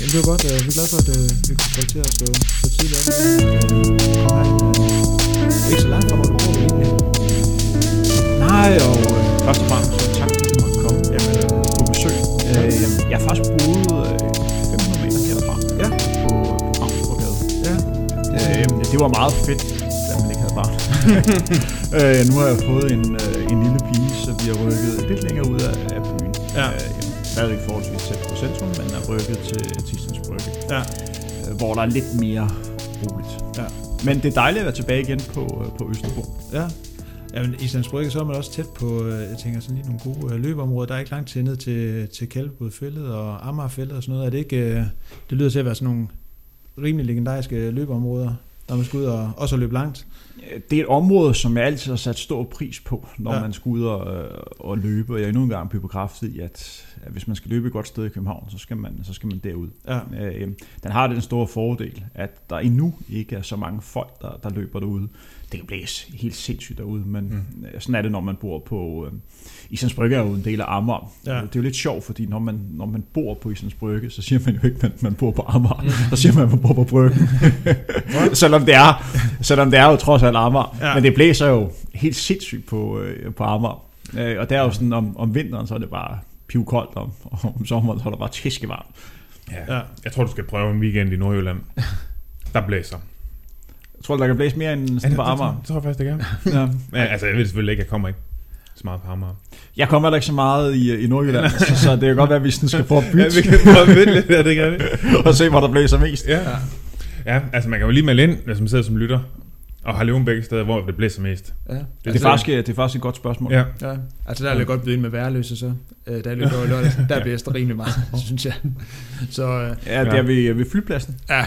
det var godt. Vi er glade for, at vi kunne få til at stå tidligt op. Ikke så langt fra, hvor du bor egentlig. Nej, og først og fremmest tak, fordi du måtte komme på besøg. Jeg har faktisk boet 500 meter herfra på Ravnsborggade. Ja. Det var meget fedt, da man ikke havde barn. Nu har jeg fået en lille pige, så vi har rykket lidt længere ud af byen. Ja. Stadig forholdsvis tæt på centrum, men er rykket til Thisted Brygge. Ja. Hvor der er lidt mere roligt. Ja. Men det er dejligt at være tilbage igen på Østerbro. Ja. Jamen, i Thisted Brygge, så er man også tæt på, jeg tænker sådan lige nogle gode løbeområder. Der er ikke langt til ned til Kalvebodfældet og Amagerfældet og sådan noget. Er det ikke, det lyder til at være sådan nogle rimelig legendariske løbeområder, der man skal ud og også løbe langt. Det er et område, som jeg altid har sat stor pris på, når man skal ud og løbe. Og jeg er endnu engang bekræftet i, at hvis man skal løbe et godt sted i København, så skal man derud. Ja. Den har den store fordel, at der endnu ikke er så mange folk, der løber derude. Det kan blæse helt sindssygt derude, men sådan er det, når man bor på Islands Brygge er jo en del af Amager. Ja. Det er jo lidt sjovt, fordi når man bor på Islands Brygge, så siger man jo ikke, at man bor på Amager. Så siger man, at man bor på Bryggen. selvom det er jo trods alt Amager. Ja. Men det blæser jo helt sindssygt på Amager. Og det er jo sådan, om vinteren, så er det bare pivkoldt, og om sommeren, så er det bare tæskevarmt. Ja. Jeg tror, du skal prøve en weekend i Nordjylland. Der blæser. Jeg tror, der kan blæse mere end sådan på Amager. Det tror jeg faktisk, det kan. Ja. Men, altså, jeg ved selvfølgelig ikke, jeg kommer ikke så meget på Amager. Jeg kommer heller ikke så meget i Nordjylland, så det kan godt være, at vi sådan skal prøve at bytte. Ja, vi kan prøve at bytte lidt, det kan det. Og se, hvor der blæser mest. Ja, altså man kan jo lige melde ind, hvis man sidder som lytter, og har levet begge steder, hvor det blæser mest. Ja. Det er faktisk et godt spørgsmål. Ja. Altså der er det godt byde ind med Værløse, så der er lidt over lørdag. Der blæser rimelig meget, synes jeg. Så, det er ved flypladsen. Ja.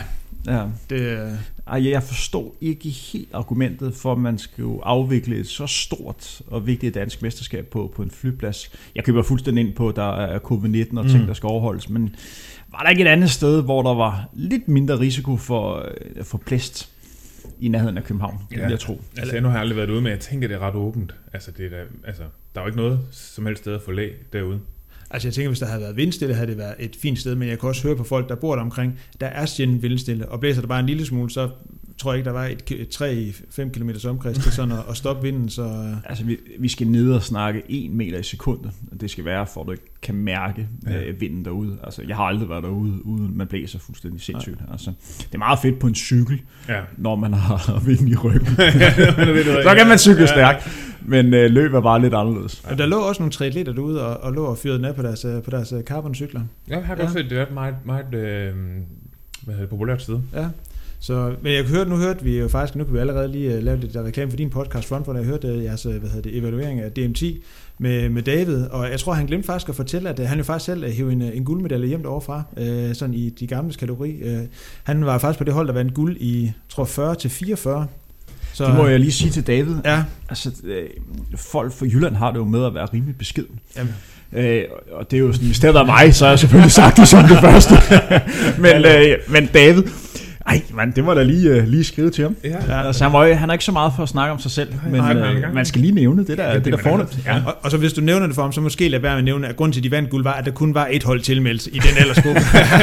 Jeg forstår ikke helt argumentet for, at man skal jo afvikle et så stort og vigtigt dansk mesterskab på en flyplads. Jeg køber fuldstændig ind på, at der er covid-19 og ting, der skal overholdes, men var der ikke et andet sted, hvor der var lidt mindre risiko for plæst i nærheden af København, vil jeg tro? Altså, nu har jeg aldrig været ude, men jeg tænker, det er ret åbent. Altså, der er jo ikke noget som helst sted at få læ derude. Altså jeg tænker, hvis der havde været vindstille, havde det været et fint sted, men jeg kan også høre på folk, der bor der omkring, der er sjældent vindstille, og blæser der bare en lille smule, så tror jeg ikke, der var et træ i 5 km omkreds til sådan at stoppe vinden. Så altså vi skal ned og snakke 1 meter i sekundet, og det skal være, for at du ikke kan mærke vinden derude. Altså jeg har aldrig været derude, uden man blæser fuldstændig sindssygt. Altså, det er meget fedt på en cykel, når man har vind i ryggen. Så kan man cykle stærkt. Men løb er bare lidt anderledes. Ja. Der lå også nogle triatleter derude og lå og fyrede ned på deres carbon-cykler. Ja, jeg har godt set, det er et meget populært sted. Ja. Så, men nu hørte vi jo faktisk, nu kan vi allerede lige lave lidt reklame for din podcast Front, hvor jeg hørte jeres evaluering af DM10 med David, og jeg tror, han glemte faktisk at fortælle, at han jo faktisk selv hævde en guldmedalje hjem derovre fra, sådan i de gamle kategori. Han var faktisk på det hold, der vandt guld i, tror 40-44. Så, det må jeg lige sige til David. Ja. Altså, folk fra Jylland har det jo med at være rimelig beskeden. Og det er jo sådan, hvis det havde været mig, så har jeg selvfølgelig sagt det som det første. men David, det må da lige skrive til ham. Ja. Altså, han har ikke så meget for at snakke om sig selv, men man skal lige nævne det der fornemt. Ja. Og så hvis du nævner det for ham, så måske lad være med at nævne, at grunden til, at de vandt guld, var, at der kun var et hold tilmeldt i den aldersgruppe.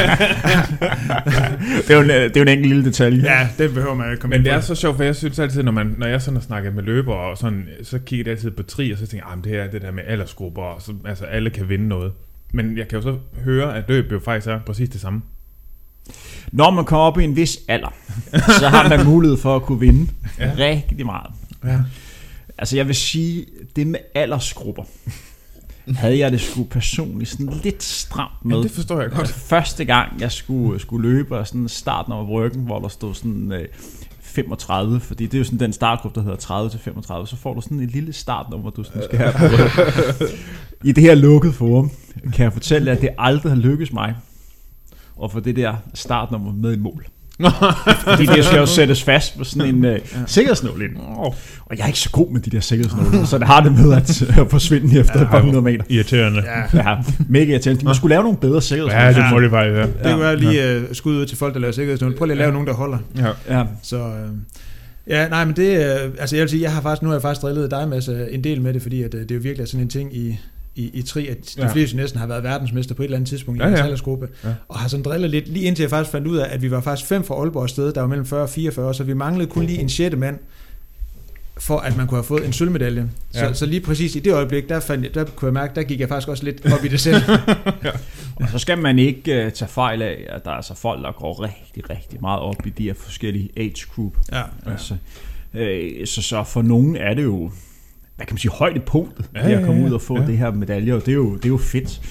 det er jo en enkelt lille detalje. Ja, det behøver man ikke komme ind på. Men det er så sjovt, for jeg synes altid, når jeg sådan har snakket med løbere, og sådan, så kigger jeg altid på tri, og så tænker jeg, det der med aldersgrupper, og så, altså alle kan vinde noget. Men jeg kan jo så høre, at løb jo faktisk er præcis det samme. Når man kommer op i en vis alder, så har man mulighed for at kunne vinde rigtig meget. Ja. Altså jeg vil sige, det med aldersgrupper, havde jeg det sgu personligt sådan lidt stramt med. Ja, det forstår jeg godt. Første gang jeg skulle løbe og sådan starten over Bryggen, hvor der stod sådan 35, fordi det er jo sådan den startgruppe, der hedder 30-35, så får du sådan et lille startnummer, du sådan skal have. I det her lukkede forum kan jeg fortælle jer, at det aldrig har lykkes mig og få det der startnummer med i mål. Fordi det skal jo sættes fast på sådan en sikkerhedsnål ind. Og jeg er ikke så god med de der sikkerhedsnåle, så det har det med at forsvinde efter et par 100 meter. Irriterende. Ja, mega irriterende. Man skulle lave nogle bedre sikkerhedsnåle. Ja, det må det faktisk være. Det kunne være lige skud ud til folk, der laver sikkerhedsnåle. Prøv lige at lave nogen, der holder. Ja. Så nej, men det altså jeg vil sige, nu har jeg faktisk drillet dig, Mads, en del med det, fordi at det er jo virkelig sådan en ting i tri, at de fleste næsten har været verdensmester på et eller andet tidspunkt i deres aldersgruppe, og har sådan drillet lidt, lige indtil jeg faktisk fandt ud af, at vi var faktisk 5 fra Aalborg sted, der var mellem 40 og 44, så vi manglede kun lige en 6. mand, for at man kunne have fået en sølvmedalje. Så lige præcis i det øjeblik, der kunne jeg mærke, der gik jeg faktisk også lidt op i det selv. Og så skal man ikke tage fejl af, at der er altså folk, der går rigtig, rigtig meget op i de her forskellige age group. Altså, så for nogen er det jo, hvad kan man sige, højdepunktet, at komme ud og få det her medalje, og det er jo fedt.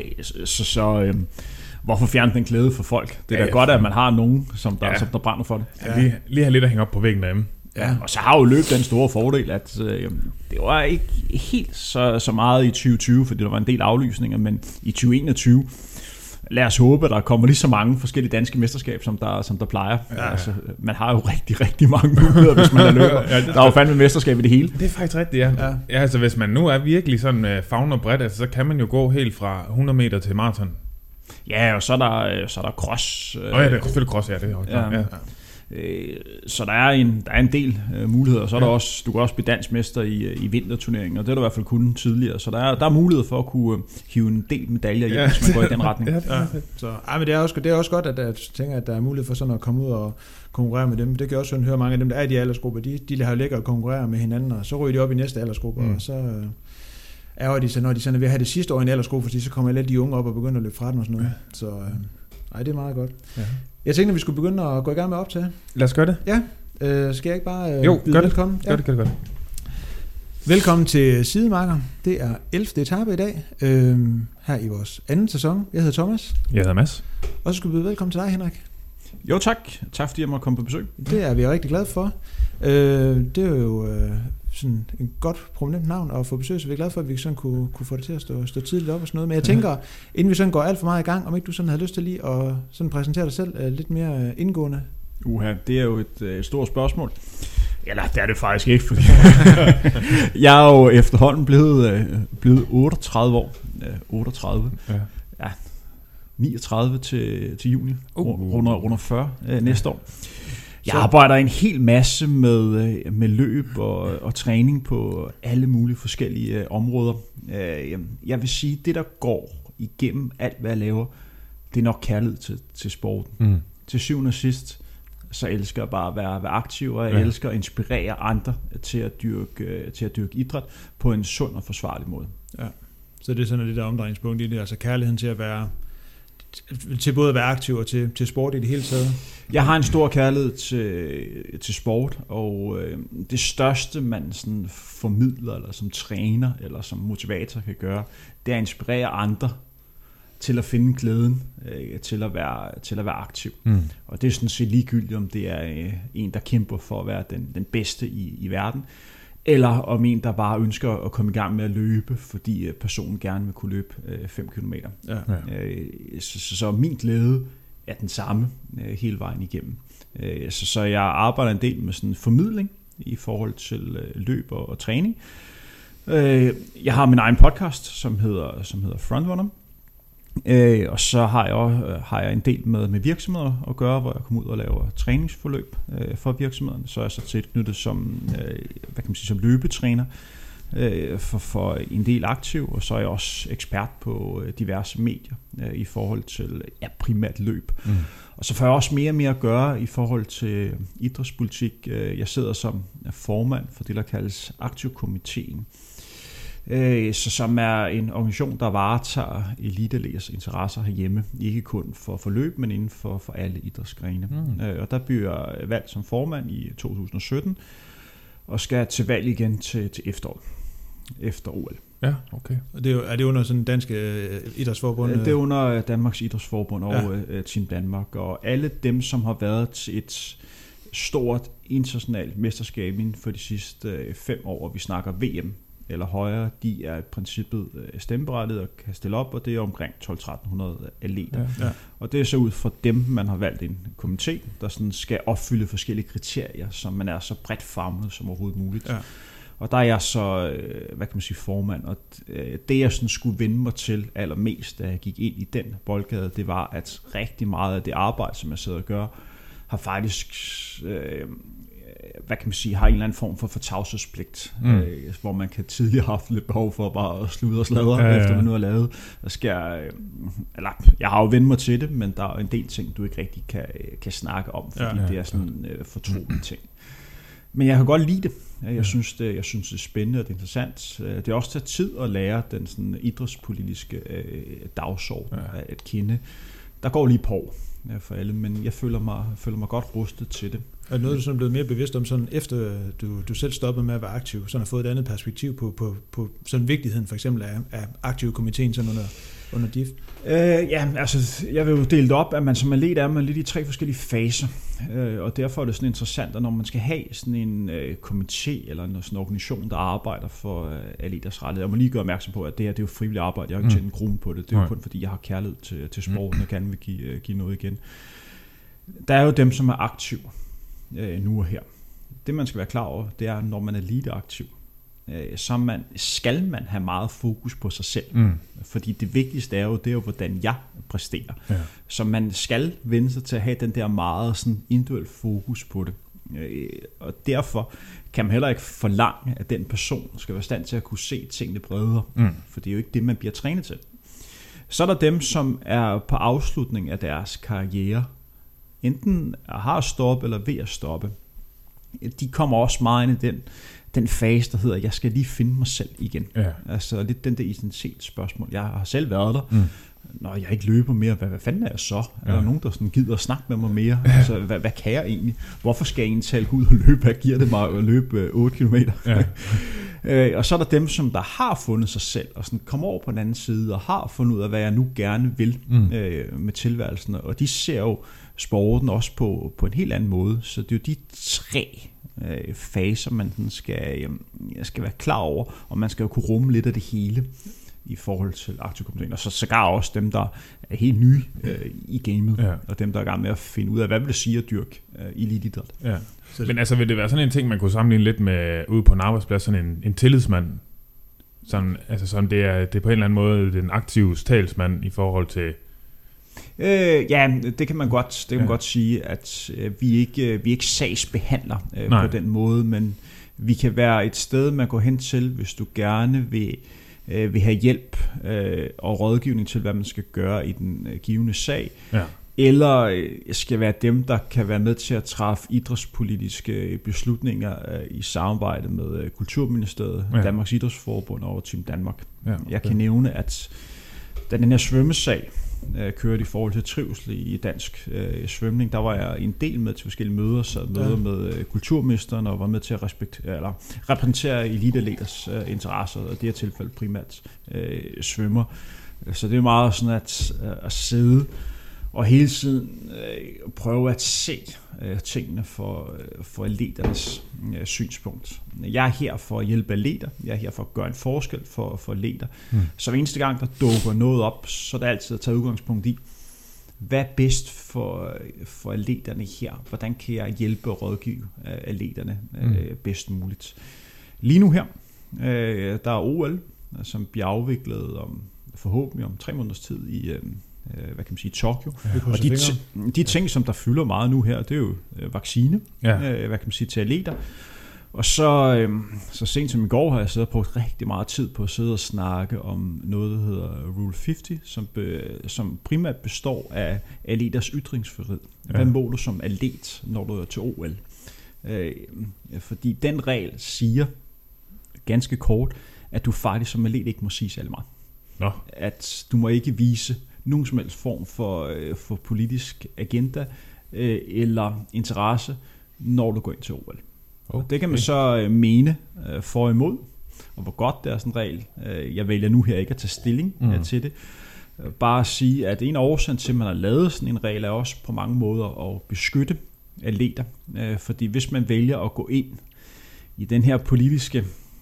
Hvorfor fjerne den glæde for folk? Det er da godt, at man har nogen, som der brænder for det. Lige have lidt at hænge op på væggen derhjemme. Ja. Og så har jo løbet den store fordel, at det var ikke helt så meget i 2020, fordi der var en del aflysninger, men i 2021, lad os håbe, at der kommer lige så mange forskellige danske mesterskab, som der plejer. Altså, man har jo rigtig, rigtig mange muligheder, hvis man er løber. Der er jo fandme mesterskab i det hele. Det er faktisk rigtigt, ja. Altså, hvis man nu er virkelig sådan favner bredt, altså, så kan man jo gå helt fra 100 meter til maraton. Ja, og så er der cross. Ja, det er selvfølgelig cross, det er også. Så der er en del muligheder, og så er der også, du kan også blive dansmester i vinterturneringen, og det er du i hvert fald kun tidligere, så der er mulighed for at kunne hive en del medaljer hjem, hvis man går i den retning. Så, men det er også godt, at jeg tænker, at der er mulighed for sådan at komme ud og konkurrere med dem. Det kan jeg også sådan høre mange af dem, der er i de aldersgrupper, de har lækkert at konkurrere med hinanden, og så ryger de op i næste aldersgruppe, og så ærger de sig, når de sådan er ved at have det sidste år i en aldersgruppe, fordi så kommer lidt de unge op og begynder at løbe fra dem og sådan noget. Så det er meget godt. Jeg tænkte, at vi skulle begynde at gå i gang med optag. Lad os gøre det. Ja. Skal jeg ikke bare byde velkommen? Gør det. Velkommen til Sidemarker. Det er 11. etape i dag, her i vores anden sæson. Jeg hedder Thomas. Jeg hedder Mads. Og så skal vi byde velkommen til dig, Henrik. Jo, tak. Tak fordi jeg måtte komme på besøg. Det er vi rigtig glade for. Det er jo sådan en godt prominent navn at få besøg, så vi er glade for, at vi sådan kunne få det til at stå tidligt op og sådan noget. Men jeg tænker, inden vi sådan går alt for meget i gang, om ikke du sådan havde lyst til lige at sådan præsentere dig selv lidt mere indgående? Det er jo et stort spørgsmål. Eller det er det faktisk ikke, fordi jeg er jo efterhånden blevet 38 år. 38. Ja. 39 til juni. Runder 40 næste år. Jeg arbejder en hel masse med løb og træning på alle mulige forskellige områder. Jeg vil sige, det der går igennem alt, hvad jeg laver, det er nok kærlighed til sporten. Til syvende og sidst, så elsker jeg bare at være aktiv, og jeg elsker at inspirere andre til at dyrke idræt på en sund og forsvarlig måde. Ja. Så det er sådan det der omdrejningspunkt i det, altså kærligheden til både at være aktiv og til sport i det hele taget? Jeg har en stor kærlighed til sport, og det største, man sådan formidler, eller som træner, eller som motivator kan gøre, det er at inspirere andre til at finde glæden, til at være aktiv. Og det er sådan set ligegyldigt, om det er en, der kæmper for at være den bedste i verden, eller om en, der bare ønsker at komme i gang med at løbe, fordi personen gerne vil kunne løbe 5 km. Ja. Så min glæde er den samme hele vejen igennem. Så jeg arbejder en del med sådan en formidling i forhold til løb og træning. Jeg har min egen podcast, som hedder Frontrunner. Og så har jeg en del med virksomheder at gøre, hvor jeg kommer ud og laver træningsforløb for virksomhederne. Så er jeg så tilknyttet som som løbetræner for en del aktiv, og så er jeg også ekspert på diverse medier i forhold til primært løb. Og så får jeg også mere og mere at gøre i forhold til idrætspolitik. Jeg sidder som formand for det, der kaldes Aktivkomiteen, som er en organisation, der varetager eliteatleters interesser herhjemme, ikke kun for løb, men inden for alle idrætsgrene. Og der bliver jeg valgt som formand i 2017, og skal til valg igen til efteråret, efter OL. Ja, okay. Og er det under sådan danske idrætsforbund? Det er under Danmarks Idrætsforbund og Team Danmark, og alle dem, som har været til et stort internationalt mesterskab inden for de sidste 5 år, og vi snakker VM eller højere, de er i princippet stemmeberettigede og kan stille op, og det er omkring 1200-1300 atleter. Ja. Og det er så ud fra dem, man har valgt en komité, der sådan skal opfylde forskellige kriterier, som man er så bredt famlet som overhovedet muligt. Ja. Og der er jeg så, formand, og det jeg sådan skulle vende mig til allermest, da jeg gik ind i den boldgade, det var, at rigtig meget af det arbejde, som jeg sidder og gør, har faktisk hvad kan man sige, har en eller anden form for tavshedspligt, hvor man kan tidligere have haft lidt behov for bare at slude og sladre, efter man nu har lavet. Jeg har jo vendt mig til det, men der er en del ting, du ikke rigtig kan snakke om, fordi det er sådan en fortrolig ting. Men jeg kan godt lide det. Jeg synes det er spændende og det er interessant. Det er også taget tid at lære den sådan idrætspolitiske dagsorden at kende. Der går lige på for alle, men jeg føler mig godt rustet til det. Er det noget, du sådan er blevet mere bevidst om, sådan efter du selv stoppede med at være aktiv, sådan har fået et andet perspektiv på sådan vigtigheden for eksempel af aktiv komiteen sådan under DIF? Jeg vil jo dele det op, at man som atlet er man lidt i 3 forskellige faser, og derfor er det sådan interessant, at når man skal have sådan en komité eller sådan en organisation, der arbejder for atleters rettigheder, jeg må lige gøre opmærksom på, at det her det er jo frivilligt arbejde, jeg har ikke tjent en krone på det, det er jo kun fordi, jeg har kærlighed til sporten og gerne vil give noget igen. Der er jo dem, som er aktive nu og her. Det man skal være klar over, det er, når man er eliteaktiv, så skal man have meget fokus på sig selv. Fordi det vigtigste er jo, hvordan jeg præsterer. Ja. Så man skal vende sig til at have den der meget sådan individuel fokus på det. Og derfor kan man heller ikke forlange, at den person skal være i stand til at kunne se tingene bredere. For det er jo ikke det, man bliver trænet til. Så er der dem, som er på afslutning af deres karriere, enten har stoppet eller ved at stoppe. De kommer også meget ind i den fase, der hedder, jeg skal lige finde mig selv igen. Ja. Altså lidt den der identitetsspørgsmål. Jeg har selv været der. Når jeg ikke løber mere, hvad fanden er jeg så? Er der nogen, der sådan gider at snakke med mig mere? Altså, hvad kan jeg egentlig? Hvorfor skal jeg egentlig tale ud og løbe? Hvad giver det mig at løbe 8 kilometer? Ja. Og så er der dem, som der har fundet sig selv, og sådan kommer over på den anden side, og har fundet ud af, hvad jeg nu gerne vil med tilværelsen. Og de ser jo sporten også på en helt anden måde. Så det er jo de 3 faser, man skal være klar over, og man skal jo kunne rumme lidt af det hele i forhold til aktiv komiteen. Og så sågar også dem, der er helt nye i gamet, og dem, der er i gang med at finde ud af, hvad vil det sige at dyrke eliteidræt. Ja. Men altså, vil det være sådan en ting, man kunne sammenligne lidt med ude på en arbejdsplads, sådan en tillidsmand, sådan, altså sådan det er på en eller anden måde den aktive talsmand i forhold til... det kan man godt sige, at vi ikke sagsbehandler på den måde, men vi kan være et sted, man går hen til, hvis du gerne vil have hjælp og rådgivning til, hvad man skal gøre i den givende sag, eller skal være dem, der kan være med til at træffe idrætspolitiske beslutninger i samarbejde med Kulturministeriet, Danmarks Idrætsforbund og Team Danmark. Jeg kan nævne, at da den her svømmesag kørte i forhold til trivsel i dansk svømning, der var jeg en del med til forskellige møder, sad møder med kulturministeren og var med til at repræsentere eliteatleters interesser, og det her tilfælde primært svømmer. Så det er meget sådan at sidde og hele tiden prøve at se tingene for atleternes synspunkt. Jeg er her for at hjælpe atleter, jeg er her for at gøre en forskel for atleter. Så hver eneste gang, der dukker noget op, så er det altid at tage udgangspunkt i, hvad er bedst for atleterne her? Hvordan kan jeg hjælpe og rådgive atleterne bedst muligt? Lige nu her, der er OL, som bliver afviklet forhåbentlig om 3 måneders tid i Tokyo. Og de ting, som der fylder meget nu her, det er jo vaccine, til atleter. Og så sent som i går har jeg siddet og brugt rigtig meget tid på at sidde og snakke om noget, der hedder Rule 50, som primært består af atleters ytringsfrihed. Hvad må du som atlet, når du er til OL? Fordi den regel siger ganske kort, at du faktisk som atlet ikke må sige særlig meget. Nå. At du må ikke vise nogen som helst form for politisk agenda eller interesse, når du går ind til OL. Okay. Det kan man så mene for og imod, og hvor godt det er sådan en regel. Jeg vælger nu her ikke at tage stilling til det. Bare at sige, at en af årsagen til, at man har lavet sådan en regel, er også på mange måder at beskytte atleter. Fordi hvis man vælger at gå ind i den her politiske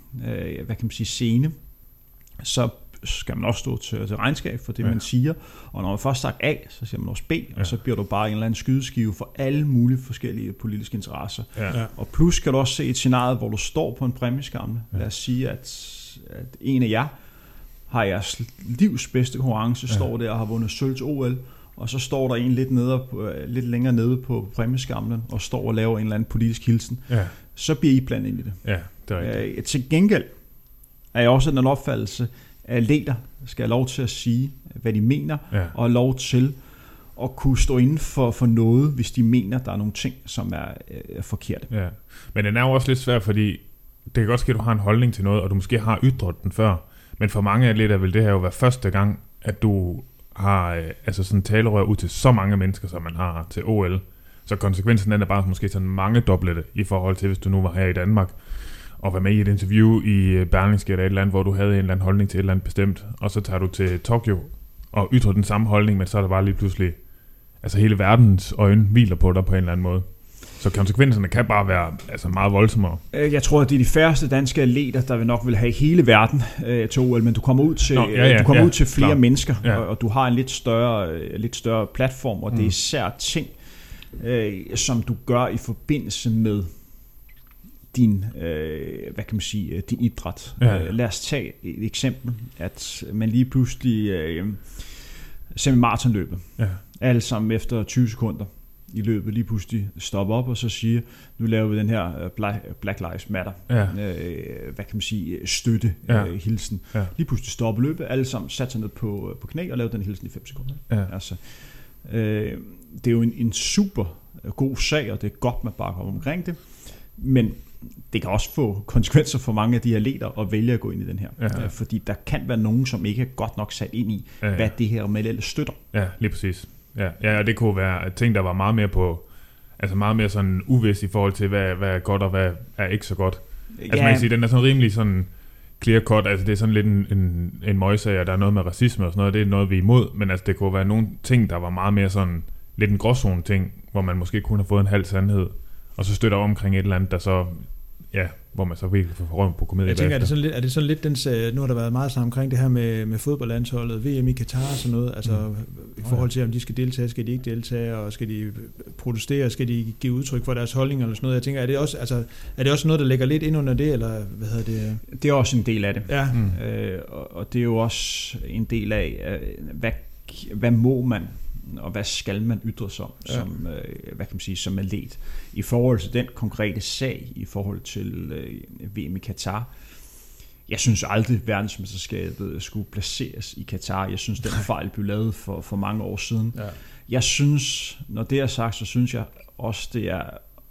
scene, så skal man også stå til regnskab for det, man siger. Og når man først sagt A, så siger man også B, og så bliver du bare en eller anden skydeskive for alle mulige forskellige politiske interesser. Ja. Og plus kan du også se et scenarie, hvor du står på en præmieskammel. Lad os sige, at en af jer har jeres livs bedste konkurrence, står der og har vundet sølv til OL, og så står der en lidt længere nede på præmieskamlen, og står og laver en eller anden politisk hilsen, så bliver I blandet ind i det. Ja, det er rigtigt. Til gengæld er jeg også den opfattelse, at leder skal have lov til at sige, hvad de mener, og have lov til at kunne stå inden for noget, hvis de mener, der er nogle ting, som er forkerte. Ja. Men den er jo også lidt svært, fordi det kan godt ske, at du har en holdning til noget, og du måske har ytret den før, men for mange atleter vil det her jo være første gang, at du har sådan talerør ud til så mange mennesker, som man har til OL. Så konsekvensen er bare måske sådan mange dobbelte i forhold til, hvis du nu var her i Danmark, og var med i et interview i Berlingske eller et eller andet, hvor du havde en eller anden holdning til et eller andet bestemt, og så tager du til Tokyo og ytrer den samme holdning, men så er der bare lige pludselig, altså hele verdens øjne hviler på dig på en eller anden måde. Så konsekvenserne kan bare være meget voldsommere. Jeg tror, at det er de færreste danske atleter, der vil nok vil have hele verden til OL, men du kommer ud til, til flere mennesker, og du har en lidt større platform, og det er især ting, som du gør i forbindelse med din, din idræt. Lad os tage et eksempel, at man lige pludselig semi-maratonløbet, alle sammen efter 20 sekunder i løbet lige pludselig stopper op og så siger, nu laver vi den her Black Lives Matter, støtte hilsen. Lige pludselig stopper løbet, alle sammen satte sig ned på knæ og lavede den hilsen i 5 sekunder. Altså, det er jo en super god sag, og det er godt, man bakker omkring det, men det kan også få konsekvenser for mange af de atleter at vælge at gå ind i den her. Fordi der kan være nogen, som ikke er godt nok sat ind i, hvad det her med støtter. Ja, lige præcis. Ja, og det kunne være ting, der var meget mere på, altså meget mere sådan uvidst i forhold til, hvad er godt og hvad er ikke så godt. Altså man kan sige, den er sådan rimelig sådan clear cut, altså det er sådan lidt en møgssag, og der er noget med racisme og sådan noget, det er noget, vi er imod, men altså det kunne være nogle ting, der var meget mere sådan lidt en gråzone ting, hvor man måske kunne have fået en halv sandhed, og så støtter omkring et eller andet, der så, hvor man så virkelig får røven på komedie. Jeg tænker, er det sådan lidt nu har der været meget sammen omkring det her med fodboldlandsholdet, VM i Katar og sådan noget, altså i forhold til, om de skal deltage, skal de ikke deltage, og skal de protestere, skal de give udtryk for deres holdning eller sådan noget. Jeg tænker, er det også noget, der ligger lidt ind under det, eller hvad hedder det? Det er også en del af det. Ja. Og det er jo også en del af, hvad må man, og hvad skal man ytre sig om, som atlet. I forhold til den konkrete sag, i forhold til VM i Katar, jeg synes aldrig, verdensmesterskabet skulle placeres i Katar. Jeg synes, den fejl blev lavet for mange år siden. Ja. Jeg synes, når det er sagt, så synes jeg også, det er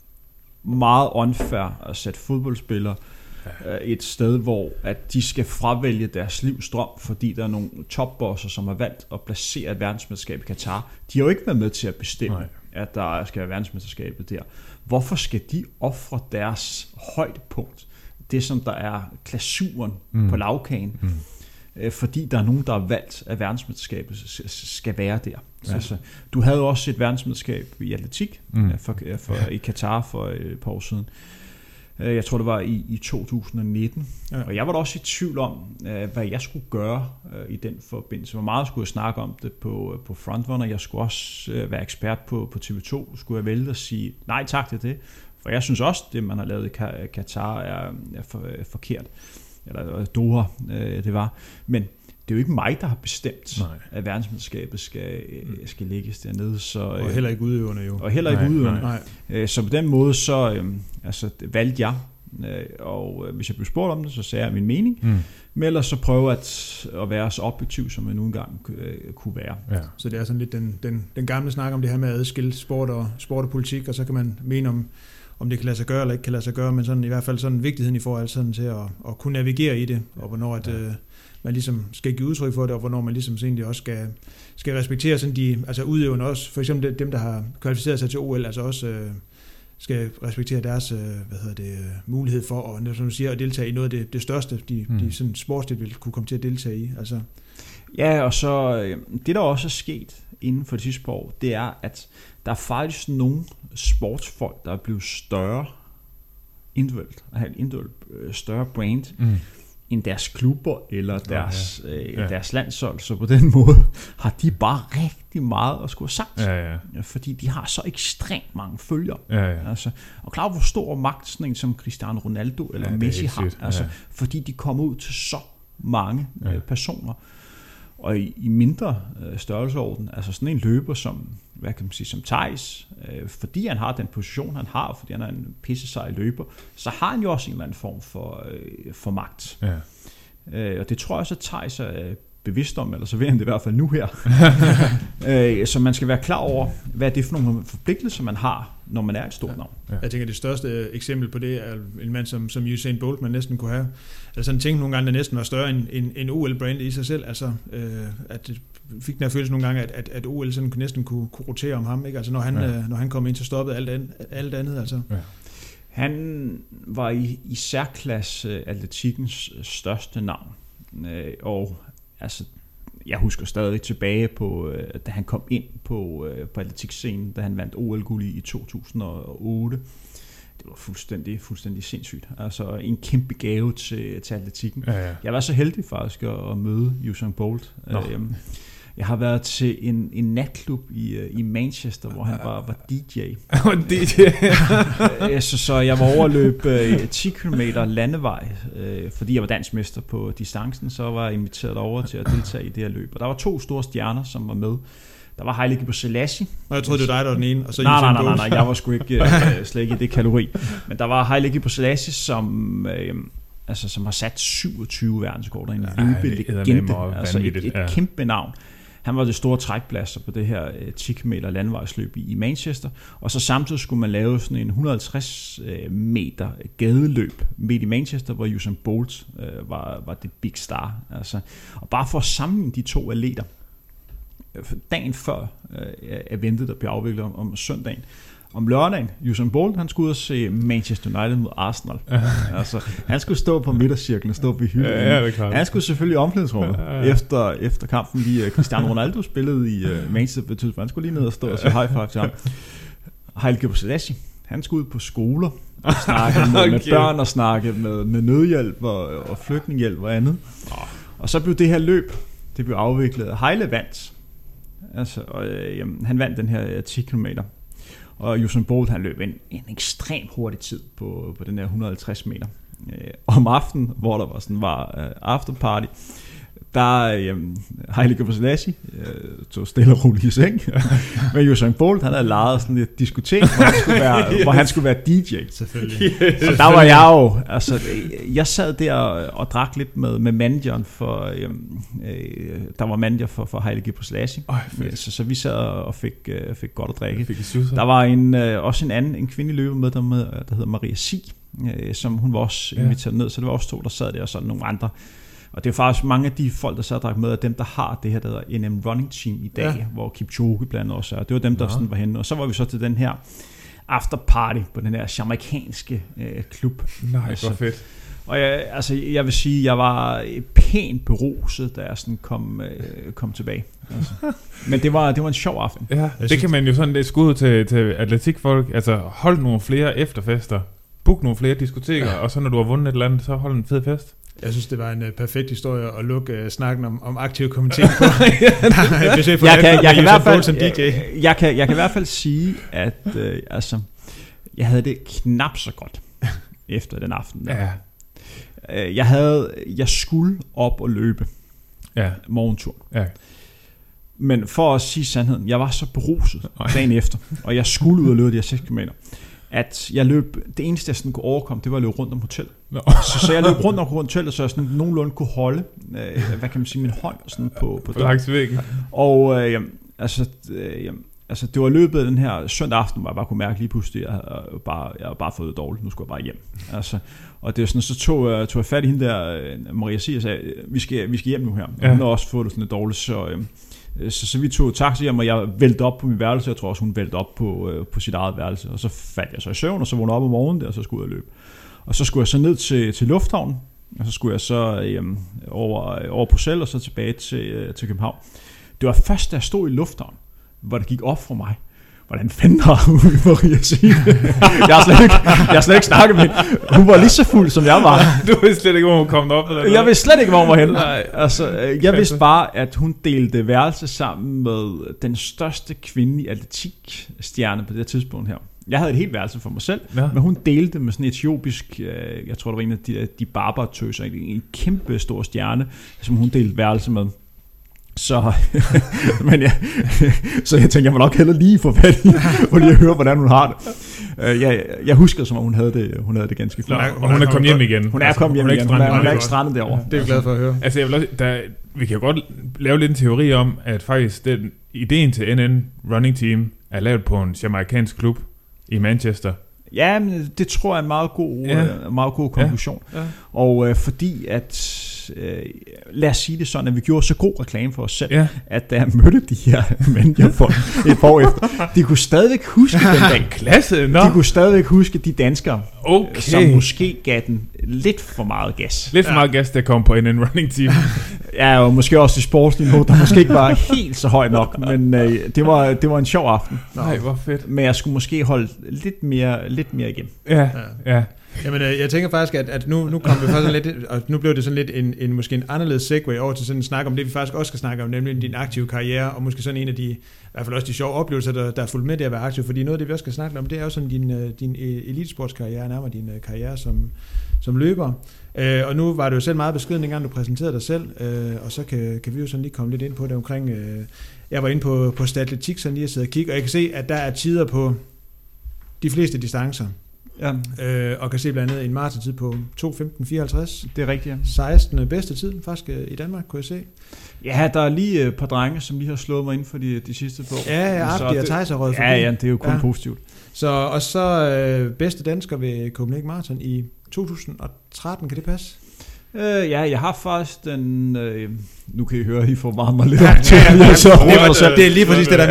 meget unfair at sætte fodboldspillere et sted, hvor at de skal fravælge deres livsdrøm, fordi der er nogle topbosser, som har valgt at placere et verdensmesterskab i Katar. De har jo ikke været med til at bestemme, at der skal være verdensmesterskabet der. Hvorfor skal de ofre deres højdepunkt, det som der er klausuren på lagkagen, fordi der er nogen, der har valgt, at verdensmesterskabet skal være der. Ja. Altså, du havde også et verdensmesterskab i atletik i Katar for et par år siden. Jeg tror, det var i 2019. Ja. Og jeg var da også i tvivl om, hvad jeg skulle gøre i den forbindelse. Hvor meget skulle jeg snakke om det på Frontrunner. Jeg skulle også være ekspert på TV2. Skulle jeg vælge at sige nej tak til det. For jeg synes også, det man har lavet i Katar er forkert. Eller Doha, det var. Men det er jo ikke mig, der har bestemt, at verdensmesterskabet skal lægges dernede. Så, og heller ikke udøverne jo. Og heller ikke udøverne. Så på den måde, så valgte jeg, og hvis jeg blev spurgt om det, så sagde jeg min mening. Men ellers så prøve at være så objektiv, som jeg nu engang kunne være. Ja. Så det er sådan lidt den gamle snak om det her med at adskille sport og politik, og så kan man mene om det kan lade sig gøre eller ikke kan lade sig gøre, men sådan i hvert fald sådan vigtigheden i forhold sådan til at kunne navigere i det, og hvornår man ligesom skal give udtryk for det, og hvornår man ligesom egentlig også skal respektere sådan de udøvende også, for eksempel dem, der har kvalificeret sig til OL, altså også skal respektere deres mulighed for som du siger, at deltage i noget af det største, de sådan sportsligt vil kunne komme til at deltage i. Altså. Ja, og så det der også er sket inden for det sidste år, det er, at der er faktisk nogle sportsfolk, der er blevet større individuelt, større brand, end deres klubber eller deres landshold. Så på den måde har de bare rigtig meget at skulle have sagt. Fordi de har så ekstremt mange følgere. Altså, og klar, hvor stor magt sådan en som Cristiano Ronaldo eller Messi har. Altså, fordi de kommer ud til så mange personer. Og i mindre størrelseorden, altså sådan en løber som, hvad kan man sige, som Theis, fordi han har den position, han har, fordi han er en pissesej løber, så har han jo også en eller anden form for magt. Ja. Og det tror jeg også, at Theis er bevidst om, eller så vil han det i hvert fald nu her. Så man skal være klar over, hvad er det for nogle forpligtelser, man har, når man er et stort navn. Ja. Jeg tænker, det største eksempel på det er en mand som Usain Bolt, man næsten kunne have. Altså sådan ting nogle gange, der næsten var større end OL-brand i sig selv. Altså, at det fik den her følelse nogle gange, at OL sådan næsten kunne rotere om ham. Ikke? Altså, når han kom ind, så stoppede alt andet. Altså. Ja. Han var i særklasse atletikkens største navn. Og altså, jeg husker stadig tilbage på, da han kom ind på atletikscenen, da han vandt OL-guld i 2008. Det var fuldstændig sindssygt. Altså en kæmpe gave til atletikken. Ja. Jeg var så heldig faktisk at møde Usain Bolt. Jeg har været til en natklub i Manchester, hvor han var DJ. Så jeg var over at løbe 10 km landevej, fordi jeg var dansmester på distancen, så var jeg inviteret over til at deltage i det her løb. Og der var 2 store stjerner, som var med. Der var Haile Gebrselassie. Og jeg troede, det var dig, der var den ene. Og så nej, jeg var sgu ikke slet ikke i det kategori. Men der var Haile Gebrselassie, som har sat 27 verdensrekorder i en løbelegende. Altså et kæmpe navn. Han var det store trækplaster på det her 10 km landevejsløb i Manchester, og så samtidig skulle man lave sådan en 150 meter gadeløb midt i Manchester, hvor Usain Bolt var det big star. Altså, og bare for at sammenligne de 2 atleter, dagen før eventet, der blev afviklet om søndagen, om lørdagen, Usain Bolt, han skulle ud og se Manchester United mod Arsenal. Altså, han skulle stå på midtercirklen og stå på hylden. Ja, han skulle selvfølgelig i omklædningsrummet efter kampen. Lige Cristiano Ronaldo spillede i Manchester på tidspunkt. Han skulle lige ned og stå og sige high five til ham. Haile Gebrselassie, han skulle ud på skoler og snakke med børn og snakke med nødhjælp og flygtninghjælp og andet. Og så blev det her løb, det blev afviklet. Haile vandt. Altså, han vandt den her 10 kilometer. Og Usain Bolt, han løb en ekstremt hurtig tid på den her 150 meter. Om aftenen, hvor der var afterparty, der Haile Gebrselassie tog stille og roligt i seng. Men Usain Bolt, han havde lejet sådan et diskotek, hvor han skulle være DJ. Selvfølgelig. Og der var jeg jo, altså, jeg sad der og drak lidt med manageren for, der var manager for Haile Gebrselassie. Så vi sad og fik godt at drikke. Der var også en kvindelig løber med, der hedder Maria Sig, som hun var også inviteret ned, så det var også 2, der sad der, og sådan nogle andre. Og det er faktisk mange af de folk, der sad og drak med, af dem, der har det her, der hedder NM Running Team i dag, hvor Kipchoge blandt andet også er. Det var dem, der sådan var henne. Og så var vi så til den her afterparty på den her jamaikanske klub. Nej, altså, hvor fedt. Og jeg vil sige, jeg var pænt beruset, da jeg sådan kom tilbage. Altså. Men det var en sjov aften. Ja, det kan man jo sådan lidt skud til atletikfolk. Altså hold nogle flere efterfester, book nogle flere diskoteker, og så når du har vundet et eller andet, så hold en fed fest. Jeg synes, det var en perfekt historie at lukke snakken om aktiv kommentering på. Jeg kan i hvert fald sige, at jeg havde det knap så godt efter den aften. Ja. Jeg skulle op og løbe morgentur. Ja. Men for at sige sandheden, jeg var så beruset dagen efter, og jeg skulle ud og løbe de her 6 km, at jeg løb, det eneste jeg sådan kunne overkomme, det var at løbe rundt om hotellet. Så jeg løb rundt om hotellet, så jeg sådan nogenlunde kunne holde, hvad kan man sige, min hånd sådan på langs væggen. Og det var løbet af den her søndag aften, hvor jeg bare kunne mærke lige pludselig, at jeg havde bare fået det dårligt. Nu skulle jeg bare hjem. Altså, og det var sådan, så tog jeg fat i hende der, Maria Sig, og sagde, vi skal hjem nu her. Og hun har også fået det sådan lidt dårligt, så vi tog taxi hjem, og jeg vælte op på min værelse. Jeg tror også, hun vælte op på sit eget værelse. Og så faldt jeg så i søvn, og så vågnede op om morgenen der, og så skulle jeg løbe. Og så skulle jeg så ned til lufthavnen, og så skulle jeg så over Bruxelles, og så tilbage til København. Det var først, da jeg stod i lufthavnen, hvor det gik op for mig, hvordan fanden har hun Maria Sig? Jeg har slet ikke snakket med hende. Hun var lige så fuld, som jeg var. Du vidste slet ikke, hvor hun kom op? Eller jeg vidste slet ikke, hvor hun var henne. Altså, jeg vidste bare, at hun delte værelse sammen med den største kvindelige atletikstjerne på det tidspunkt her. Jeg havde et helt værelse for mig selv, men hun delte med sådan en etiopisk, jeg tror, der var en af de barbertøser, en kæmpe stor stjerne, som hun delte værelse med. Så, så jeg tænker, jeg må nok heller lige få fat i, og lige høre, hvordan hun har det. Jeg husker, som om hun havde det ganske flot. Og hun er kommet hjem igen. Hun er kommet hjem igen. Hun er ikke strandet derovre. Det er jeg glad for at høre. Altså, vi kan jo godt lave lidt en teori om, at faktisk ideen til NN Running Team er lavet på en jamaikansk klub i Manchester. Ja, men det tror jeg er en meget god konklusion. Ja. Og fordi at lad os sige det sådan, at vi gjorde så god reklame for os selv, at da jeg mødte de her mænd for et par år efter, de kunne stadigvæk huske den dag. Klasse, de kunne stadigvæk huske de danskere, som måske gav den lidt for meget gas. Lidt for meget gas, der kom på NN Running Team. Ja, og måske også det sportslige niveau, der måske ikke var helt så højt nok, men det var en sjov aften. Nej, hvor fedt. Men jeg skulle måske holde lidt mere igen. Ja. Jamen, jeg tænker faktisk, at nu kom vi faktisk lidt, og nu blev det sådan lidt en måske en anderledes segue over til sådan en snak om det, vi faktisk også skal snakke om, nemlig din aktive karriere, og måske sådan en af de, i hvert fald også de sjove oplevelser, der er fulgt med det at være aktiv, fordi noget af det, vi også skal snakke om, det er jo sådan din elitesportskarriere, nærmere din karriere som løber. Og nu var det jo selv meget beskeden, dengang du præsenterede dig selv, og så kan vi jo sådan lige komme lidt ind på det omkring, jeg var inde på Statletik, sådan lige at sidde og kigge, og jeg kan se, at der er tider på de fleste distancer. Ja. Og kan se blandt andet en maratontid på 2:15.54. Det er rigtigt, ja. 16. bedste tid faktisk i Danmark, kunne jeg se. Ja, der er lige et par drenge, som lige har slået mig ind for de sidste par år. Ja, Abdi og Thijs har røget forbi. Ja, det er jo kun positivt. Og så bedste dansker ved Copenhagen Marathon i 2013, kan det passe? Ja, jeg har faktisk den... nu kan I høre, I får varmet mig lidt op til. Det er lige præcis det, der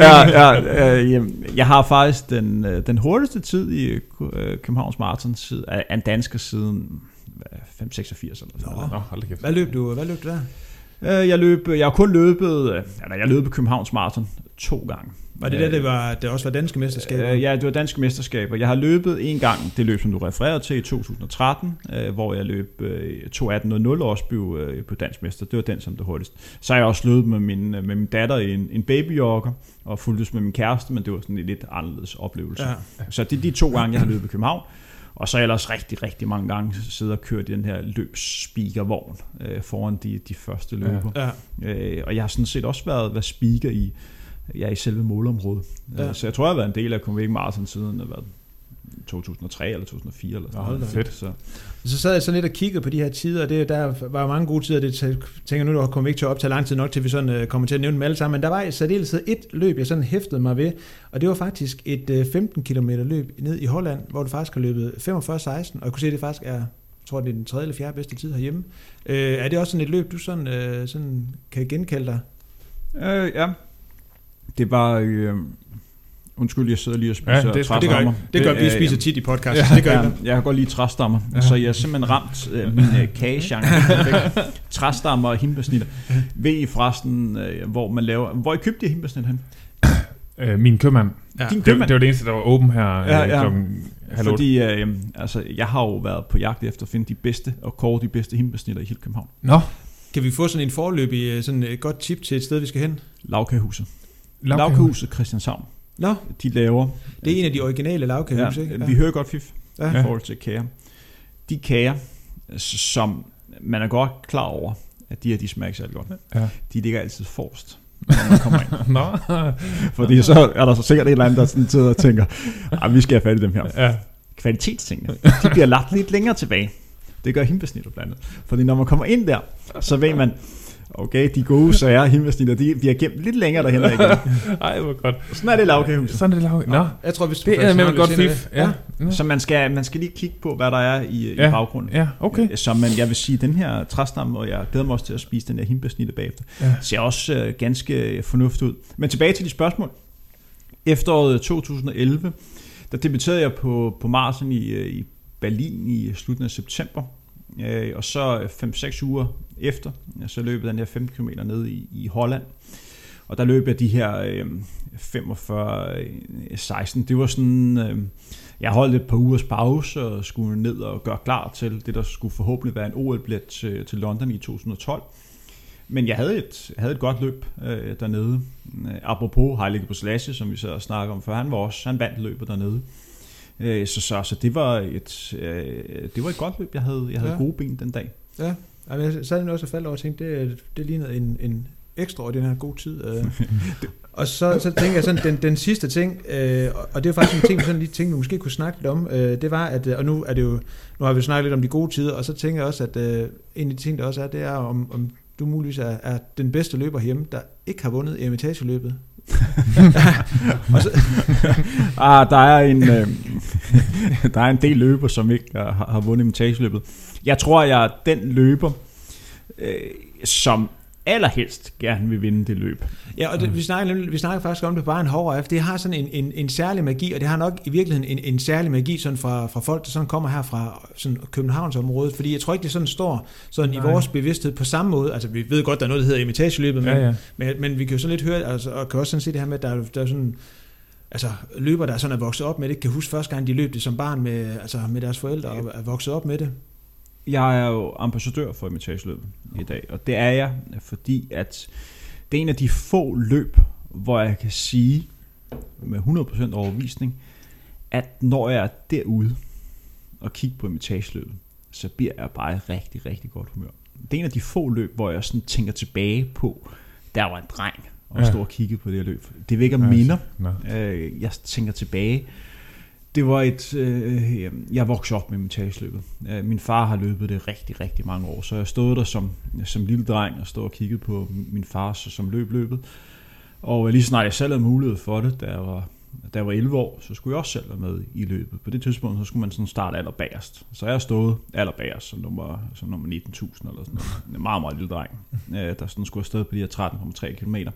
er jeg har faktisk den hurtigste tid i Københavns Marathon af en dansker siden 5:86 eller sådan. Hvad løb du der? Jeg har kun løbet Københavns Marathon 2 gange. Var det det også var danske mesterskaber? Ja, det var danske mesterskaber. Jeg har løbet en gang det løb, som du refererede til, i 2013, hvor jeg løb 2:18.00 også blev dansk mester. Det var den som det hurtigst. Så har jeg også løbet med min datter i en babyjogger og fulgtes med min kæreste, men det var sådan en lidt anderledes oplevelse. Ja. Så det er de 2 gange, jeg har løbet i København. Og så har jeg ellers rigtig, rigtig mange gange siddet og kørt i den her løbsspeakervogn foran de første løber. Ja. Og jeg har sådan set også været speaker i selve målområdet. Ja. Så jeg tror, jeg har været en del af Copenhagen Marathon siden 2003 eller 2004 eller sådan noget. Så sad jeg sådan lidt og kiggede på de her tider, og der var mange gode tider, det tænker nu, der kommer ikke til at optage lang tid nok, til vi sådan kommer til at nævne dem alle sammen, men der var i særdeleshed et løb, jeg sådan hæftede mig ved, og det var faktisk et 15 km løb ned i Holland, hvor du faktisk har løbet 45:16, og jeg kunne se, at det faktisk er, jeg tror, det er den 3. eller 4. bedste tid herhjemme. Er det også sådan et løb, du sådan kan genkalde dig? Ja. Det var... undskyld, jeg sidder lige og spiser træstammer. Det gør vi spiser tit i podcasten. Det gør jeg har godt lide træstammer, så jeg har simpelthen ramt min kagegenre. Træstammer og hindbærsnitter. Ved I forresten, hvor I købte de hindbærsnit hen? Min købmand. Ja. Din købmand? Det var det eneste, der var åben her klokken halv 8. Fordi jeg har jo været på jagt efter at finde de bedste og kåre de bedste hindbærsnitter i hele København. Nå. Kan vi få sådan en forløb i sådan et godt tip til et sted, vi skal hen? Lavkagehuset Christianshavn. Nå. De laver... Det er en af de originale lavkagehus, ikke? Ja. Vi hører godt fif i forhold til kager. De kager, som man er godt klar over, at de smager ikke særlig godt. Ja. De ligger altid forrest, når man kommer ind. Nå. Fordi så er der så sikkert et eller andet, der sådan sidder og tænker, vi skal have fat i dem her. Ja. Kvalitetstingene, de bliver lagt lidt længere tilbage. Det gør hindbærsnitter blandt andet. Fordi når man kommer ind der, så ved man, okay, de gode sager hindbærsnitter, de bliver gemt lidt længere derhen ad igen. Ej, hvor godt. Sådan er det lavkagehuset. Sådan er det lavkagehuset. Nå, jeg tror, det er med godt fif. Ja. Så man skal lige kigge på, hvad der er i baggrunden. Ja, okay. Så jeg vil sige, den her træstamme, og jeg glæder mig også til at spise den her hindbærsnitter bagefter, ser også ganske fornuftigt ud. Men tilbage til de spørgsmål. Efteråret 2011, der debuterede jeg på maraton i Berlin i slutningen af september. Og så 5-6 uger efter, så løb jeg den her 15 km ned i Holland. Og der løb jeg de her 45-16. Det var sådan, jeg holdt et par ugers pause og skulle ned og gøre klar til det, der skulle forhåbentlig være en OL-billet til London i 2012. Men jeg havde et godt løb dernede. Apropos Haile Gebrselassie, som vi så snakker om før, han vandt løbet dernede. Så det var et godt løb. Jeg havde gode ben den dag. Ja, jeg sad også og faldt over og tænkte, det lignede ekstraordinært god tid. Og så tænker jeg sådan, den sidste ting, og det er faktisk en ting, sådan de ting, vi måske kunne snakke lidt om, det var, at, og nu har vi snakket lidt om de gode tider, og så tænker jeg også, at en af de ting, der også er, det er, om du muligvis er den bedste løber hjemme, der ikke har vundet Eremitageløbet. Der er en del løber, som ikke har vundet Eremitageløbet. Jeg tror, jeg er den løber, som allerhelst gerne vil vinde det løb. Ja, og vi snakker faktisk om det bare en hård af. Det har sådan en særlig magi, og det har nok i virkeligheden en særlig magi sådan fra folk, der sådan kommer her fra sådan Københavnsområdet, fordi jeg tror ikke, det sådan står sådan i vores bevidsthed på samme måde. Altså, vi ved godt, der er noget, der hedder Eremitageløbet, men vi kan jo sådan lidt høre, altså, og kan også sådan se det her med, at der er sådan, altså løber, der sådan er vokset op med det, ikke kan huske første gang, de løb det som barn med deres forældre, og er vokset op med det. Jeg er jo ambassadør for Eremitageløbet i dag, og det er jeg, fordi at det er en af de få løb, hvor jeg kan sige med 100% overbevisning, at når jeg er derude og kigger på Eremitageløbet, så bliver jeg bare i rigtig, rigtig godt humør. Det er en af de få løb, hvor jeg sådan tænker tilbage på, der var en dreng og stod og kiggede på det her løb. Det vækker minder. Jeg tænker tilbage. Det var jeg voksede op med Eremitageløbet. Min far har løbet det rigtig, rigtig mange år, så jeg stod der som lille dreng og stod og kiggede på min far, som løbet. Og lige snart jeg selv havde mulighed for det, da jeg var 11 år, så skulle jeg også selv være med i løbet. På det tidspunkt, så skulle man sådan starte allerbagerst. Så jeg stod allerbagerst som nummer 19.000 eller sådan noget. En meget, meget lille dreng, der sådan skulle afsted på de her 13,3 kilometer.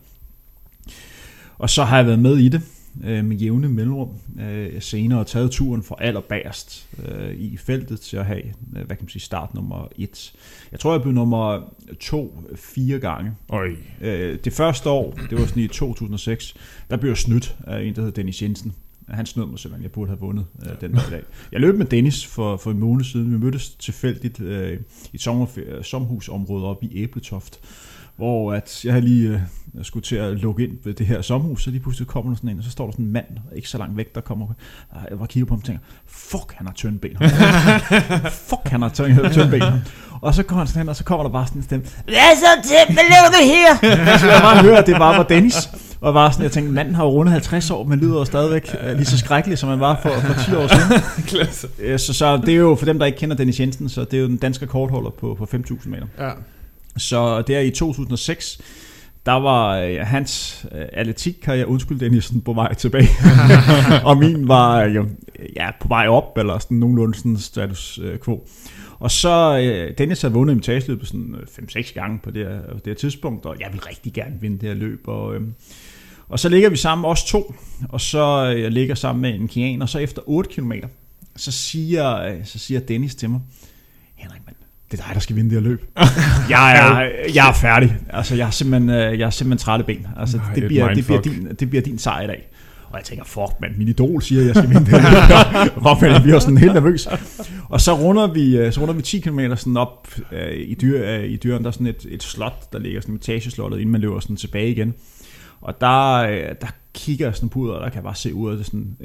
Og så har jeg været med i det med jævne mellemrum. Senere taget turen fra allerbagerst i feltet til at have, hvad kan man sige, start nummer 1. Jeg tror, jeg blev nummer 2 4 gange. Det første år, det var sådan i 2006, der blev jeg snydt af en, der hed Dennis Jensen. Han snød mig simpelthen. Jeg burde have vundet den dag. Jeg løb med Dennis for en måned siden. Vi mødtes tilfældigt i et sommerhusområde oppe i Æbletoft, hvor at jeg lige skulle til at logge ind ved det her sommerhus, så lige pludselig kommer der sådan en, og så står der sådan en mand, ikke så langt væk, der kommer. Jeg var kigget på ham og tænker, fuck, han har tynde ben. Fuck, han har tynde ben. Og så kommer han sådan hen, og så kommer der bare sådan en stemme. Hvad så, Tim? Hvad laver du her? Så jeg bare høre, at det bare var Dennis. Og var sådan, jeg tænkte, manden har jo rundet 50 år, men lyder stadigvæk lige så skrækkelig, som han var for 10 år siden. Så det er jo, for dem, der ikke kender Dennis Jensen, så det er jo den danske rekordholder på 5.000 meter. Ja. Så der i 2006, der var hans atletikkarriere, undskyld Dennisen, på vej tilbage. Og min var jo på vej op, eller sådan nogenlunde sådan status quo. Og så Dennis havde vundet Eremitageløbet sådan 5-6 gange på det her tidspunkt, og jeg vil rigtig gerne vinde det her løb. Og så ligger vi sammen, os to, og så jeg ligger sammen med en kenianer, og så efter 8 kilometer, så siger Dennis til mig, Henrik, mand, det er dig, der skal vinde det her løb. Jeg er færdig. Altså, jeg er simpelthen træt af ben. Altså, det bliver din sejr i dag. Og jeg tænker, fuck mand, min idol siger, at jeg skal vinde det her løb. Og vi er sådan helt nervøs. Og så runder vi 10 km sådan op i dyren. Der er sådan et slot, der ligger sådan et etageslottet, inden man løber sådan tilbage igen. Og der kigger jeg sådan på uret, og der kan jeg bare se uret, det er sådan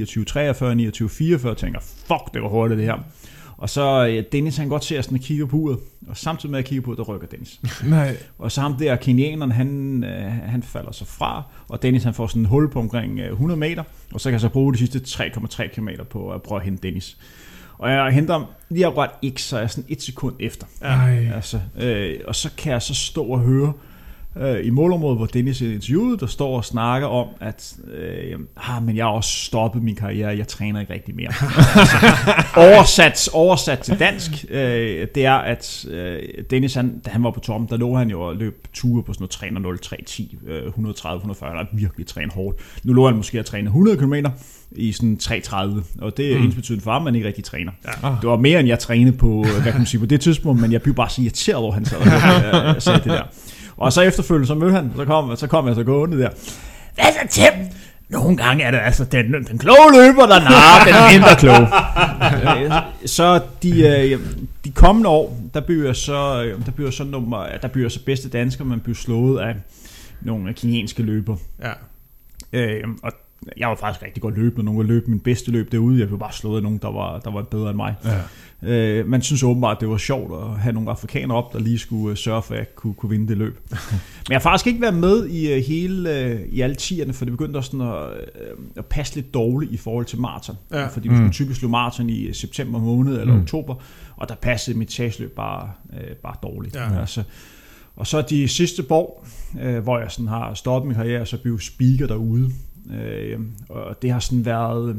29:43, 29:44, og tænker, fuck, det går hurtigt det her. Og så Dennis, han godt ser sådan og kigger på uret, og samtidig med at kigge på der rykker Dennis. Nej. Og så ham der kenianeren, han falder så fra, og Dennis han får sådan en hul på omkring 100 meter, og så kan jeg så bruge de sidste 3,3 kilometer på at prøve at hente Dennis. Og jeg henter ham lige akkurat ikke, så er jeg sådan 1 sekund efter. Altså, og så kan jeg så stå og høre i målområdet, hvor Dennis er interviewet, der står og snakker om, at men jeg har også stoppet min karriere, jeg træner ikke rigtig mere. Oversat til dansk, det er, at Dennis, da han var på toppen, der lå han jo og løb ture på sådan noget 3:03:10, 130-140, der virkelig træne hårdt. Nu lå han måske at træne 100 km i sådan 3:30, og det er ensbetydende for ham, man ikke rigtig træner. Ja. Det var mere, end jeg trænede på, hvad kan man sige, på det tidspunkt, men jeg blev bare så irriteret, hvor han sad og sagde det der. Og så efterfølgende, så mødte han, så kom jeg så gående der. Hvad så, Tim? Nogle gange er det altså den kloge løber, der den mindre kloge. Så de kommende år, der bliver så bedste dansker, man bliver slået af nogle kenianske løber. Ja. Og jeg var faktisk rigtig godt løbende. Nogle af løb min bedste løb derude. Jeg blev bare slået af nogen, der var bedre end mig. Ja. Man synes åbenbart, at det var sjovt at have nogle afrikanere op, der lige skulle sørge for, at jeg kunne vinde det løb. Men jeg har faktisk ikke været med i alle 10'erne, for det begyndte også sådan at passe lidt dårligt i forhold til maraton. Ja. Fordi vi skulle typisk løbe maraton i september måned eller oktober, og der passede mit tageløb bare dårligt. Ja. Altså, og så de sidste år, hvor jeg sådan har stoppet min karriere, så blev speaker derude. Og det har sådan været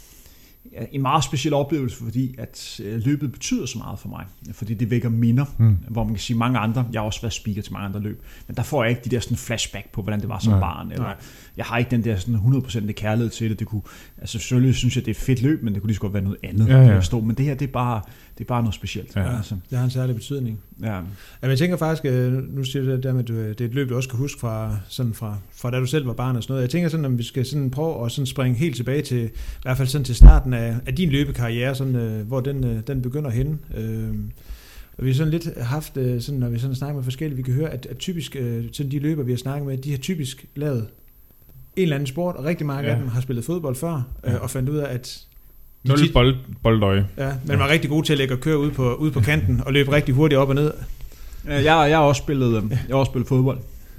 en meget speciel oplevelse, fordi at løbet betyder så meget for mig, fordi det vækker minder, hvor man kan sige mange andre, jeg har også været speaker til mange andre løb, men der får jeg ikke de der sådan flashback på, hvordan det var som barn, eller jeg har ikke den der sådan 100% kærlighed til det. Det kunne, altså selvfølgelig synes jeg, det er et fedt løb, men det kunne lige så godt være noget andet, at stå. Men det her, det er bare noget specielt. Ja. Altså. Det har en særlig betydning. Ja. Ja, jeg tænker faktisk, nu siger du det der med, at det er et løb, du også kan huske fra da du selv var barn og sådan noget. Jeg tænker sådan, om vi skal sådan prøve at sådan springe helt tilbage til, i hvert fald sådan til starten af din løbekarriere, sådan, hvor den begynder henne. Og vi har sådan lidt haft, sådan, når vi sådan snakker med forskellige, vi kan høre, at typisk sådan de løber, vi har snakket med, de har typisk lavet en eller anden sport, og rigtig mange af dem har spillet fodbold før, og fandt ud af, at nul boldøje. Ja, men var rigtig god til at lægge og køre ude på kanten, og løbe rigtig hurtigt op og ned. Jeg har også spillet fodbold.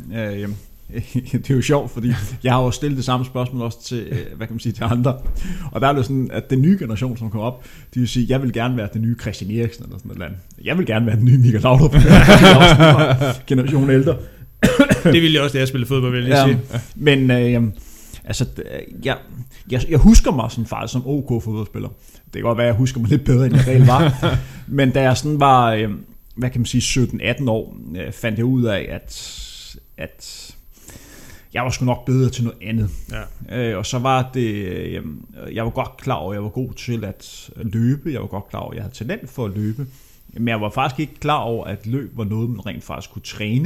Det er jo sjovt, fordi jeg har jo stillet det samme spørgsmål også til, hvad kan man sige, til andre. Og der er det sådan, at den nye generation, som kommer op, de vil sige, jeg vil gerne være den nye Christian Eriksen eller sådan noget andet. Jeg vil gerne være den nye Michael Laudrup. Generation ældre. Det ville jeg også, da jeg spillede fodbold, vil jeg sige. Men altså, jeg husker mig sådan faktisk som OK fodboldspiller. Det kan godt være, at jeg husker mig lidt bedre, end jeg reelt var. Men da jeg sådan var, hvad kan man sige, 17-18 år, fandt jeg ud af, at jeg var sgu nok bedre til noget andet. Ja. Og så var det, jeg var godt klar over, at jeg var god til at løbe. Jeg var godt klar over, at jeg havde talent for at løbe. Men jeg var faktisk ikke klar over, at løb var noget, man rent faktisk kunne træne.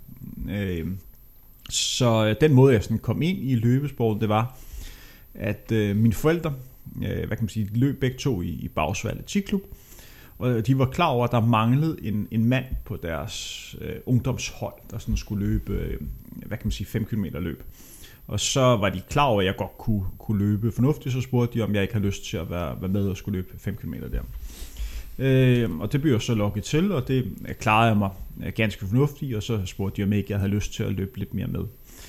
Så den måde, jeg sådan kom ind i løbesporten, det var, at mine forældre, hvad kan man sige, løb begge to i Bagsværd Atletikklub, og de var klar over, at der manglede en mand på deres ungdomshold, der sådan skulle løbe, hvad kan man sige, 5 km løb. Og så var de klar over, at jeg godt kunne løbe fornuftigt, så spurgte de, om jeg ikke havde lyst til at være med og skulle løbe 5 km der. Og det blev jeg så lukket til, og det klarede jeg mig ganske fornuftigt, og så spurgte de, om ikke jeg havde lyst til at løbe lidt mere med.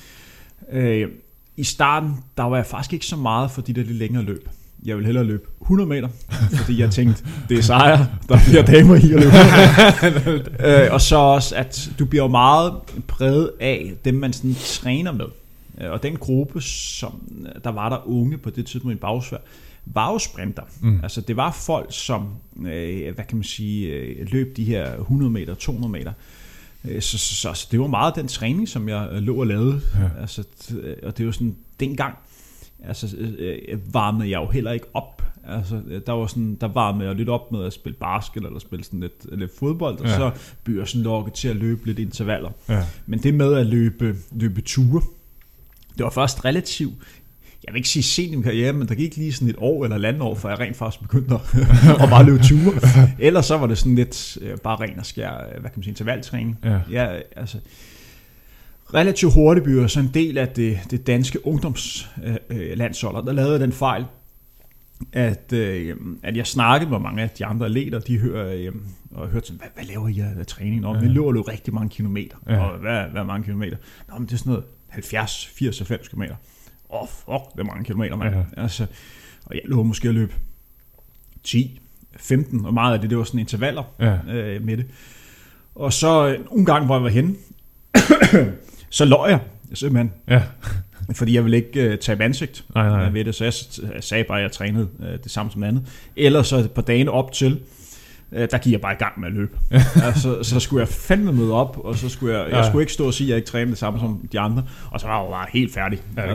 I starten, der var jeg faktisk ikke så meget for de der lidt længere løb. Jeg ville hellere løbe 100 meter, fordi jeg tænkte, det er sejr, der er flere damer i at løbe. Og så også, at du bliver meget præget af dem, man sådan træner med. Og den gruppe, som der var der unge på det tidspunkt i Bagsværd, var jo sprinter. Altså det var folk, som, hvad kan man sige, løb de her 100 meter, 200 meter. Så det var meget den træning, som jeg lå og lavede. Ja. Altså, og det var sådan, dengang, altså varmede jeg jo heller ikke op. Altså, der varmede jeg lidt op med at spille basket eller spille sådan lidt fodbold, og så blev jeg sådan lukket til at løbe lidt intervaller. Ja. Men det med at løbe ture, det var først relativt, jeg vil ikke sige sent i min karriere, men der gik lige sådan et år eller andet år, før jeg rent faktisk begyndte at bare løbe ture. Ellers så var det sådan lidt bare ren og skær, hvad kan man sige, intervaltræning. Ja, altså relativt hurtigt blev jeg så en del af det danske ungdomslandshold, der lavede den fejl, at jeg snakkede med mange af de andre atleter, de hørte sådan, hvad laver I af træning? Nå, vi løber jo rigtig mange kilometer. Og hvad mange kilometer? Nå, men det er sådan noget 70, 80, 90 kilometer. Fuck, det er mange kilometer, mand. Altså, og jeg lå måske at løbe 10, 15, og meget af det var sådan intervaller med det. Og så en gang, hvor jeg var henne, så løg jeg simpelthen. Ja. Fordi jeg ville ikke tabe ansigt ved det, så jeg sagde bare, at jeg trænede det samme som andet. Eller så et par dage op til, der gik jeg bare i gang med at løbe. Altså, så skulle jeg fandme møde op, og så skulle jeg skulle ikke stå og sige, at jeg ikke trænede det samme som de andre, og så var jeg bare helt færdig.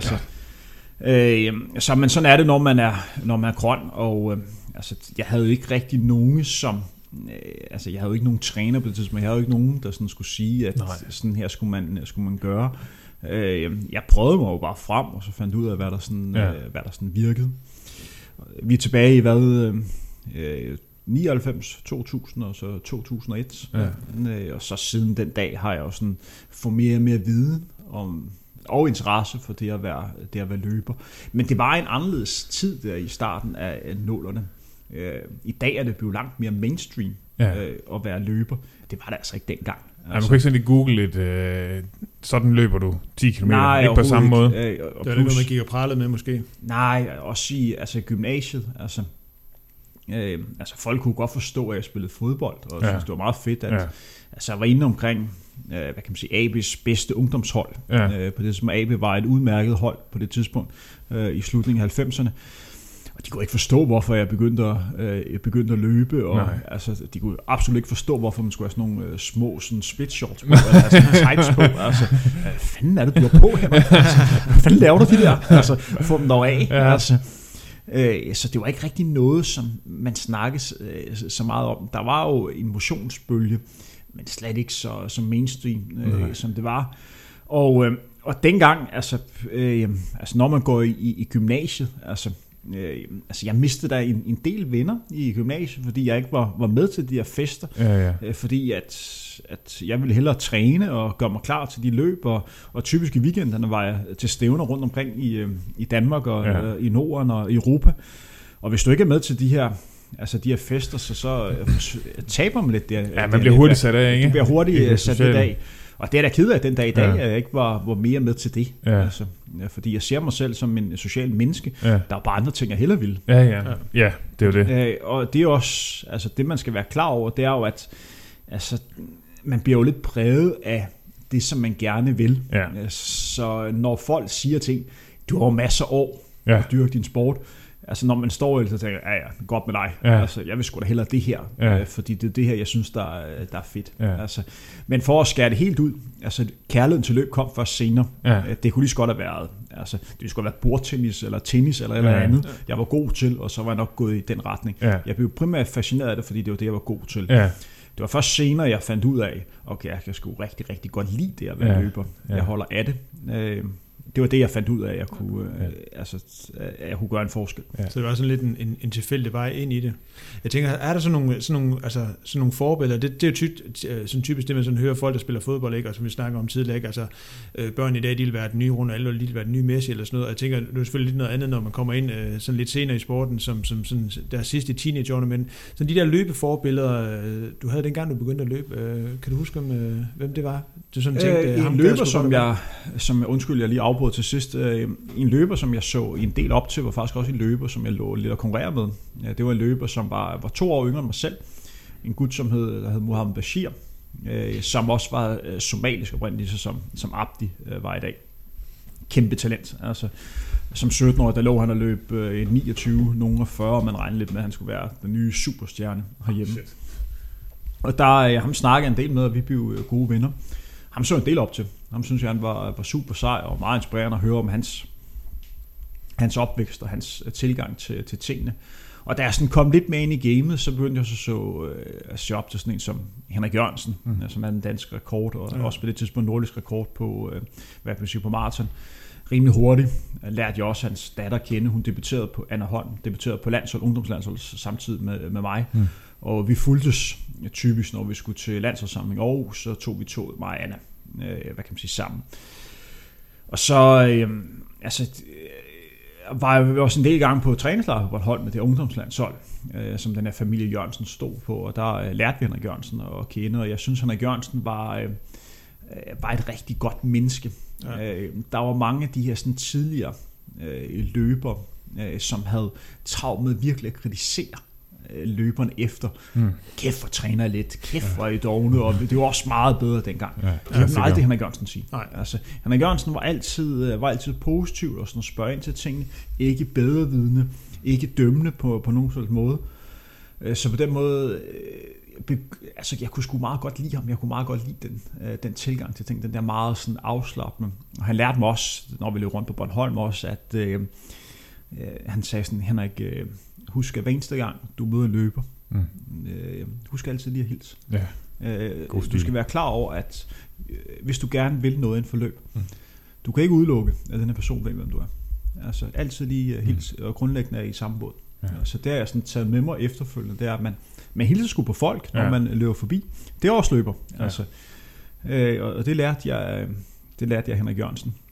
Så men sådan er det, når man er grøn, og altså, jeg havde jo ikke rigtig nogen som altså jeg havde jo ikke nogen træner på det tidspunkt, jeg havde jo ikke nogen der sådan skulle sige, at sådan her skulle man gøre. Jeg prøvede mig jo bare frem, og så fandt ud af, hvad der sådan virkede. Vi er tilbage i 99, 2000 og så 2001. Og så siden den dag har jeg jo sådan fået mere og mere viden om og interesse for det at være løber. Men det var en anderledes tid der i starten af 00'erne. I dag er det blevet langt mere mainstream at være løber. Det var det altså ikke dengang. Altså. Man kan ikke sådan lige google sådan løber du 10 km, ikke på samme måde. Det er det noget, man gik og pralede med måske. Nej, også i gymnasiet. Altså folk kunne godt forstå, at jeg spillede fodbold, og synes, det var meget fedt, at jeg var inde omkring, hvad kan man sige, AB's bedste ungdomshold. På det som AB var et udmærket hold på det tidspunkt i slutningen af 90'erne. Og de kunne ikke forstå, hvorfor jeg begyndte at løbe, og de kunne absolut ikke forstå, hvorfor man skulle have sådan nogle små sådan split shorts på, eller sådan tights på. Altså, hvad fanden er det, du har på her? Altså, hvad fanden laver du de der? Altså, få dem dog af. Ja. Altså, så det var ikke rigtig noget, som man snakkede så meget om. Der var jo en motionsbølge, men slet ikke så mainstream, som det var. Og dengang, når man går i gymnasiet, jeg mistede da en del venner i gymnasiet, fordi jeg ikke var med til de her fester, fordi at jeg ville hellere træne og gøre mig klar til de løb, og typisk i weekenderne var jeg til stævner rundt omkring i Danmark og i Norden og i Europa. Og hvis du ikke er med til de her fester, så taber man lidt der. Ja, man bliver hurtigt sat af, ikke? Du bliver hurtigt sat lidt af. Og det er da ked af den dag i dag, at jeg ikke var mere med til det. Fordi jeg ser mig selv som en social menneske. Der er bare andre ting, jeg hellere vil. Ja, det er jo det. Og det er også, det man skal være klar over, det er jo, at man bliver jo lidt præget af det, som man gerne vil. Så når folk siger ting, du har masser af år at dyrke din sport, når man står og tænker, godt med dig. Jeg vil sgu da hellere det her, fordi det er det her, jeg synes, der er fedt. Men for at skære det helt ud, kærligheden til løb kom først senere. Det kunne lige så godt have været, det skulle have været bordtennis eller tennis eller andet. Jeg var god til, og så var jeg nok gået i den retning. Jeg blev primært fascineret af det, fordi det var det, jeg var god til. Det var først senere, jeg fandt ud af, okay, jeg kan sgu rigtig, rigtig godt lide det at være løber. Jeg holder af det. Det var det, jeg fandt ud af, at jeg kunne, jeg kunne gøre en forskel. Så det var sådan lidt en tilfældig vej ind i det. Jeg tænker, er der sådan nogle forbilleder? Det er jo sådan typisk det, man sådan hører folk, der spiller fodbold, ikke? Og som vi snakker om tidligere, ikke? Børn i dag, de vil være den nye runde, alle de vil være den nye Messi eller sådan noget. Jeg tænker, det er selvfølgelig lidt noget andet, når man kommer ind sådan lidt senere i sporten, som sådan der sidste i teenageårene, men sådan de der løbeforbilleder, du havde dengang, du begyndte at løbe. Kan du huske, hvem det var? Du sådan tænkte, en løber, som undskyld, jeg lige afbrød til sidst. En løber, som jeg så en del op til, var faktisk også en løber, som jeg lå lidt at konkurrere med. Det var en løber, som var 2 år yngre end mig selv. En gut, der hed Mohamed Bashir, som også var somalisk oprindelig, som Abdi var i dag. Kæmpe talent. Som 17-årig, der lå han at løbe 29, nogen af 40, og man regnede lidt med, at han skulle være den nye superstjerne herhjemme. Og der ham snakkede en del med, og vi blev gode venner. Ham så en del op til. Ham synes jeg, han var super sej og meget inspirerende at høre om hans opvækst og hans tilgang til tingene. Og da jeg sådan kom lidt med ind i gamet, så begyndte jeg så at se op til sådan en som Henrik Jørgensen, som er en dansk rekord, og også på det tidspunkt nordisk rekord på, på maraton. Rimelig hurtigt lærte jeg også hans datter kende. Hun debuterede på Anna Holm, debuterede på ungdomslandshold samtidig med mig. Og vi fulgtes typisk, når vi skulle til landsholdssamling, og så tog vi toget, mig og Anna, sammen. Og så, var jeg også en del gange på træningslejr på Bornholm med det ungdomslandshold, som den her familie Jørgensen stod på, og der lærte vi Henrik Jørgensen at kende, og jeg synes, Henrik Jørgensen var et rigtig godt menneske. Der var mange af de her sådan tidligere løbere, som havde travlt med virkelig at kritisere løberne efter. Kæft for træner lidt, kæft for i dogne, og det var også meget bedre dengang. Det var meget det, Henrik Jørgensen sige. Henrik Jørgensen var altid positiv og sådan at spørge ind til tingene, ikke bedrevidende, ikke dømmende på nogen sådan måde. Så på den måde, jeg kunne sgu meget godt lide ham. Jeg kunne meget godt lide den tilgang til ting, den der meget sådan afslappende. Og han lærte mig også, når vi løb rundt på Bornholm også, at han sagde sådan, Henrik, husk at hver eneste gang, du møder en løber, husk altid lige at hilse. Du skal være klar over, at hvis du gerne vil noget inden for løb, du kan ikke udelukke, at den her person ved, hvem du er. Altid lige hilse, og grundlæggende er i samme båd. Så det har jeg sådan taget med mig efterfølgende, det er, at man hilser sgu på folk, når man løber forbi. Det er også løber. Og det lærte jeg Henrik Jørgensen.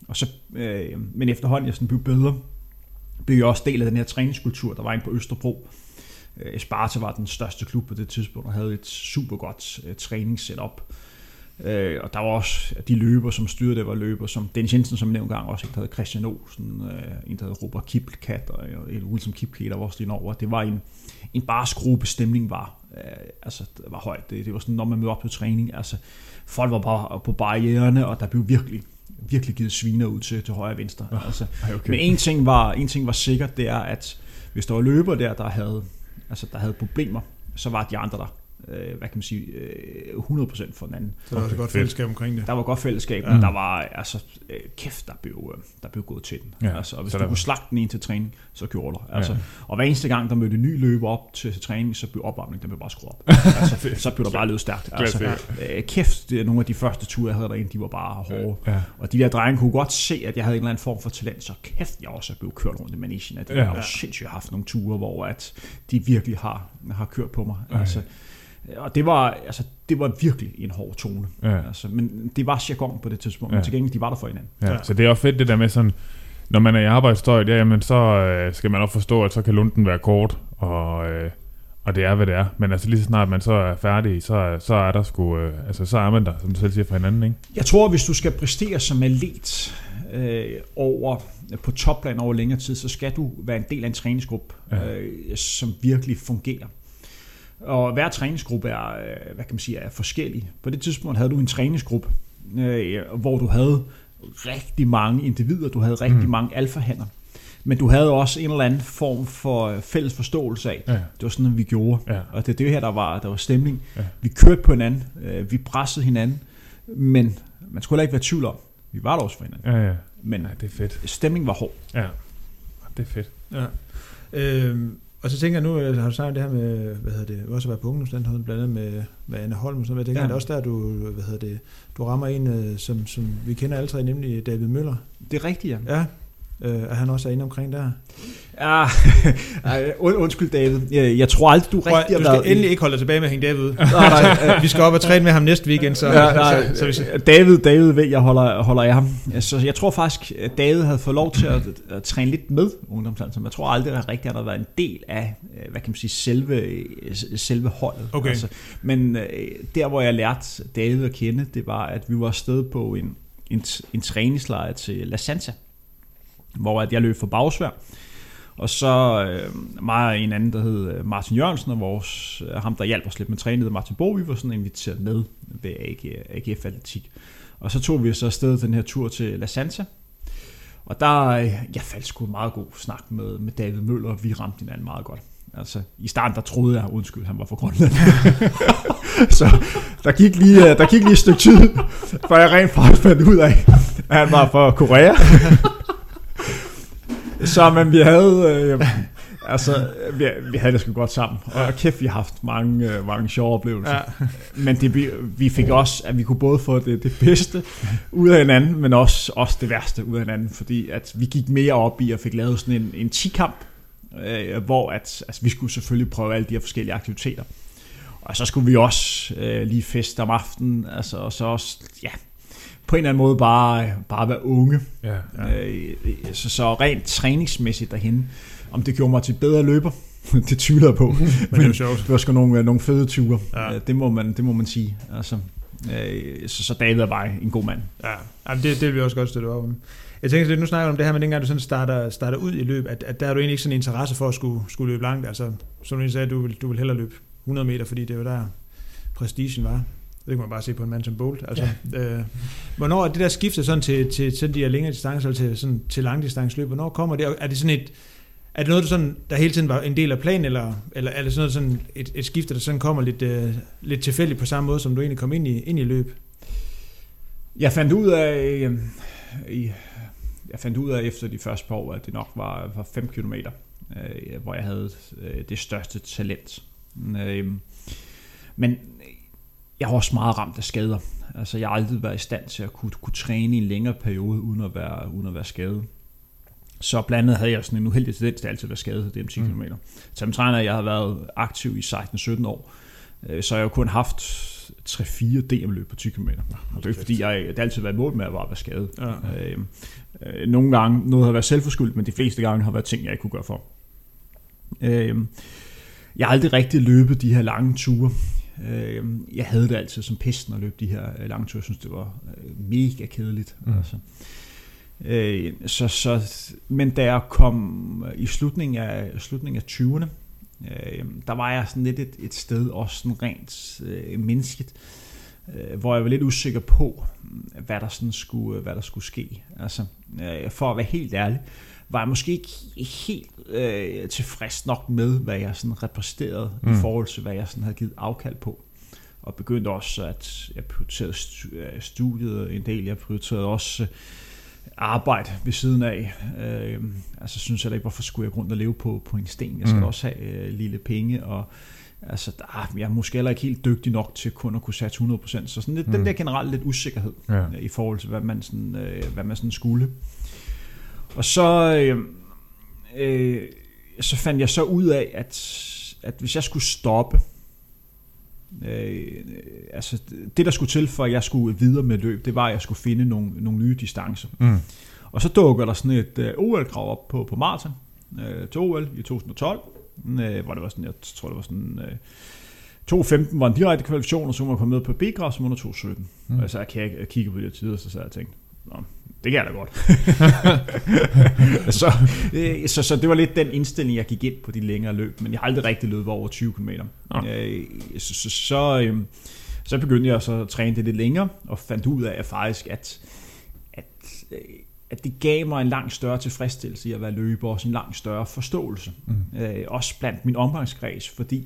Og så, men efterhånden jeg sådan blev bedre, blev jeg også del af den her træningskultur, der var inde på Østerbro. Sparta var den største klub på det tidspunkt, og havde et super godt træningssetup. Og der var også de løber, som styrede, det var løber som Dennis Jensen, som nævnte gang, også en, der hed Christian Olsen, en, der hed Robert Kipelkat, og en Wilson Kipke, der var også lige over. Det var en barsgruppe, stemning var, altså, det var højt. Det var sådan, når man mødte op til træning, altså, folk var bare på barriererne, og der blev virkelig givet sviner ud til højre og venstre. Altså. Okay. Men en ting var sikkert, det er, at hvis der var løber der havde problemer, så var de andre der. Hvad kan man sige, 100% for den anden. Så der var et godt fællesskab omkring det. Der var godt fællesskab, men der var, altså, kæft, der blev gået til den. Ja. Altså, og hvis du kunne slagte den ind til træning, så gjorde du. Altså, og hver eneste gang, der mødte en ny løber op til træning, så blev opvarmningen, den blev bare skruet op. Altså, så blev der bare løbet stærkt. Altså, kæft, nogle af de første ture, jeg havde derinde, de var bare hårde. Ja. Og de der drenge kunne godt se, at jeg havde en eller anden form for talent, så kæft, jeg også blev kørt rundt i managen. At jeg har jo sindssygt haft nogle ture, hvor at de virkelig har kørt på mig. Altså, og det var virkelig en hård tone. Ja. Altså, men det var jargon på det tidspunkt, men til gengæld de var der for hinanden. Ja. Så det er også fedt det der med sådan, når man er i arbejdstøjet, jamen så skal man også forstå, at så kan lunden være kort, og det er hvad det er. Men altså lige så snart man så er færdig, så er der sgu, så er man der, som du selv siger, for hinanden, ikke? Jeg tror, hvis du skal præstere som atlet på topplan over længere tid, så skal du være en del af en træningsgruppe, som virkelig fungerer. Og hver træningsgruppe er, hvad kan man sige, er forskellig. På det tidspunkt havde du en træningsgruppe, hvor du havde rigtig mange individer, du havde rigtig mange alfahanner, men du havde også en eller anden form for fælles forståelse af. Det var sådan, at vi gjorde. Og det er det her, der var stemning. Vi kørte på hinanden, vi pressede hinanden, men man skulle heller ikke være i tvivl om, vi var der også for hinanden. Men det er fedt. Stemningen var hård. Ja, det er fedt. Ja. Og så tænker jeg nu, har du sagt det her med, du også været på ungdomslandholdet, blandt andet med Anne Holm og sådan noget. Jeg tænker, det er også der, du rammer en, som vi kender alle tre, nemlig David Møller. Det er rigtigt, ja. Er han også inde omkring der? Ja, undskyld David. Jeg tror aldrig, du rigtig har været... Du skal endelig ikke holde dig tilbage med at hænge David ud. Nej. Vi skal op og træne med ham næste weekend. Så David ved, jeg holder af ham. Så jeg tror faktisk, at David havde fået lov til at træne lidt med ungdomslandsholdet. Jeg tror aldrig, at rigtig har været en del af, hvad kan man sige, selve holdet. Okay. Altså, men der, hvor jeg lærte David at kende, det var, at vi var afsted på en træningslejr til La Santa, hvor at jeg løb for Bagsvær. Og så mig og en anden, der hed Martin Jørgensen, og ham, der hjalp os lidt med træning, Martin Bo, vi var sådan inviteret med ved AGF Atletik. Og så tog vi så afsted den her tur til La Santa. Og der, jeg faldt sgu meget god snak med David Møller, og vi ramte hinanden meget godt. Altså, i starten, der troede jeg, han var fra Grønland. Så der gik lige et stykke tid, før jeg rent faktisk fandt ud af, at han var fra Korea. Så men vi havde vi havde det sgu godt sammen. Og kæft, vi har haft mange sjove oplevelser. Ja. Men vi fik også, at vi kunne både få det bedste ud af hinanden, men også det værste ud af hinanden, fordi at vi gik mere op i og fik lavet sådan en 10-kamp, hvor at vi skulle selvfølgelig prøve alle de her forskellige aktiviteter. Og så skulle vi også lige feste om aftenen, altså, og så også, på en eller anden måde bare være unge. Ja. Så rent træningsmæssigt derhen, om det gjorde mig til bedre løber, det tvivler jeg på. Men det var sgu nogle fede ture. Ja. Det må man sige. Altså, så David er bare en god mand. Ja, det vil vi også godt støtte op om. Jeg tænker lidt, nu snakker om det her med dengang du sådan starter ud i løb, at der er du egentlig ikke sådan en interesse for at skulle løbe langt. Altså, som du sagde, du vil hellere løbe 100 meter, fordi det var der prestigen var. Det kan man bare se på en mand som Bolt. Altså, hvornår er det der skiftet sådan til de her længere distancer, eller til langdistanceløb? Hvornår kommer det? Er det sådan er det noget, der hele tiden var en del af planen, eller er det sådan et skifte, der sådan kommer lidt tilfældigt på samme måde, som du egentlig kom ind i løb? Jeg fandt ud af efter de første par år, at det nok var 5 kilometer, hvor jeg havde det største talent. Men jeg har også meget ramt af skader. Altså, jeg har aldrig været i stand til at kunne træne i en længere periode, uden at være skadet. Så blandt andet havde jeg sådan en uheldig tendens til altid at være skadet det 10 km. Som træner, jeg har været aktiv i 16-17 år. Så jeg har jo kun haft 3-4 DM-løb på 10 km. Det er fordi, det har altid været mål med at være skadet. Ja. Nogle gange, noget har været selvforskyldt, men de fleste gange har været ting, jeg ikke kunne gøre for. Jeg har aldrig rigtig løbet de her lange ture. Jeg havde det altid som pesten at løbe de her lange ture. Jeg synes, det var mega kedeligt. Altså. Men da jeg kom i slutningen af 20'erne, der var jeg sådan lidt et sted, også sådan rent menneskeligt, hvor jeg var lidt usikker på, hvad der skulle ske. Altså, for at være helt ærlig, var jeg måske ikke helt tilfreds nok med, hvad jeg sådan repræsenterede i forhold til, hvad jeg sådan havde givet afkald på. Og begyndte også, at jeg prioriterede studiet en del. Jeg prioriterede også arbejde ved siden af. Altså synes jeg ikke, hvorfor skulle jeg rundt og leve på en sten. Jeg skal også have lille penge, og altså, jeg er måske heller ikke helt dygtig nok til kun at kunne satse 100%. Så sådan lidt, den der generelt lidt usikkerhed i forhold til, hvad man sådan skulle. Og så fandt jeg så ud af, at hvis jeg skulle stoppe, altså det der skulle til for at jeg skulle videre med løb, det var at jeg skulle finde nogle nye distancer. Og så dukker der sådan et OL-krav op på maraton til OL i 2012, hvor det var sådan, jeg tror det var sådan 2.15 var en direkte kvalifikation, og så må man komme med på B-krav som under 2.17. Og så jeg kigge på de her tider, så jeg tænkte, det kan jeg da godt. så det var lidt den indstilling, jeg gik ind på de længere løb, men jeg har aldrig rigtig løbet over 20 km. Så begyndte jeg så at træne det lidt længere, og fandt ud af faktisk, at det gav mig en langt større tilfredsstillelse i at være løber, og en langt større forståelse. Også blandt min omgangskreds, fordi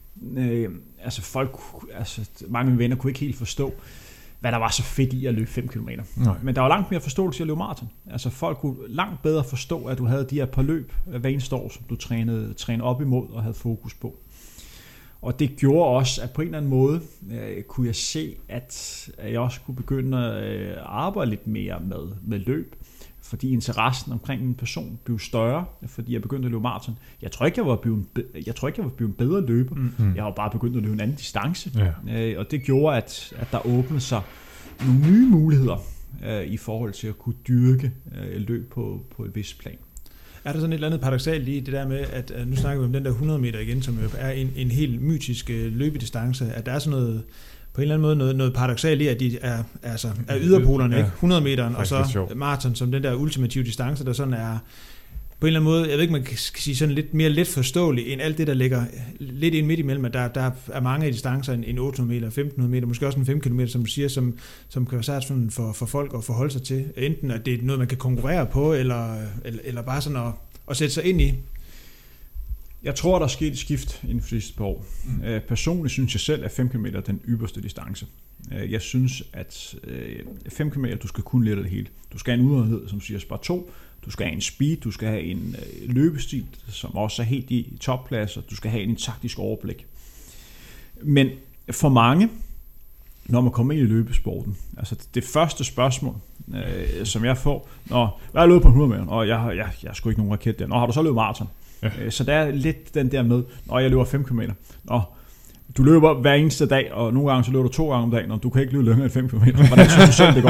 mange af mine venner kunne ikke helt forstå, hvad der var så fedt i at løbe 5 km. Men der var langt mere forståelse i at løbe maraton. Altså folk kunne langt bedre forstå, at du havde de her par løb hver eneste år, som du trænede op imod og havde fokus på. Og det gjorde også, at på en eller anden måde kunne jeg se, at jeg også kunne begynde at arbejde lidt mere med løb, fordi interessen omkring min person blev større, fordi jeg begyndte at løbe maraton. Jeg tror ikke, jeg var blevet en bedre løber. Jeg var bare begyndt at løbe en anden distance. Og det gjorde, at der åbnede sig nogle nye muligheder i forhold til at kunne dyrke løb på et vist plan. Er der sådan et eller andet paradoksalt i det der med, at nu snakker vi om den der 100 meter igen, som jo er en helt mytisk løbedistance, at der er sådan noget, på en eller anden måde noget paradoksalt i, at de er yderpolerne, ikke? 100 meteren, og så maraton som den der ultimative distance, der sådan er på en eller anden måde, jeg ved ikke, man kan sige sådan lidt mere let forståelig, end alt det, der ligger lidt ind midt imellem, at der er mange af distancer, en 800 meter, 1500 meter, måske også en 5 km, som du siger, som kan være svært for folk at forholde sig til. Enten at det er noget, man kan konkurrere på, eller bare sådan at sætte sig ind i. Jeg tror, der er sket et skift inden for de sidste par år. Personligt synes jeg selv, at 5 km er den ypperste distance. Jeg synes, at 5 km, du skal kunne lidt af det hele. Du skal have en udholdenhed, som siger spar 2. Du skal have en speed, du skal have en løbestil, som også er helt i toppladser. Du skal have en taktisk overblik. Men for mange, når man kommer ind i løbesporten, altså det første spørgsmål, som jeg får, hvad er løbet på 100 meter? Og jeg har sgu ikke nogen raket der. Har du så løbet maraton? Så der er lidt den der med, når jeg løber 5 km. Du løber hver eneste dag, og nogle gange så løber du 2 gange om dagen, og du kan ikke løbe længere end 5 km. Hvordan synes du selv, det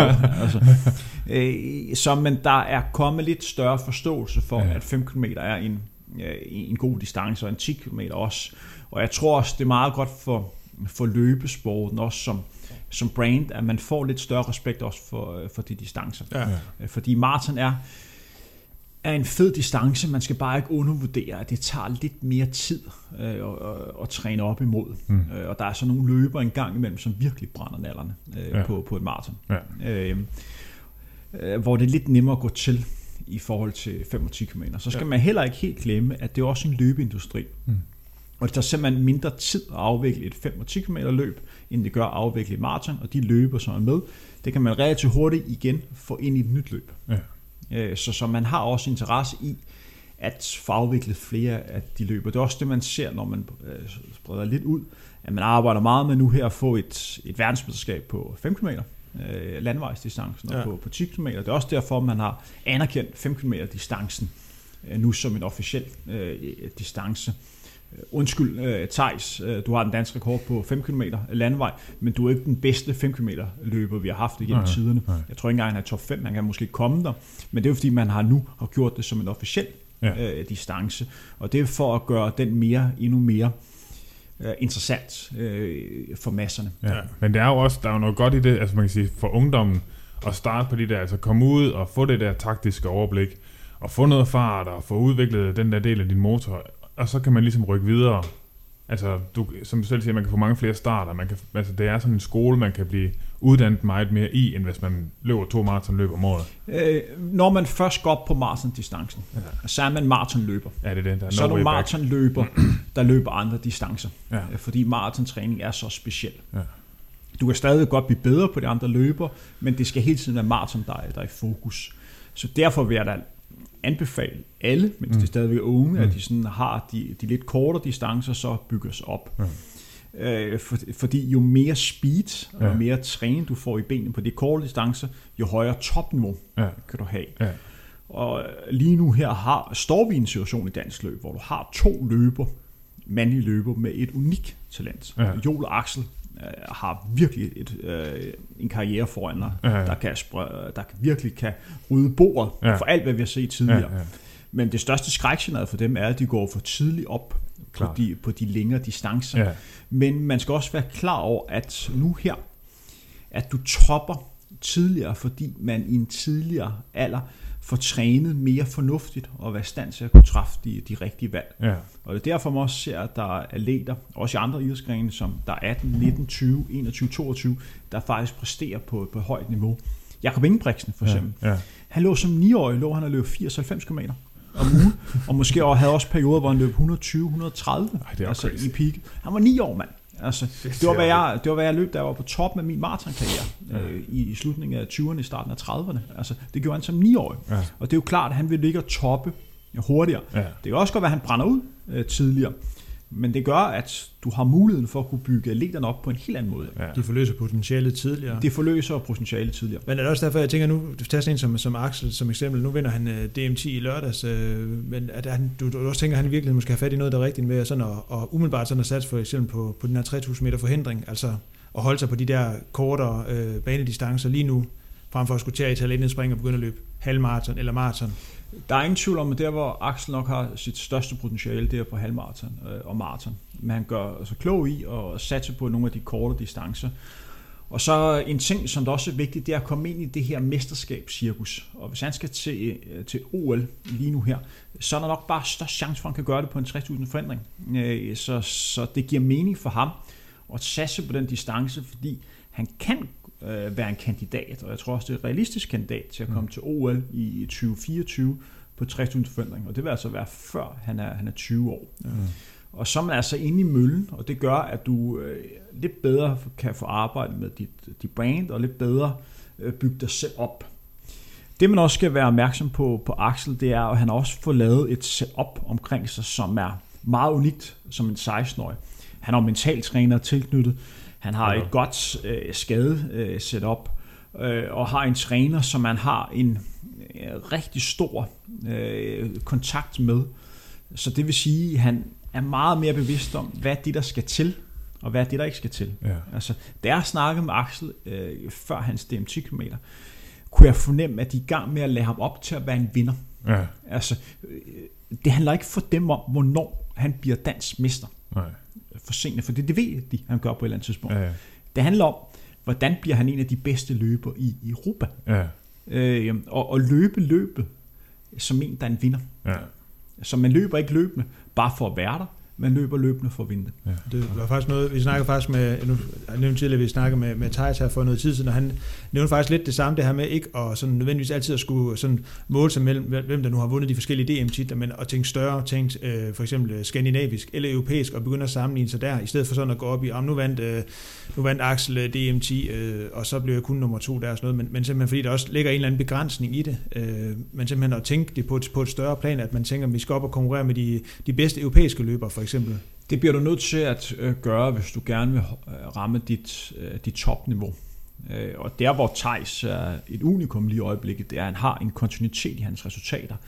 går? Men der er kommet lidt større forståelse for, at 5 km er en god distance, og en 10 km også. Og jeg tror også, det er meget godt for løbesporten, også som brand, at man får lidt større respekt også for de distancer. Fordi maraton er en fed distance, man skal bare ikke undervurdere, at det tager lidt mere tid at træne op imod. Og der er så nogle løber en gang imellem, som virkelig brænder nallerne på et maraton. Hvor det er lidt nemmere at gå til i forhold til 5 og 10 km. Så skal man heller ikke helt glemme, at det er også en løbeindustri. Og der er simpelthen mindre tid at afvikle et 5 og 10 km løb, end det gør at afvikle et maraton, og de løber, som er med, det kan man relativt hurtigt igen få ind i et nyt løb. Så man har også interesse i at få afviklet flere af de løber. Det er også det, man ser, når man spreder lidt ud, at man arbejder meget med nu her at få et verdensmesterskab på 5 km, landevejsdistancen, og på 10 km. Det er også derfor, man har anerkendt 5 km distancen nu som en officiel distance. undskyld, Theis, du har den danske rekord på 5 km landevej, men du er ikke den bedste 5 km løber, vi har haft igennem tiderne. Jeg tror ikke engang, han er top 5, han kan måske komme der, men det er jo fordi, man har gjort det som en officiel distance, og det er for at gøre den endnu mere interessant for masserne. Ja. Men der er jo noget godt i det, altså man kan sige, for ungdommen at starte på de der, altså komme ud og få det der taktiske overblik, og få noget fart, og få udviklet den der del af din motor, og så kan man ligesom rykke videre. Altså, som du selv siger, man kan få mange flere starter, det er sådan en skole, man kan blive uddannet meget mere i, end hvis man løber 2 maratonløb om året. Når man først går op på maratondistancen, så er man maratonløber. Ja, det er det. Så er du maratonløber, der løber andre distancer. Ja. Fordi maratontræning er så speciel. Ja. Du kan stadig godt blive bedre på de andre løber, men det skal hele tiden være maraton, der er i fokus. Så derfor vil jeg da anbefale alle, mens de stadigvæk er unge, at de sådan har de lidt kortere distancer, så bygges op. Fordi jo mere speed og jo mere træning du får i benene på de korte distancer, jo højere topniveau kan du have. Ja. Og lige nu her står vi i en situation i dansk løb, hvor du har 2 mandlige løber med et unikt talent. Ja. Joel og Axel har virkelig en karriere foran dig, der virkelig kan rydde bordet for alt, hvad vi har set tidligere. Ja. Men det største skrækscenarie for dem er, at de går for tidligt op på de længere distancer. Ja. Men man skal også være klar over, at nu her, at du topper tidligere, fordi man i en tidligere alder får trænet mere fornuftigt og være i stand til at kunne træffe de rigtige valg. Ja. Og det er derfor, man også ser, at der er atleter, også i andre idrætsgrene, som der er 18, 19, 20, 21, 22, der faktisk præsterer på et højt niveau. Jakob Ingebrigtsen for eksempel. Ja. Han lå som 9-årig, han løb 80-90 km om ugen, og måske havde også perioder, hvor han løb 120-130 altså i peak. Han var 9 år, mand. Altså, det var hvad jeg løb, da jeg var på toppen af min maratonkarriere i slutningen af 20'erne, i starten af 30'erne. Altså, det gjorde han som 9-årig. Ja. Og det er jo klart, at han vil ligge og toppe hurtigere. Ja. Det kan også godt være, at han brænder ud tidligere. Men det gør, at du har muligheden for at kunne bygge atleterne op på en helt anden måde. Ja. De forløser potentialet tidligere. Men er det også derfor, jeg tænker nu, du tager sådan en som Axel som eksempel, nu vinder han DM10 i lørdags, men at du også tænker, at han virkelig måske har fat i noget, der er rigtigt med sådan og umiddelbart sådan at satse for eksempel på den her 3000 meter forhindring, altså at holde sig på de der kortere banedistancer lige nu, frem for at skulle tage i talenten spring og begynde at løbe halvmaraton eller maraton. Der er ingen tvivl om, at der hvor Axel nok har sit største potentiale, det er på halvmaraton og maraton. Men han gør så klog i at satse på nogle af de korte distancer. Og så en ting, som der også er vigtigt, det er at komme ind i det her mesterskabscirkus. Og hvis han skal til OL lige nu her, så er der nok bare størst chance for, at han kan gøre det på en 60.000 forhindring. Så det giver mening for ham at satse på den distance, fordi han kan være en kandidat, og jeg tror også, det er et realistisk kandidat til at komme til OL i 2024 på 60.000 forhindring, og det vil altså være før han er 20 år. Ja. Og så er man altså inde i møllen, og det gør, at du lidt bedre kan få arbejde med dit brand, og lidt bedre bygge dig selv op. Det man også skal være opmærksom på Axel, det er, at han også får lavet et setup omkring sig, som er meget unikt som en 16-årig. Han er mentaltræner tilknyttet. Han har et godt skade-setup, og har en træner, som man har en rigtig stor kontakt med. Så det vil sige, at han er meget mere bevidst om, hvad det der skal til, og hvad det der ikke skal til. Ja. Altså, da jeg snakkede med Axel før hans DM10 km, kunne jeg fornemme, at de er i gang med at lade ham op til at være en vinder. Ja. Altså, det handler ikke for dem om, hvornår han bliver dansk mester. Nej. For sent, for det ved de, han gør på et eller andet tidspunkt. Ja. Det handler om, hvordan bliver han en af de bedste løber i Europa. Ja. Og løbe løbet som en, der er en vinder. Ja. Så man løber ikke løbende bare for at være der, man løber løbende for at vinde. Ja. Det var faktisk noget, vi snakkede faktisk med, nu nævnte tidligere, vi snakkede med Theis her for noget tid siden, og han nævnte faktisk lidt det samme, det her med ikke at sådan nødvendigvis altid at skulle sådan måle sig mellem, hvem der nu har vundet de forskellige DM-titler, men at tænke større, for eksempel skandinavisk eller europæisk, og begynde at sammenligne sig der, i stedet for sådan at gå op i, nu vandt Axel DM10, og så blev jeg kun nummer 2 der og sådan noget, men simpelthen fordi der også ligger en eller anden begrænsning i det, men simpelthen at tænke det på et større plan, at man tænker, at vi skal op og konkurrere med de bedste europæiske løbere, for eksempel. Det bliver du nødt til at gøre, hvis du gerne vil ramme dit topniveau. Og der, hvor Theis er et unikum lige i øjeblikket, det er, at han har en kontinuitet i hans resultater.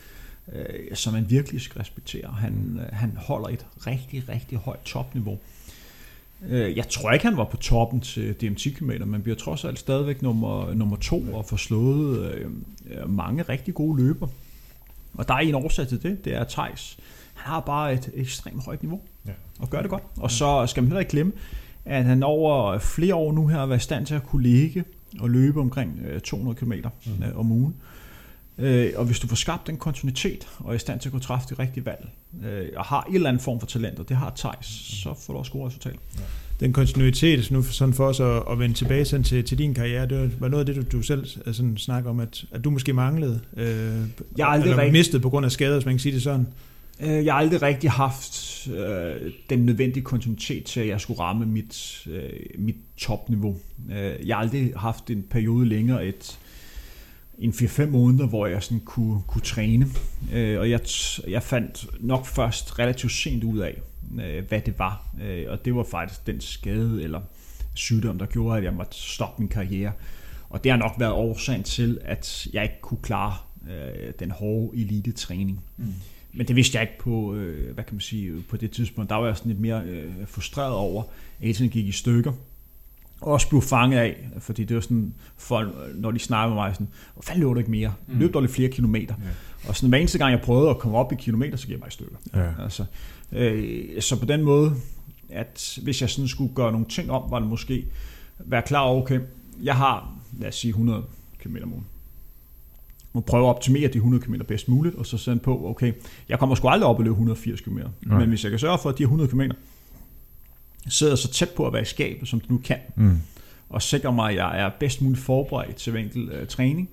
som man virkelig skal respektere. Han holder et rigtig, rigtig højt topniveau. Jeg tror ikke, han var på toppen til DMT-kilometer, men bliver trods alt stadigvæk nummer 2 og får slået mange rigtig gode løber. Og der er en årsag til det er Theis. Han har bare et ekstremt højt niveau og gør det godt. Og så skal man heller ikke glemme, at han over flere år nu her har været i stand til at kunne ligge og løbe omkring 200 km om ugen. Og hvis du får skabt den kontinuitet og er i stand til at kunne træffe de rigtige valg, og har en eller anden form for talent, og det har Theis, så får du også gode resultater. Ja. Den kontinuitet, nu sådan for os at vende tilbage sådan til din karriere, det var noget af det, du selv sådan snakker om, at du måske manglede, eller mistede på grund af skader, hvis man kan sige det sådan. Jeg har aldrig rigtig haft den nødvendige kontinuitet til, at jeg skulle ramme mit topniveau. Jeg har aldrig haft en periode længere, en 4-5 måneder, hvor jeg sådan kunne træne. Og jeg fandt nok først relativt sent ud af, hvad det var. Og det var faktisk den skade eller sygdom, der gjorde, at jeg måtte stoppe min karriere. Og det har nok været årsagen til, at jeg ikke kunne klare den hårde elitetræning. Men det vidste jeg ikke på, hvad kan man sige, på det tidspunkt. Der var jeg sådan lidt mere frustreret over, at jeg hele tiden gik i stykker. Og også blev fanget af, fordi det var sådan, når de snakker med mig, sådan, hvor fanden løber du ikke mere? Løb dog lidt flere kilometer. Og sådan, hver eneste gang jeg prøvede at komme op i kilometer, så gik jeg mig i stykker. Altså, så på den måde, at hvis jeg sådan skulle gøre nogle ting om, var det måske være klar over, okay, jeg har, lad os sige, 100 km om ugen. Og prøve at optimere de 100 km bedst muligt, og så sende på, okay, jeg kommer sgu aldrig op og løbe 180 km. Men hvis jeg kan sørge for, at de 100 km sidder så tæt på at være i skabet, som du nu kan, og sikrer mig, at jeg er bedst muligt forberedt til hver enkelt træning,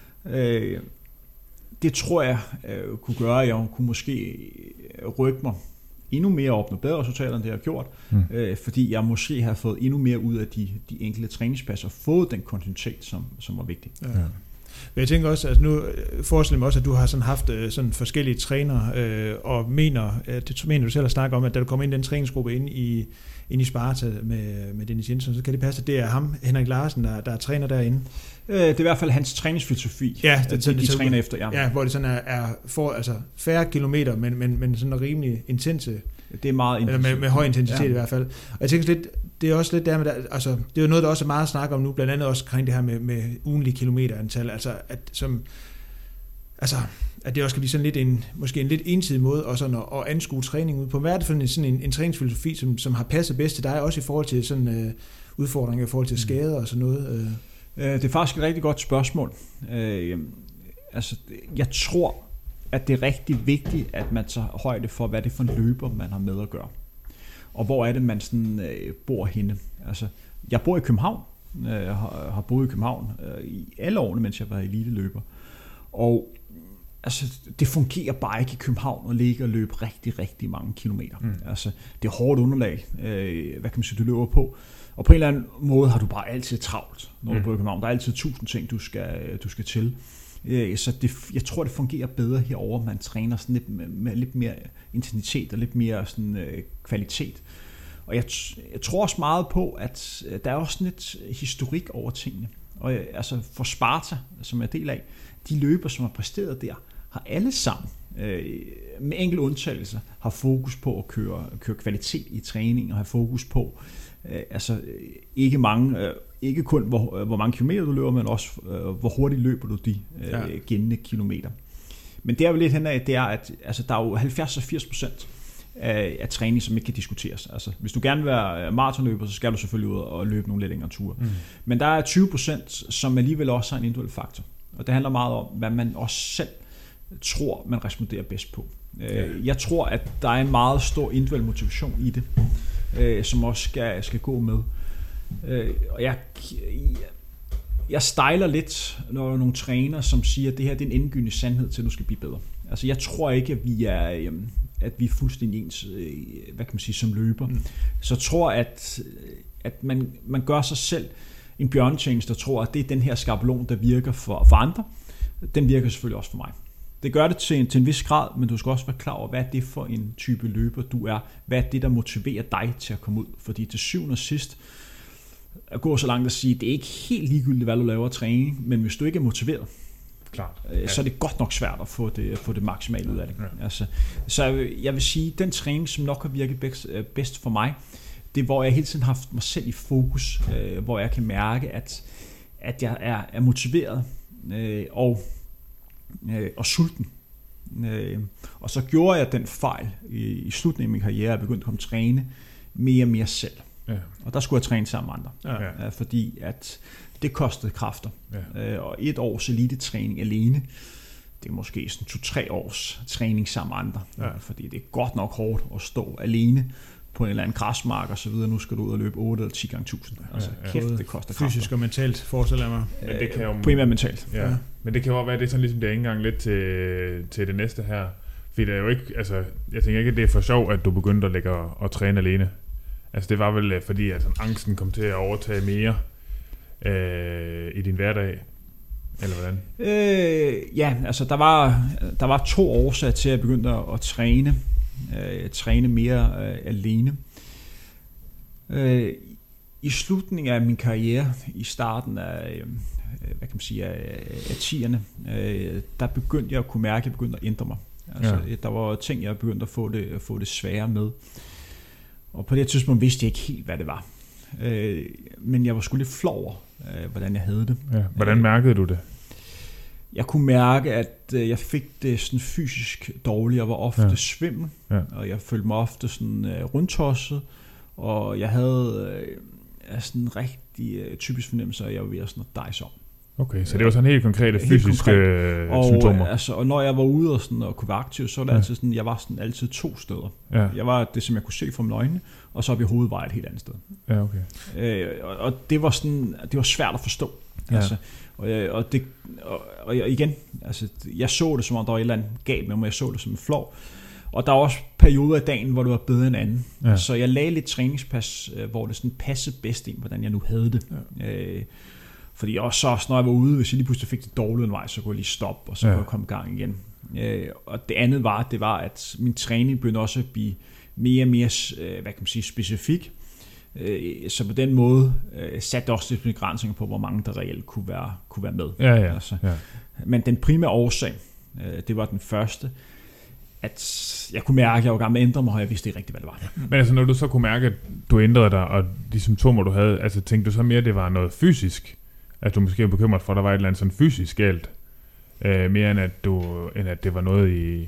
det tror jeg kunne gøre, at jeg kunne måske rykke mig endnu mere op, noget bedre resultater, end det jeg har gjort, fordi jeg måske har fået endnu mere ud af de enkelte træningspas og fået den kontinuitet, som var vigtig. Ja. Men jeg tænker også, at nu forestiller mig også, at du har sådan haft sådan forskellige trænere, og det mener du selv at snakke om, at da du kommer ind i den træningsgruppe ind i Sparta med Dennis Jensen, så kan det passe, at det er ham, Henrik Larsen, der er træner derinde. Det er i hvert fald hans træningsfilosofi, de træner efter. Ja, hvor det sådan er for, altså færre kilometer, men sådan rimelig intense. Det er meget intensivt. Med høj intensitet i hvert fald. Og jeg tænker lidt, det er også lidt der med, altså det er jo noget, der også er meget at snakke om nu, blandt andet også omkring det her med ugenlige kilometerantal, altså at det også kan blive sådan måske en lidt ensidig måde også at anskue træning ud på. Hvad er det for sådan en træningsfilosofi, som har passet bedst til dig, også i forhold til sådan udfordringer, i forhold til skader og sådan noget? Det er faktisk et rigtig godt spørgsmål. Jeg tror, at det er rigtig vigtigt, at man tager højde for, hvad det er for en løber, man har med at gøre. Og hvor er det, man sådan, bor henne. Altså, jeg bor i København. Jeg har boet i København i alle årene, mens jeg var eliteløber. Og altså, det fungerer bare ikke i København at ligge og løbe rigtig, rigtig mange kilometer. Altså, det er hårdt underlag, hvad kan man sige, du løber på. Og på en eller anden måde har du bare altid travlt, når du bor i København. Der er altid 1000 ting, du skal til. Så jeg tror, det fungerer bedre herover. Man træner sådan lidt mere intensitet og lidt mere sådan, kvalitet. Og jeg tror også meget på, at der er også sådan et historik over tingene. Og altså for Sparta, som jeg er del af, de løber, som har præsteret der, har alle sammen, med enkelte undtagelser, har fokus på at køre kvalitet i træning og have fokus på, ikke kun hvor mange kilometer du løber, men også hvor hurtigt løber du de gældende kilometer. Men det er jo lidt hen af, det er, at altså, der er jo 70-80% af træning, som ikke kan diskuteres. Altså, hvis du gerne vil være maratonløber, så skal du selvfølgelig ud og løbe nogle lidt længere ture. Men der er 20%, som alligevel også har en individuel faktor. Og det handler meget om, hvad man også selv tror, man responderer bedst på. Jeg tror, at der er en meget stor individuel motivation i det, som også skal gå med. Og jeg stejler lidt, når der er nogle træner, som siger, at det her det er en endegyldig sandhed til, at du skal blive bedre. Altså, jeg tror ikke, at vi er fuldstændig ens, hvad kan man sige, som løber. Så jeg tror, at man gør sig selv en bjørnetjeneste, der tror, at det er den her skabelon, der virker for andre. Den virker selvfølgelig også for mig. Det gør det til en vis grad, men du skal også være klar over, hvad er det for en type løber, du er. Hvad er det, der motiverer dig til at komme ud? Fordi til syvende og sidst, at gå så langt at sige, det er ikke helt ligegyldigt, hvad du laver af træning, men hvis du ikke er motiveret, Klart. Så er det godt nok svært at få det maksimalt ud af det. Ja. Altså, så jeg vil sige, den træning, som nok har virket bedst for mig, det er, hvor jeg hele tiden har haft mig selv i fokus, hvor jeg kan mærke, at jeg er motiveret og sulten. Og så gjorde jeg den fejl i slutningen af min karriere, at jeg begyndte at træne mere og mere selv. Ja. Og der skulle jeg træne sammen med andre, fordi at det kostede kræfter. Ja. Og 1 års elitetræning alene, det er måske sådan 2-3 års træning sammen med andre, fordi det er godt nok hårdt at stå alene på en eller anden græsmark og så videre. Nu skal du ud og løbe 8 eller 10 gange 1000. Altså kæft, det koster kræfter. Fysisk og mentalt, forestiller jeg mig. Men det kan jo, primært mentalt. Ja. Men det kan jo også være, det er sådan ligesom det er ikke engang lidt til det næste her. Fordi det er jo ikke, altså, jeg tænker ikke, at det er for sjov, at du begyndte at lægge og træne alene. Altså det var vel fordi, at angsten kom til at overtage mere i din hverdag, eller hvordan? Ja, altså der var 2 årsager til, at jeg begyndte at træne mere alene. I slutningen af min karriere, i starten af, hvad kan man sige, af 10'erne, der begyndte jeg at kunne mærke, at jeg begyndte at ændre mig. Altså, der var ting, jeg begyndte at få det sværere med. Og på det tidspunkt vidste jeg ikke helt, hvad det var. Men jeg var sgu lidt flov over, hvordan jeg havde det. Ja. Hvordan mærkede du det? Jeg kunne mærke, at jeg fik det sådan fysisk dårligt. Jeg var ofte svimmel, og jeg følte mig ofte sådan rundtosset, og jeg havde sådan en rigtig typisk fornemmelse, at jeg var ved at sådan at dejse om. Okay, så det var sådan helt konkrete fysiske symptomer. Og når jeg var ude og, sådan, og kunne være aktiv, så var det altid sådan, jeg var sådan altid 2 steder. Ja. Jeg var det, som jeg kunne se fra mine øjne, og så op i hovedet var jeg et helt andet sted. Ja, okay. Og det var sådan, det var svært at forstå. Ja. Altså, og igen, altså, jeg så det som om der var et eller andet galt med mig, jeg så det som en flov. Og der var også perioder af dagen, hvor det var bedre end anden. Ja. Så jeg lagde lidt træningspas, hvor det sådan passede bedst ind, hvordan jeg nu havde det. Ja. Fordi også når jeg var ude, hvis jeg lige pludselig fik det dårligt en vej, så kunne jeg lige stoppe, og så kunne jeg komme i gang igen. Og det andet var, at min træning begyndte også at blive mere og mere, hvad kan man sige, specifik. Så på den måde satte også lidt begrænsninger på, hvor mange der reelt kunne være med. Ja. Altså. Ja. Men den primære årsag, det var den første, at jeg kunne mærke, at jeg var gammel at ændre mig, og jeg vidste ikke rigtigt, hvad det var. Men altså, når du så kunne mærke, at du ændrede dig, og de symptomer, du havde, altså tænkte du så mere, at det var noget fysisk? At du måske var bekymret for, at der var et eller andet sådan fysisk galt, mere end at det var noget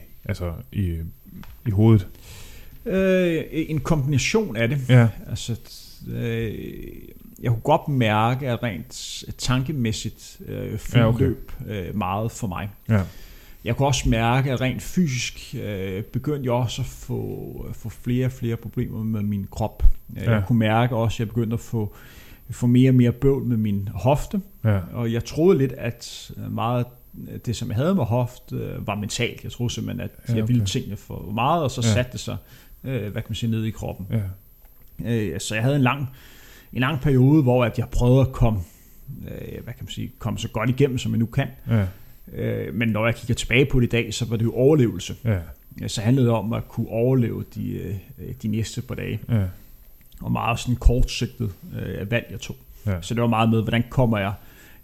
i hovedet? En kombination af det. Ja. Altså, jeg kunne godt mærke, at rent tankemæssigt løb meget for mig. Ja. Jeg kunne også mærke, at rent fysisk begyndte jeg også at få flere og flere problemer med min krop. Jeg kunne mærke også, at jeg begyndte at få mere og mere bøvl med min hofte. Ja. Og jeg troede lidt, at meget det, som jeg havde med hofte, var mentalt. Jeg troede simpelthen, at jeg ville tingene for meget, og så satte det sig, hvad kan man sige, ned i kroppen. Ja. Så jeg havde en lang periode, hvor at jeg prøvede at komme så godt igennem, som jeg nu kan. Ja. Men når jeg kigger tilbage på det i dag, så var det jo overlevelse. Ja. Så handlede det om at kunne overleve de næste par dage. Ja. Og meget sådan kortsigtet valg, jeg tog. Ja. Så det var meget med, hvordan kommer jeg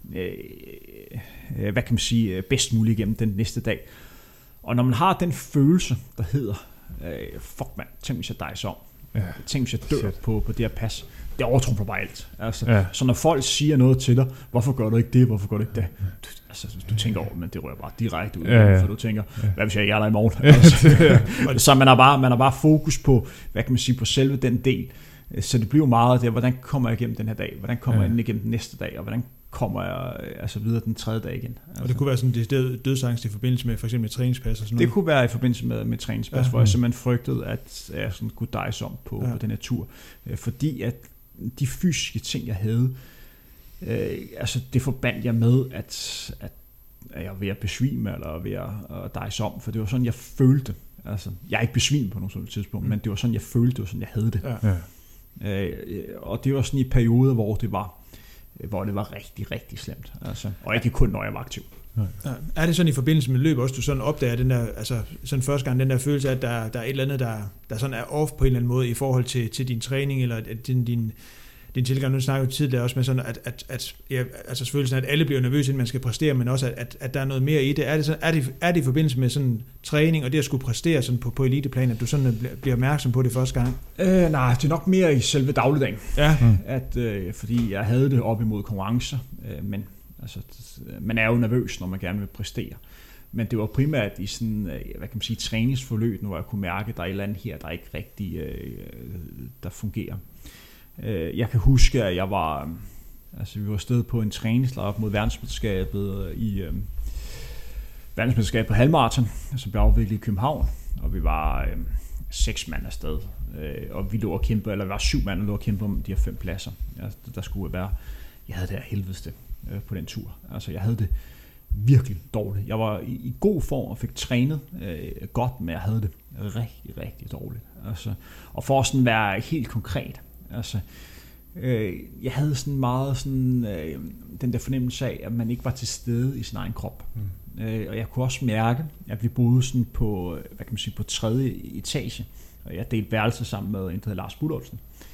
hvad kan man sige, bedst muligt igennem den næste dag. Og når man har den følelse, der hedder, fuck mand, tænk hvis jeg dejser om. Ja. Tænk hvis jeg dør på det her pas. Det overtrumfer bare alt. Altså, så når folk siger noget til dig, hvorfor gør du ikke det, hvorfor gør du ikke det? Du tænker over, men det rører bare direkte ud. For du tænker, hvad hvis jeg er der i morgen? Altså, så man har bare fokus på, hvad kan man sige, på selve den del. Så det bliver meget der, hvordan kommer jeg igennem den her dag? Hvordan kommer jeg igennem den næste dag? Og hvordan kommer jeg videre den 3. dag igen? Altså. Og det kunne være sådan det dødsangst i forbindelse med for eksempel træningspas og sådan noget? Det kunne være i forbindelse med træningspas, hvor jeg simpelthen frygtede, at jeg sådan kunne dejse om på den her tur. Fordi at de fysiske ting, jeg havde, altså det forbandt jeg med, at jeg var ved at besvime, eller ved at dejse om, for det var sådan, jeg følte. Altså, jeg er ikke besvimet på nogen sådan tidspunkt, men det var sådan, jeg følte, det var sådan, jeg havde det. Ja. Og det var sådan i perioder, hvor det var rigtig, rigtig slemt. Altså, og ikke kun, når jeg var aktiv. Ja. Er det sådan i forbindelse med løb også, du sådan opdager den der, altså sådan første gang, den der følelse af, at der er et eller andet, der sådan er off på en eller anden måde i forhold til din træning, eller din tilgang, nu snakker jo tidligere også med sådan, altså selvfølgelig sådan, at alle bliver nervøse, inden man skal præstere, men også, at der er noget mere i det. Er det i forbindelse med sådan træning, og det at skulle præstere sådan på eliteplan, at du sådan bliver opmærksom på det første gang? Nej, det er nok mere i selve dagligdagen. Ja. Fordi jeg havde det op imod konkurrencer, men altså, man er jo nervøs, når man gerne vil præstere. Men det var primært i sådan, hvad kan man sige, træningsforløb, hvor jeg kunne mærke, at der er et eller andet her, der ikke rigtig der fungerer. Jeg kan huske, at vi var afsted på en træningslejr op mod verdensmesterskabet verdensmesterskabet på halvmaraton, som blev afviklet i København, og vi var 6 mand afsted, og vi lå og kæmpe, eller vi var 7 mand og lå og kæmpe om de her 5 pladser. Der skulle være, jeg havde det her helvedeste på den tur. Altså jeg havde det virkelig dårligt. Jeg var i god form og fik trænet godt, men jeg havde det rigtig, rigtig dårligt. Altså, og for at sådan være helt konkret, altså, jeg havde sådan meget sådan, den der fornemmelse af, at man ikke var til stede i sin egen krop. Og jeg kunne også mærke, at vi boede sådan på, hvad kan man sige, på 3. etage, og jeg delte værelse sammen med en, der hedder Lars Budolfsen.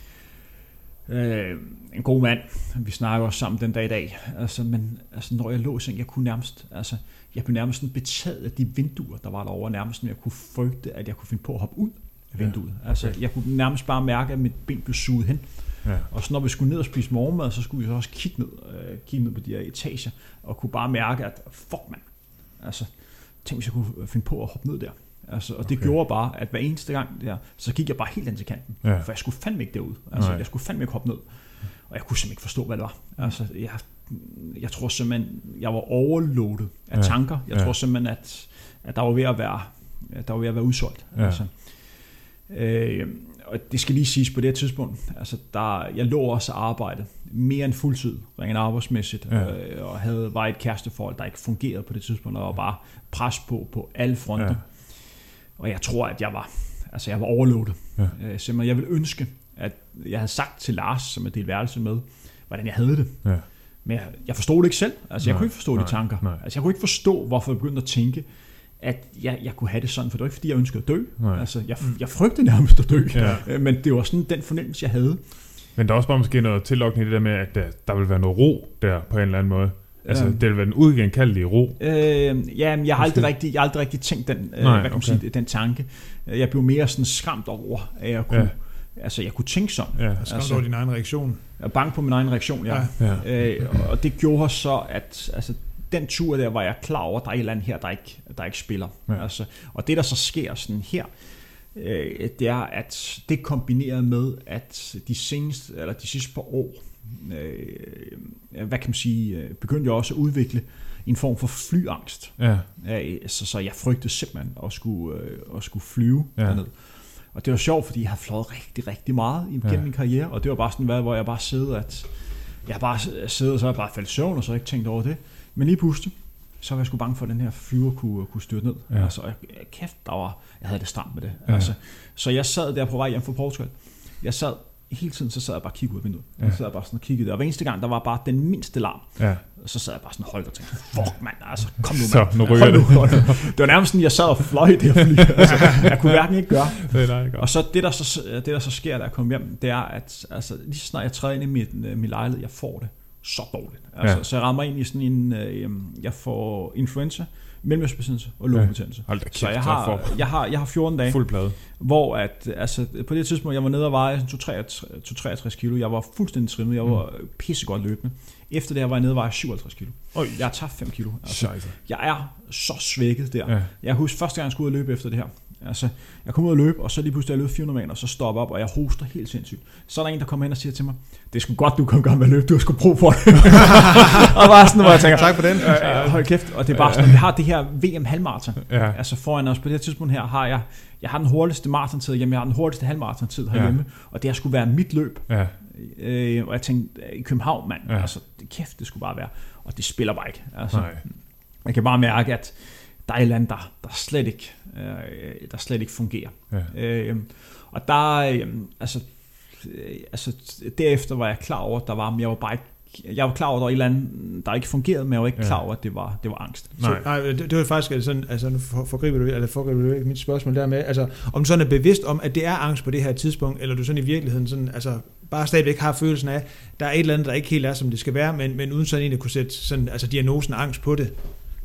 En god mand. Vi snakker også sammen den dag i dag. Altså, men altså, når jeg lå i seng, jeg blev nærmest sådan betaget af de vinduer, der var derovre, nærmest sådan, jeg kunne frygte, at jeg kunne finde på at hoppe ud af vinduet. Ja, okay. Altså, jeg kunne nærmest bare mærke, at mit ben blev suget hen. Ja. Og så når vi skulle ned og spise morgenmad, så skulle vi også kigge ned på de her etager, og kunne bare mærke, at fuck mand, altså, tænk hvis jeg kunne finde på at hoppe ned der. Altså, og det gjorde bare, at hver eneste gang der, så gik jeg bare helt hen til kanten, for jeg skulle fandme ikke derud. Altså, jeg skulle fandme ikke hoppe ned, og jeg kunne simpelthen ikke forstå, hvad det var. Altså, jeg tror simpelthen, jeg var overloadet af tanker. Jeg tror simpelthen, at der var ved at være udsolgt. Ja. Altså, og det skal lige siges på det her tidspunkt, altså jeg lå også og arbejdede mere end fuldtid, rent arbejdsmæssigt, og var et kæresteforhold, der ikke fungerede på det tidspunkt, og var bare pres på alle fronter. Ja. Og jeg tror, at jeg var overloadet. Ja. Simpelthen, jeg ville ønske, at jeg havde sagt til Lars, som jeg delte værelse med, hvordan jeg havde det. Ja. Men jeg forstod det ikke selv. Altså, jeg kunne ikke forstå de tanker. Nej. Altså, jeg kunne ikke forstå, hvorfor jeg begyndte at tænke, at jeg kunne have det sådan, for det var ikke, fordi jeg ønskede at dø. Altså, jeg frygtede nærmest at dø. Ja. Men det var sådan den fornemmelse, jeg havde. Men der er også bare måske noget tillokkende i det der med, at der vil være noget ro der på en eller anden måde. Altså, det vil være en uigenkaldelig ro. Men jeg har aldrig rigtig tænkt den, den tanke. Jeg blev mere sådan skræmt over, at jeg kunne, jeg kunne tænke sådan. Ja, skræmt over din egen reaktion. Jeg bange på min egen reaktion, ja. Og det gjorde så, at den tur der, var jeg klar over, at der er et eller andet her, der ikke spiller. Ja. Altså, og det, der så sker sådan her, det er, at det kombineret med, at de sidste par år, hvad kan man sige, begyndte jeg også at udvikle en form for flyangst. Ja. Så jeg frygtede simpelthen at skulle flyve derned. Og det var sjovt, fordi jeg har fløjet rigtig, rigtig meget igennem min karriere, og det var bare sådan, hvor jeg bare sidder, og så har jeg bare faldet i søvn, og så ikke tænkt over det. Men lige pludselig, så var jeg sgu bange for, at den her flyver kunne styrte ned. Ja. Altså, jeg havde det stramt med det. Ja. Altså, så jeg sad der på vej hjem fra Portugal. Hele tiden så sad jeg bare og kiggede ud af vinduet. Ja. Så sad jeg bare sådan og kiggede der. Og hver eneste gang, der var bare den mindste larm. Ja. Så sad jeg bare sådan og holdt og tænkte, fuck mand, altså kom nu mand. Så, nu ryger det. Det var nærmest sådan, jeg sad og fløj det her fly. Altså, jeg kunne hverken ikke gøre. Og så det der så sker, da jeg kom hjem, det er, at altså, lige så snart jeg træder ind i min lejlighed, jeg får det så dårligt. Altså, så jeg rammer ind i sådan en, jeg får influenza, mellemøstbetændelse og lungebetændelse. Så jeg har 14 dage, fuld plade, hvor at, altså, på det tidspunkt, jeg var nede og veje 263 kilo. Jeg var fuldstændig trimmet. Jeg var pissegodt løbende. Efter det her var jeg nede og veje 57 kilo. Jeg har tabt 5 kilo. Altså, jeg er så svækket der. Ja. Jeg husker første gang, jeg skulle ud og løbe efter det her. Altså, jeg kom ud og løb, og så lige pludselig jeg løb 400 meter, og så stopper op, og jeg hoster helt sindssygt. Så er der en, der kommer hen og siger til mig, det er sgu godt, du kom i gang med at løbe, du har sgu brug for det. Og bare sådan, hvor jeg tænker, tak for den. Hold kæft, og det er bare sådan, vi har det her VM halvmaraton. Ja. Altså foran os på det her tidspunkt her, har jeg har den hurtigste maratontid hjemme, jeg har den hurtigste halvmaratontid herhjemme, og det har skulle være mit løb. Ja. Og jeg tænkte, i København, mand, altså, kæft, det skulle bare være. Og det spiller bare ikke. Altså, jeg kan bare mærke, at der er et eller andet, der slet ikke fungerer. Ja. Og der, altså derefter var jeg klar over, at jeg var bare ikke jeg var klar over, at der var et eller andet, der ikke fungerede, men jeg var ikke klar over, at det var angst. Nej, det var faktisk sådan, altså nu foregriber du mit spørgsmål der med, altså om du sådan er bevidst om, at det er angst på det her tidspunkt, eller du sådan i virkeligheden sådan, altså bare stadigvæk har følelsen af, der er et eller andet, der ikke helt er, som det skal være, men uden sådan egentlig kunne sætte sådan, altså diagnosen angst på det.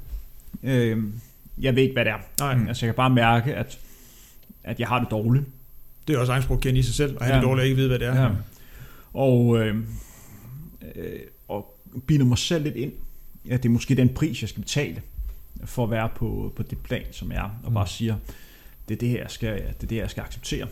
Jeg ved ikke, hvad det er. Nej. Altså jeg kan bare mærke, at jeg har det dårligt. Det er også angstprovokerende i sig selv, at have det dårligt og ikke vide, hvad det er. Ja. Og binder mig selv lidt ind, at det er måske den pris, jeg skal betale, for at være på det plan, som jeg er, og bare siger, det er det her, jeg skal acceptere.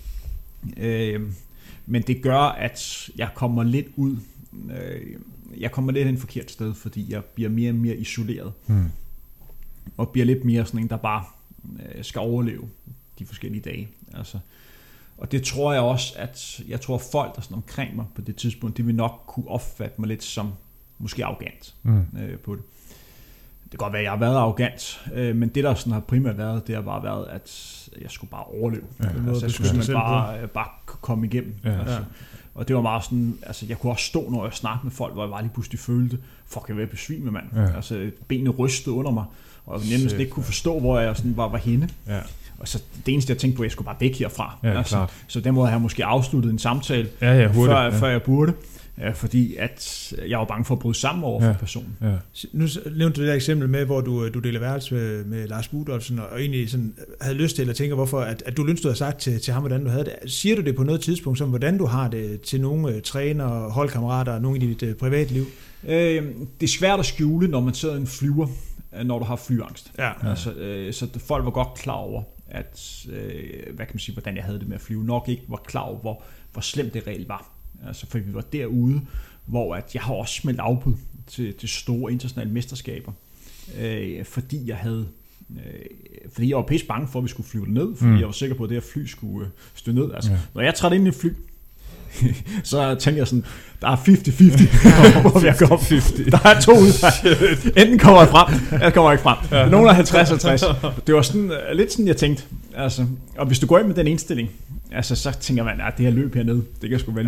Men det gør, at jeg kommer lidt ud, jeg kommer lidt et forkert sted, fordi jeg bliver mere og mere isoleret, og bliver lidt mere sådan en, der bare skal overleve de forskellige dage. Altså, og det tror jeg også, at jeg tror folk, der sådan omkring mig på det tidspunkt, det vil nok kunne opfatte mig lidt som måske arrogant på det. Det kan godt være, at jeg har været arrogant, men det der sådan har primært været, det har bare været, at jeg skulle bare overleve. Altså, jeg skulle simpelthen bare komme igennem. Ja. Altså. Og det var meget sådan, altså jeg kunne også stå, når jeg snakkede med folk, hvor jeg bare lige pludselig følte, fuck, jeg vil besvime, mand. Ja. Altså benene rystede under mig, og jeg nærmest ikke kunne forstå, hvor jeg sådan var henne. Ja. Og så det eneste, jeg tænkte på, jeg skulle bare væk herfra. Ja, altså, så den måde har jeg måske afsluttet en samtale, før jeg burde. Fordi at jeg var bange for at bryde sammen over for personen. Ja. Nu nævnte du det der eksempel med, hvor du deler værelse med Lars Budolfsen, og egentlig sådan havde lyst til at tænke, hvorfor at du lyst, du havde sagt til ham, hvordan du havde det. Siger du det på noget tidspunkt, som hvordan du har det til nogle trænere, holdkammerater, nogen i dit privatliv? Det er svært at skjule, når man sidder i en flyver, når du har flyangst. Ja. Altså, så folk var godt klar over, at hvad kan man sige, hvordan jeg havde det med at flyve. Nok ikke var klar over, hvor slemt det reelt var. Altså, for vi var derude, hvor at jeg har også smeltet afbud til store internationale mesterskaber, fordi jeg var pisse bange for, at vi skulle flyve ned, fordi jeg var sikker på, at det her fly skulle stå ned. Altså, når jeg træder ind i et fly, så tænker jeg sådan, der er 50-50, hvor jeg kommer 50. Der er 2 udfald. Enten kommer jeg frem, eller kommer jeg ikke frem. Ja. Nogle er 50-50. Det var sådan, lidt sådan, jeg tænkte. Altså, og hvis du går ind med den indstilling, altså, så tænker man, at det her løb hernede, det kan sgu være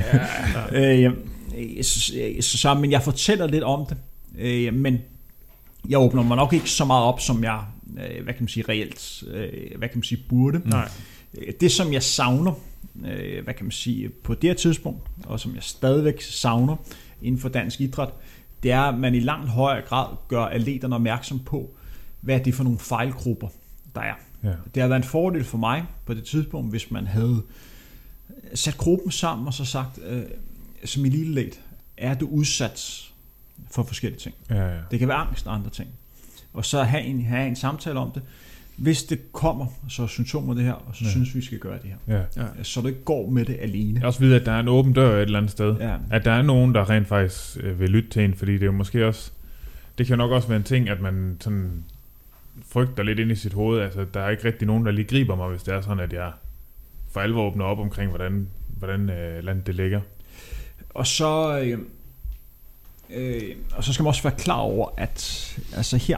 ligegyldigt. Men jeg fortæller lidt om det, men jeg åbner mig nok ikke så meget op, som jeg, hvad kan man sige, reelt, hvad kan man sige, burde. Nej. Det, som jeg savner, hvad kan man sige, på det her tidspunkt, og som jeg stadigvæk savner inden for dansk idræt, det er, at man i langt højere grad gør atleterne opmærksom på, hvad er det for nogle fejlgrupper, der er. Ja. Det har været en fordel for mig på det tidspunkt, hvis man havde sat gruppen sammen og så sagt, som eliteatlet, er du udsat for forskellige ting. Ja. Det kan være angst og andre ting. Og så have en samtale om det. Hvis det kommer, så symptomer det her, og så synes vi skal gøre det her. Ja. Så du ikke går med det alene. Jeg også ved, at der er en åben dør et eller andet sted. Ja. At der er nogen, der rent faktisk vil lytte til en, fordi det er jo måske også, det kan nok også være en ting, at man sådan frygter lidt ind i sit hoved. Altså, der er ikke rigtig nogen, der lige griber mig, hvis det er sådan, at jeg for alvor åbner op omkring, hvordan landet det ligger. Og så skal man også være klar over, at altså her,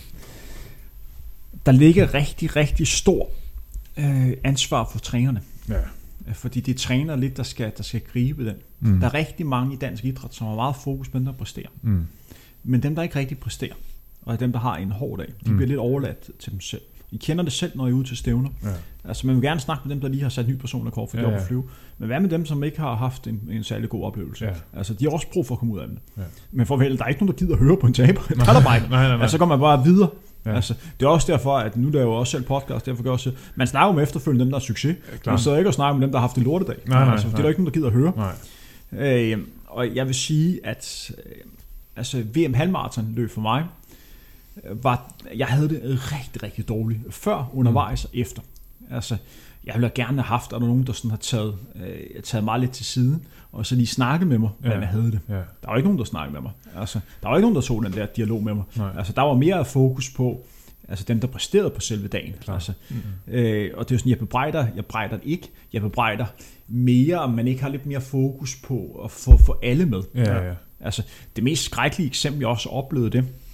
der ligger rigtig, rigtig stor ansvar for trænerne. Ja. Fordi det er træner lidt, der skal gribe den. Der er rigtig mange i dansk idræt, som har meget fokus på dem, der præsterer. Men dem, der ikke rigtig præsterer, og dem, der har en hård dag, de bliver lidt overladt til dem selv. I kender det selv, når I er ude til stævner. Ja. Altså, man vil gerne snakke med dem, der lige har sat ny personrekord for at flyve. Men hvad med dem, som ikke har haft en særlig god oplevelse? Ja. Altså, de har også brug for at komme ud af dem. Ja. Men for vel, der er ikke nogen, der gider at høre på en taber. Der er der bare ikke. Nej. Altså, så går man bare videre. Ja. Altså, det er også derfor, at nu der er jo også selv podcast, derfor gør også, man snakker om efterfølgende dem, der er succes. Ja, man sidder ikke og snakker med dem, der har haft en lortedag. Nej. Det er der ikke nogen, der gider at høre. Og jeg vil sige, at altså, VM halvmarathon løb for mig, jeg havde det rigtig, rigtig dårligt før, undervejs og efter. Altså, jeg ville gerne have haft, at der nogen, der sådan har taget mig lidt til siden, og så lige snakket med mig, hvordan jeg havde det. Ja. Der var ikke nogen, der snakkede med mig. Altså, der var ikke nogen, der tog den der dialog med mig. Altså, der var mere fokus på, altså dem, der præsterede på selve dagen. Altså, og det er jo sådan, jeg bebrejder ikke. Jeg bebrejder mere, om man ikke har lidt mere fokus på at få alle med. Ja. Altså, det mest skrækkelige eksempel, jeg også oplevede det,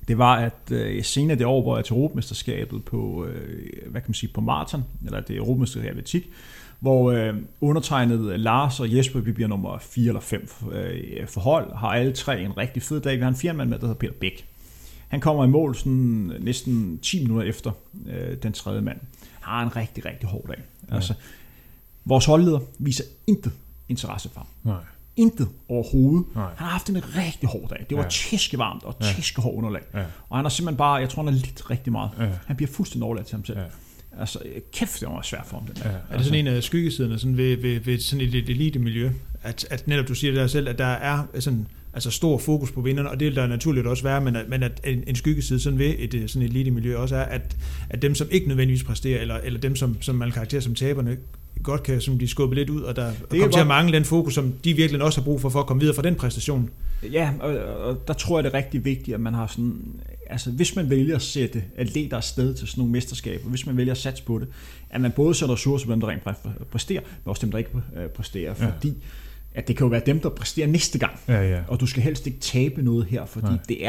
det var, at senere det år, hvor jeg til Europamesterskabet på, på maraton, eller det Europamesterskabet i atletik, hvor undertegnede Lars og Jesper, vi bliver nummer 4 eller 5 for hold, har alle 3 en rigtig fed dag. Vi har en 4-mand med, der hedder Peter Bæk. Han kommer i mål sådan næsten 10 minutter efter den tredje mand. Han har en rigtig, rigtig hård dag. Ja. Altså, vores holdleder viser intet interesse for ham. Nej. Intet overhovedet. Nej. Han har haft en rigtig hård dag. Det var tæskevarmt og tæskehård underlag. Ja. Og han har simpelthen bare, jeg tror han har lidt rigtig meget. Ja. Han bliver fuldstændig overladt til ham selv. Ja. Altså, kæft, det var svært for ham. Den der. Ja. Er det sådan en af skyggesiderne sådan ved sådan et elite-miljø, at netop du siger det der selv, at der er sådan, altså stor fokus på vinderne, og det vil der naturligt også være, men at en skyggeside sådan ved sådan et elite-miljø også er, at dem, som ikke nødvendigvis præsterer, eller dem, som man karakterer som taberne, godt kan som de skubbe lidt ud, og der kommer til at mangle den fokus, som de virkelig også har brug for at komme videre fra den præstation. Ja, og der tror jeg, det er rigtig vigtigt, at man har sådan, altså hvis man vælger at sætte atleter afsted til sådan nogle mesterskaber, hvis man vælger at satse på det, at man både sætter ressourcer på dem, der rent præsterer, men også dem, der ikke præsterer, fordi at det kan jo være dem, der præsterer næste gang, og du skal helst ikke tabe noget her, fordi det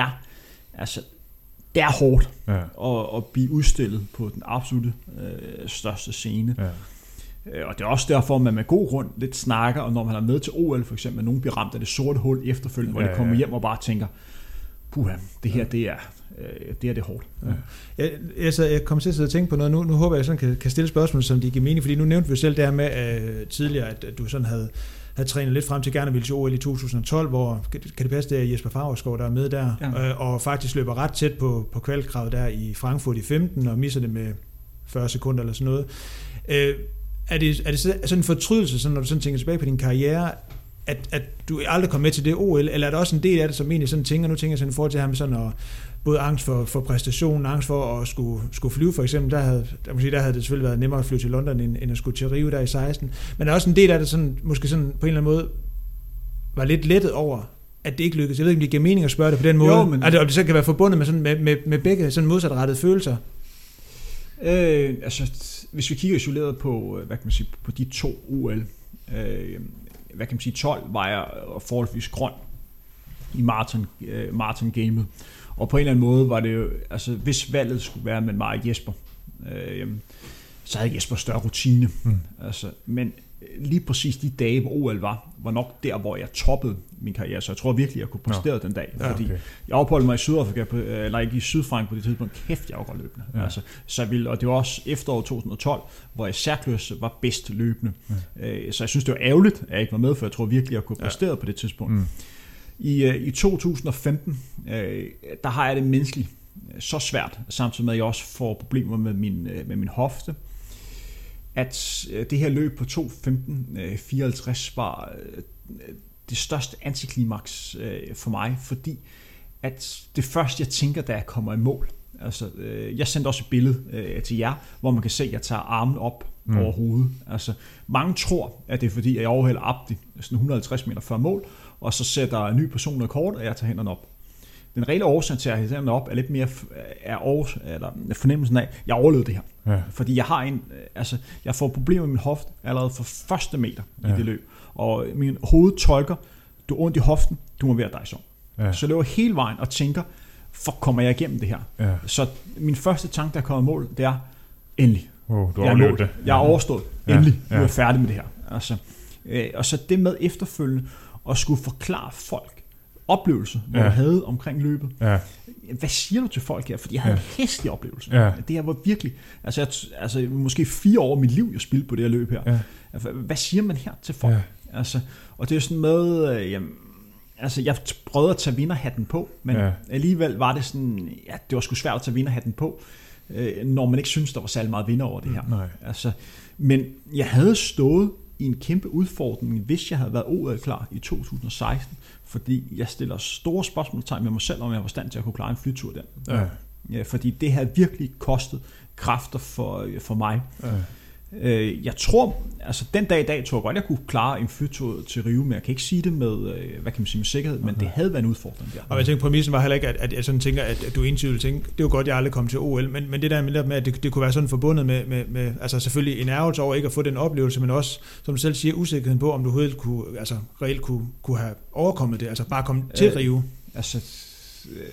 er hårdt at blive udstillet på den absolutte største scene. Ja. Og det er også derfor, at man med god grund lidt snakker, og når man er med til OL for eksempel, at nogen bliver ramt af det sorte hul efterfølgende, hvor de kommer hjem og bare tænker, puha, det her, det er hårdt. Ja. Jeg kommer til at sidde og tænke på noget. Nu håber jeg, sådan kan stille spørgsmål, som de giver mening, fordi nu nævnte vi selv det her med tidligere, at du sådan havde trænet lidt frem til gerne ville til OL i 2012, hvor, kan det passe, det er Jesper Favreskov, der er med der, og faktisk løber ret tæt på kvalkravet der i Frankfurt i 15, og misser det med 40 sekunder eller sådan noget. Er det sådan en fortrydelse, sådan, når du sådan tænker tilbage på din karriere, at du aldrig kom med til det OL, eller er der også en del af det, som egentlig sådan tænker, nu tænker jeg sådan i forhold til at have med sådan, både angst for præstationen, angst for at skulle flyve for eksempel, der havde det selvfølgelig været nemmere at flyve til London, end at skulle til Rio der i 16, men der er også en del af det, sådan, måske sådan på en eller anden måde, var lidt lettet over, at det ikke lykkedes. Jeg ved ikke, om det giver mening at spørge det på den måde, og det så kan være forbundet med, sådan, med begge sådan modsatrettede følelser. Hvis vi kigger isoleret på, på de 2 OL, 12 var jeg forholdsvis grøn i maraton-gamet, og på en eller anden måde var det jo, altså hvis valget skulle være med mig og Jesper, så havde Jesper større rutine. Men lige præcis de dage, hvor OL var nok der, hvor jeg toppede min karriere, så jeg tror virkelig, jeg kunne præstere den dag, fordi jeg opholdt mig i Sydafrika, eller ikke i Sydfrankrig på det tidspunkt, kæft, jeg var godt løbende. Så jeg ville, og det var også efteråret 2012, hvor jeg særkløs var bedst løbende. Så jeg synes, det var ærgerligt, at jeg ikke var med, for jeg tror virkelig, jeg kunne præstere på det tidspunkt. I 2015, der har jeg det menneskeligt så svært, samtidig med, at jeg også får problemer med min hofte, at det her løb på 2:15:54 var det største antiklimaks for mig, fordi at det første, jeg tænker, da jeg kommer i mål, altså jeg sendte også et billede til jer, hvor man kan se, at jeg tager armen op over hovedet. Altså mange tror, at det er fordi, at jeg overhælder Abdi sådan 150 meter før mål, og så sætter en ny person rekord, og jeg tager hænderne op. Den reelle årsag til at have hænderne op er lidt mere fornemmelsen af, at jeg overlevede det her. Fordi jeg har jeg får problemer med min hofte allerede for første meter i det løb. Og min hoved tolker, du er ondt i hoften, du må være dig så. Så jeg løber hele vejen og tænker, fuck, kommer jeg igennem det her? Så min første tanke, der kommer i mål, det er, endelig. Jeg har overstået. Endelig. Nu er jeg færdig med det her. Og så det med efterfølgende at skulle forklare folk oplevelse, hvor jeg havde omkring løbet. Hvad siger du til folk her? Fordi jeg havde en hæslig oplevelse. Det her var virkelig, måske 4 år af mit liv, jeg spildte på det her løb her. Hvad siger man her til folk? Og det er sådan med, jeg prøvede at tage vinderhatten på, men alligevel var det sådan, det var sgu svært at tage vinderhatten på, når man ikke synes, der var særlig meget vinder over det her. Men jeg havde stået i en kæmpe udfordring, hvis jeg havde været OL-klar i 2016, fordi jeg stiller store spørgsmålstegn med mig selv, om jeg var i stand til at kunne klare en flytur der. Fordi det havde virkelig kostet kræfter for mig. Jeg tror, den dag i dag, tror jeg godt, jeg kunne klare en flytur til Rio, men jeg kan ikke sige det med, med sikkerhed, men det havde været en udfordring der. Og jeg tænker, præmissen var heller ikke, at jeg sådan tænker, at du entydigt tænker, det var godt, jeg aldrig kom til OL, men det der med, at det kunne være sådan forbundet med altså selvfølgelig en ærgelse over ikke at få den oplevelse, men også, som du selv siger, usikkerheden på, om du reelt kunne have overkommet det, altså bare komme til Rio.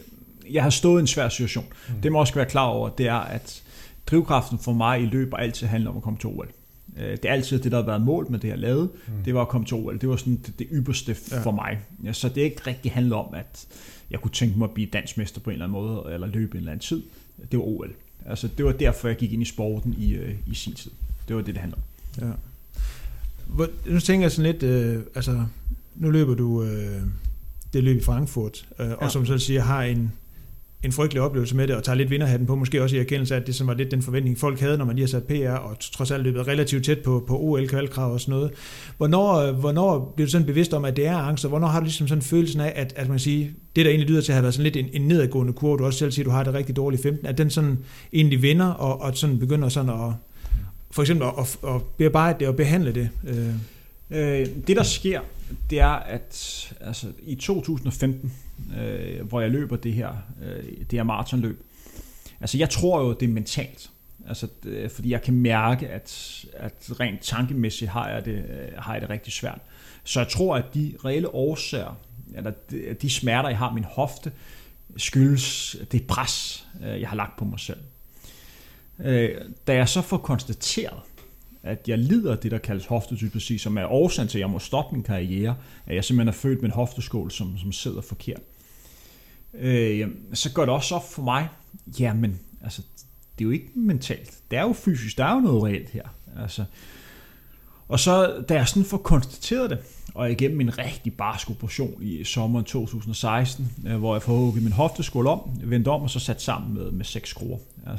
jeg har stået i en svær situation. Det må også være klar over, det er, at drivkraften for mig i løb altid handler om at komme til OL. Det er altid det, der har været mål med det, jeg lavede. Det var at komme til OL. Det var sådan det ypperste for mig. Ja, så det ikke rigtig handler om, at jeg kunne tænke mig at blive dansmester på en eller anden måde, eller løbe en eller anden tid. Det var OL. Altså, det var derfor, jeg gik ind i sporten i sin tid. Det var det handler om. Ja. Nu tænker jeg sådan lidt, nu løber du det løb i Frankfurt, og som så siger, har en frygtelig oplevelse med det, og tager lidt vinderhatten på, måske også i erkendelse af, at det som var lidt den forventning, folk havde, når man lige har sat PR, og trods alt løbet relativt tæt på OL-kvalkrav og sådan noget. Hvornår blev du sådan bevidst om, at det er angst, og hvornår har du ligesom sådan følelsen af, at man siger, det der egentlig lyder til at have været sådan lidt en nedadgående kurve, du også selv siger, du har det rigtig dårligt i 15, at den sådan egentlig vinder, og sådan begynder sådan at, for eksempel at bearbejde det og behandle det? Det der sker, det er, at i 2015, hvor jeg løber det her maratonløb, jeg tror jo, det er mentalt. Fordi jeg kan mærke, at rent tankemæssigt har jeg det rigtig svært. Så jeg tror, at de reelle årsager, eller de smerter, jeg har i min hofte, skyldes det pres, jeg har lagt på mig selv. Da jeg så får konstateret, at jeg lider af det, der kaldes hoftedysplasi, som er årsagen til, at jeg må stoppe min karriere, at jeg simpelthen er født med en hofteskål, som sidder forkert. Så går det også op for mig, jamen, det er jo ikke mentalt. Det er jo fysisk, der er jo noget reelt her. Og så, da jeg sådan får konstateret det, og igennem en rigtig barsk operation i sommeren 2016, hvor jeg får hugget min hofteskål om, vendt om og så sat sammen med 6 skruer.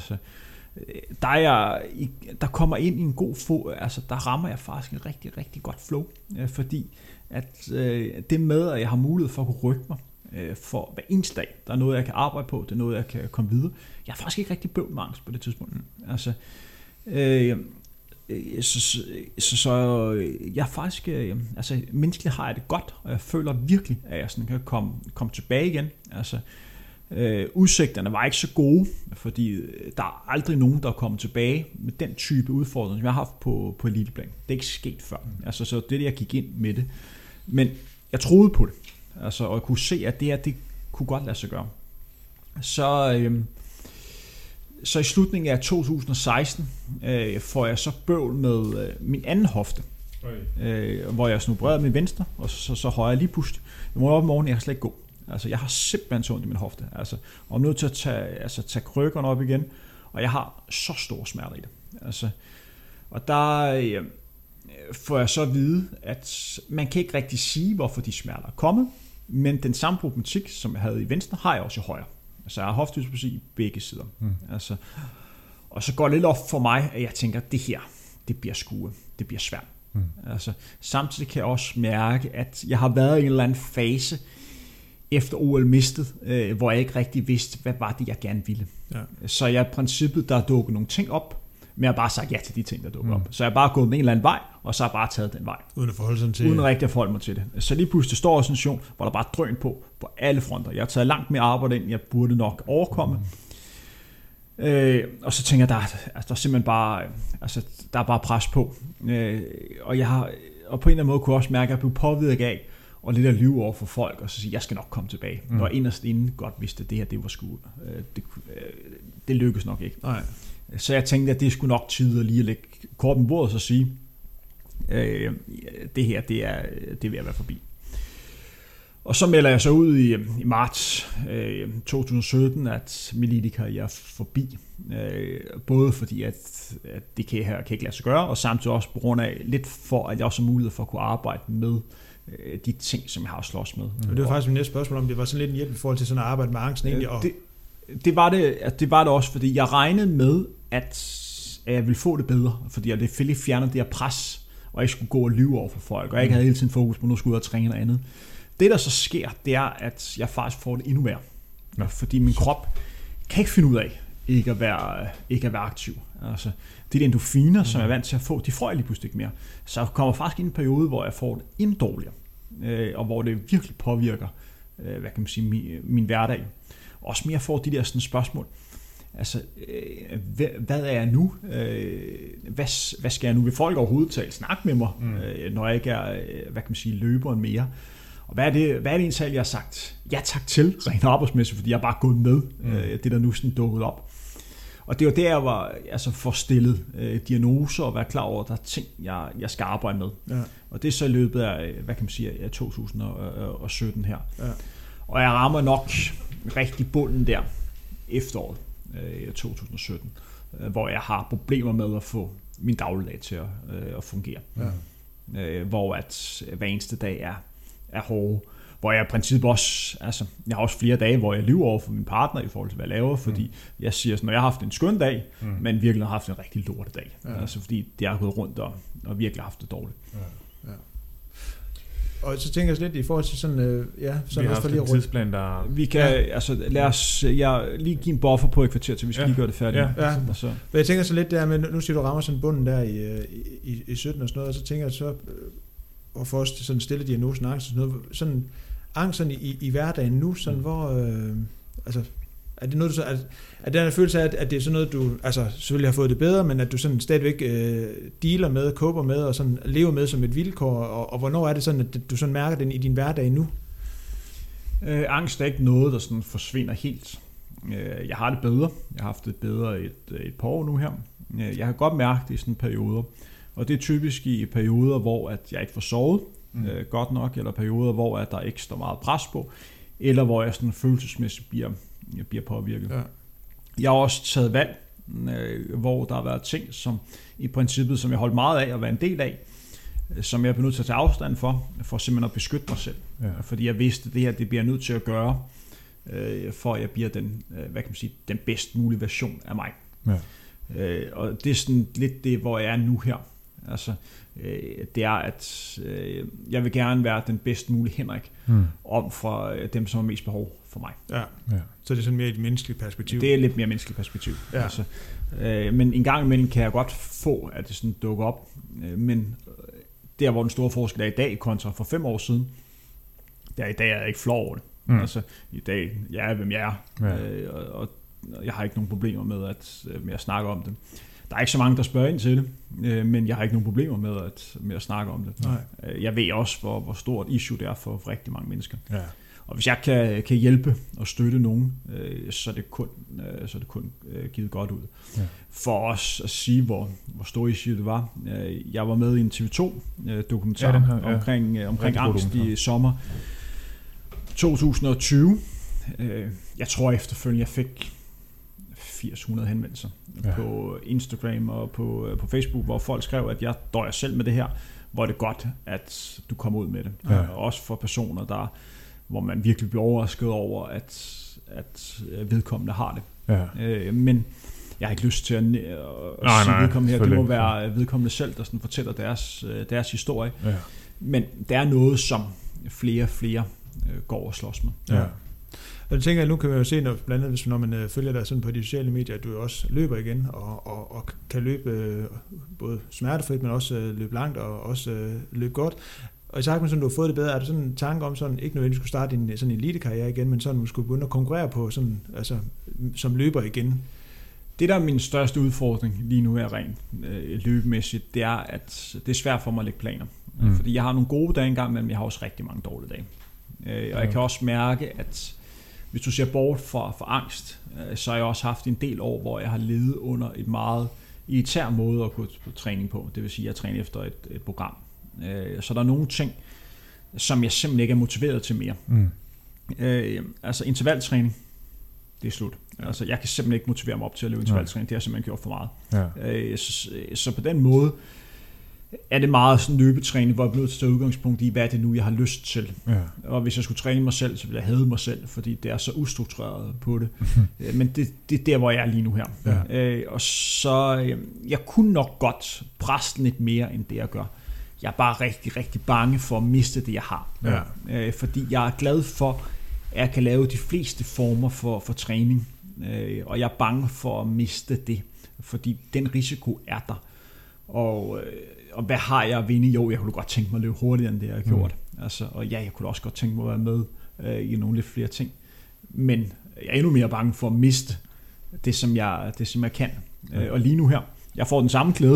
Der kommer ind i en god der rammer jeg faktisk en rigtig, rigtig godt flow, fordi at det med, at jeg har mulighed for at kunne rykke mig for hver eneste dag, der er noget, jeg kan arbejde på, det er noget, jeg kan komme videre. Jeg er faktisk ikke rigtig bøvl med angst på det tidspunkt. Så jeg faktisk, menneskeligt har jeg det godt, og jeg føler virkelig, at jeg sådan kan komme tilbage igen. Udsigterne var ikke så gode, fordi der er aldrig nogen, der er kommet tilbage med den type udfordring, som jeg har haft på eliteplan. Det er ikke sket før. Så det jeg gik ind med det. Men jeg troede på det, og jeg kunne se, at det her, det kunne godt lade sig gøre. Så i slutningen af 2016 får jeg så bøvl med min anden hofte, hvor jeg opererede min venstre, og så højre lige pludselig. Jeg må op om morgenen, jeg kan slet ikke gå. Jeg har simpelthen så ondt i min hofte. Og jeg er nødt til at tage krykkerne op igen, og jeg har så store smerter i det. Og der får jeg så at vide, at man kan ikke rigtig sige, hvorfor de smerter er kommet, men den samme problematik, som jeg havde i venstre, har jeg også i højre. Jeg har hoftedysplasi i begge sider. Og så går det lidt op for mig, at jeg tænker, at det her, det bliver skue. Det bliver svært. Samtidig kan jeg også mærke, at jeg har været i en eller anden fase, efter OL mistet, hvor jeg ikke rigtig vidste, hvad var det, jeg gerne ville. Ja. Så jeg i princippet, der dukkede nogle ting op, men jeg har bare sagt ja til de ting, der dukkede op. Så jeg har bare gået med en eller anden vej, og så har jeg bare taget den vej. Uden at forholde sig til... Uden rigtig at forholde mig til det. Så lige pludselig står jeg i en situation, hvor der bare er drøn på alle fronter. Jeg har taget langt mere arbejde ind, jeg burde nok overkomme. Og så tænker jeg, der er simpelthen bare, der er bare pres på. Og på en eller anden måde kunne jeg også mærke, at jeg blev påvirket af, og lidt at lyve over for folk, og så sige, jeg skal nok komme tilbage. Når jeg inderst inden godt vidste, at det her, det var sgu, det lykkedes nok ikke. Nej. Så jeg tænkte, at det skulle nok tid at lige at lægge korten på bordet og sige, det her, det er ved at være forbi. Og så melder jeg så ud i marts 2017, at min elitekarriere er forbi. Både fordi, at det kan ikke lade sig gøre, og samtidig også på grund af lidt for, at jeg også har mulighed for at kunne arbejde med de ting, som jeg har slås med. Og det var faktisk min næste spørgsmål, om det var sådan lidt en hjælp i forhold til sådan at arbejde med angsten egentlig. Og... Det var det også, fordi jeg regnede med, at jeg ville få det bedre, fordi jeg ville fjerne det her pres, og jeg ikke skulle gå og lyve over for folk, og jeg ikke havde hele tiden fokus på, at nu skulle jeg ud og træne noget andet. Det, der så sker, det er, at jeg faktisk får det endnu værre. Ja. Fordi min krop kan ikke finde ud af ikke at være aktiv. De endorfiner, som jeg er vant til at få, de får jeg lige pludselig ikke mere. Så jeg kommer faktisk ind i en periode, hvor jeg får det endnu dårligere, og hvor det virkelig påvirker min hverdag. Også mere får de der sådan spørgsmål. Hvad er jeg nu? Hvad skal jeg nu? Vil folk overhovedet snak med mig, når jeg ikke er løberen mere? Og hvad er det egentlig, jeg har sagt ja tak til, rent arbejdsmæssigt, fordi jeg er bare gået med det, der nu sådan dukket op. Og det var der, jeg var for stillet diagnoser og være klar over, at der er ting, jeg skal arbejde med. Ja. Og det er så i løbet af, hvad kan man sige, af 2017 her. Ja. Og jeg rammer nok rigtig bunden der efteråret 2017, hvor jeg har problemer med at få min dagligdag til at fungere. Ja. Hvor at hver eneste dag er hårde. Hvor jeg i princippet også, jeg har også flere dage, hvor jeg lyver over for min partner i forhold til, hvad jeg laver, fordi jeg siger, når jeg har haft en skøn dag, men virkelig har haft en rigtig lortedag. Ja. Fordi det har gået rundt og virkelig haft det dårligt. Ja. Ja. Og så tænker jeg lidt i forhold til sådan, sådan vi har haft en tidsplan, der... Vi kan, lad os lige give en buffer på et kvarter, til vi skal lige gøre det færdigt. Ja. Så. Men jeg tænker så lidt der, men nu siger du rammer sådan bunden der i 17 og sådan noget, og så tænker jeg så, og for os sådan stille diagnosen angst og sådan noget, sådan angsten i hverdagen nu, sådan hvor, er det noget, du så, er det en følelse af, at det er sådan noget, du selvfølgelig har fået det bedre, men at du sådan stadigvæk dealer med, koper med og sådan lever med som et vilkår, og hvornår er det sådan, at du sådan mærker den i din hverdag nu? Angst er ikke noget, der sådan forsvinder helt. Jeg har det bedre. Jeg har haft det bedre et par år nu her. Jeg kan godt mærke det i sådan perioder, og det er typisk i perioder, hvor at jeg ikke får sovet godt nok, eller perioder, hvor at der ikke står meget pres på, eller hvor jeg sådan følelsesmæssigt bliver påvirket. Ja. Jeg har også taget valg, hvor der har været ting, som i princippet, som jeg holdt meget af at være en del af, som jeg er nødt til at tage afstand for simpelthen at beskytte mig selv. Ja. Fordi jeg vidste, at det her, det bliver jeg nødt til at gøre, for at jeg bliver den, hvad kan man sige, den bedst mulige version af mig. Ja. Og det er sådan lidt det, hvor jeg er nu her. Det er, at jeg vil gerne være den bedst mulige Henrik om for dem, som har mest behov for mig. Ja. Ja. Så det er sådan mere et menneskeligt perspektiv? Det er lidt mere menneskeligt perspektiv. Ja. Men en gang imellem kan jeg godt få, at det sådan dukker op. Men der, hvor den store forskel er i dag, kontra for 5 år siden, der i dag er jeg ikke flov over det. I dag, jeg er, hvem jeg er. Ja. Og jeg har ikke nogen problemer med at snakke om det. Der er ikke så mange, der spørger ind til det, men jeg har ikke nogen problemer med at snakke om det. Nej. Jeg ved også, hvor stort issue det er for rigtig mange mennesker. Ja. Og hvis jeg kan hjælpe og støtte nogen, så er det kun givet godt ud. Ja. For os at sige, hvor stor issue det var. Jeg var med i en TV2-dokumentar omkring angst i sommer 2020. Jeg tror efterfølgende, jeg fik 800 henvendelser på Instagram og på Facebook, hvor folk skrev, at jeg døjer selv med det her, hvor det er godt, at du kommer ud med det. Ja. Også for personer, hvor man virkelig bliver overrasket over, at vedkommende har det. Ja. Men jeg har ikke lyst til at sige vedkommende her. Det må være vedkommende selv, der sådan fortæller deres historie. Ja. Men det er noget, som flere går og slås med. Ja. Og det tænker jeg, nu kan vi jo se, blandt andet, når man følger dig sådan på de sociale medier, at du også løber igen, og kan løbe både smertefrit, men også løbe langt, og også løbe godt. Og i sagt med sådan, du har fået det bedre, er du sådan en tanke om, sådan, ikke nødvendigvis skulle starte sådan en elitekarriere igen, men sådan, du skulle begynde at konkurrere på, sådan, som løber igen? Det, der er min største udfordring lige nu er rent løbemæssigt, det er, at det er svært for mig at lægge planer. Fordi jeg har nogle gode dage engang, men jeg har også rigtig mange dårlige dage. Og jeg kan også mærke, at hvis du ser bort fra angst, så har jeg også haft en del år, hvor jeg har levet under et meget elitær måde at gå på træning på. Det vil sige, at jeg træner efter et program. Så der er nogle ting, som jeg simpelthen ikke er motiveret til mere. Intervaltræning, det er slut. Ja. Jeg kan simpelthen ikke motivere mig op til at lave intervaltræning. Det har jeg simpelthen gjort for meget. Ja. Så på den måde er det meget sådan løbetræning, hvor jeg bliver nødt til at tage udgangspunkt i, hvad er det nu, jeg har lyst til. Ja. Og hvis jeg skulle træne mig selv, så ville jeg hade mig selv, fordi det er så ustruktureret på det. Men det er der, hvor jeg er lige nu her. Ja. Og så, jeg kunne nok godt presse den lidt mere, end det jeg gør. Jeg er bare rigtig, rigtig bange for at miste det, jeg har. Ja. Fordi jeg er glad for, at jeg kan lave de fleste former for træning. Og jeg er bange for at miste det, fordi den risiko er der. Og hvad har jeg at vinde? Jo, jeg kunne godt tænke mig at løbe hurtigere, end det jeg har gjort. Og ja, jeg kunne også godt tænke mig at være med i nogle lidt flere ting. Men jeg er endnu mere bange for at miste det, som jeg kan. Og lige nu her, jeg får den samme glæde,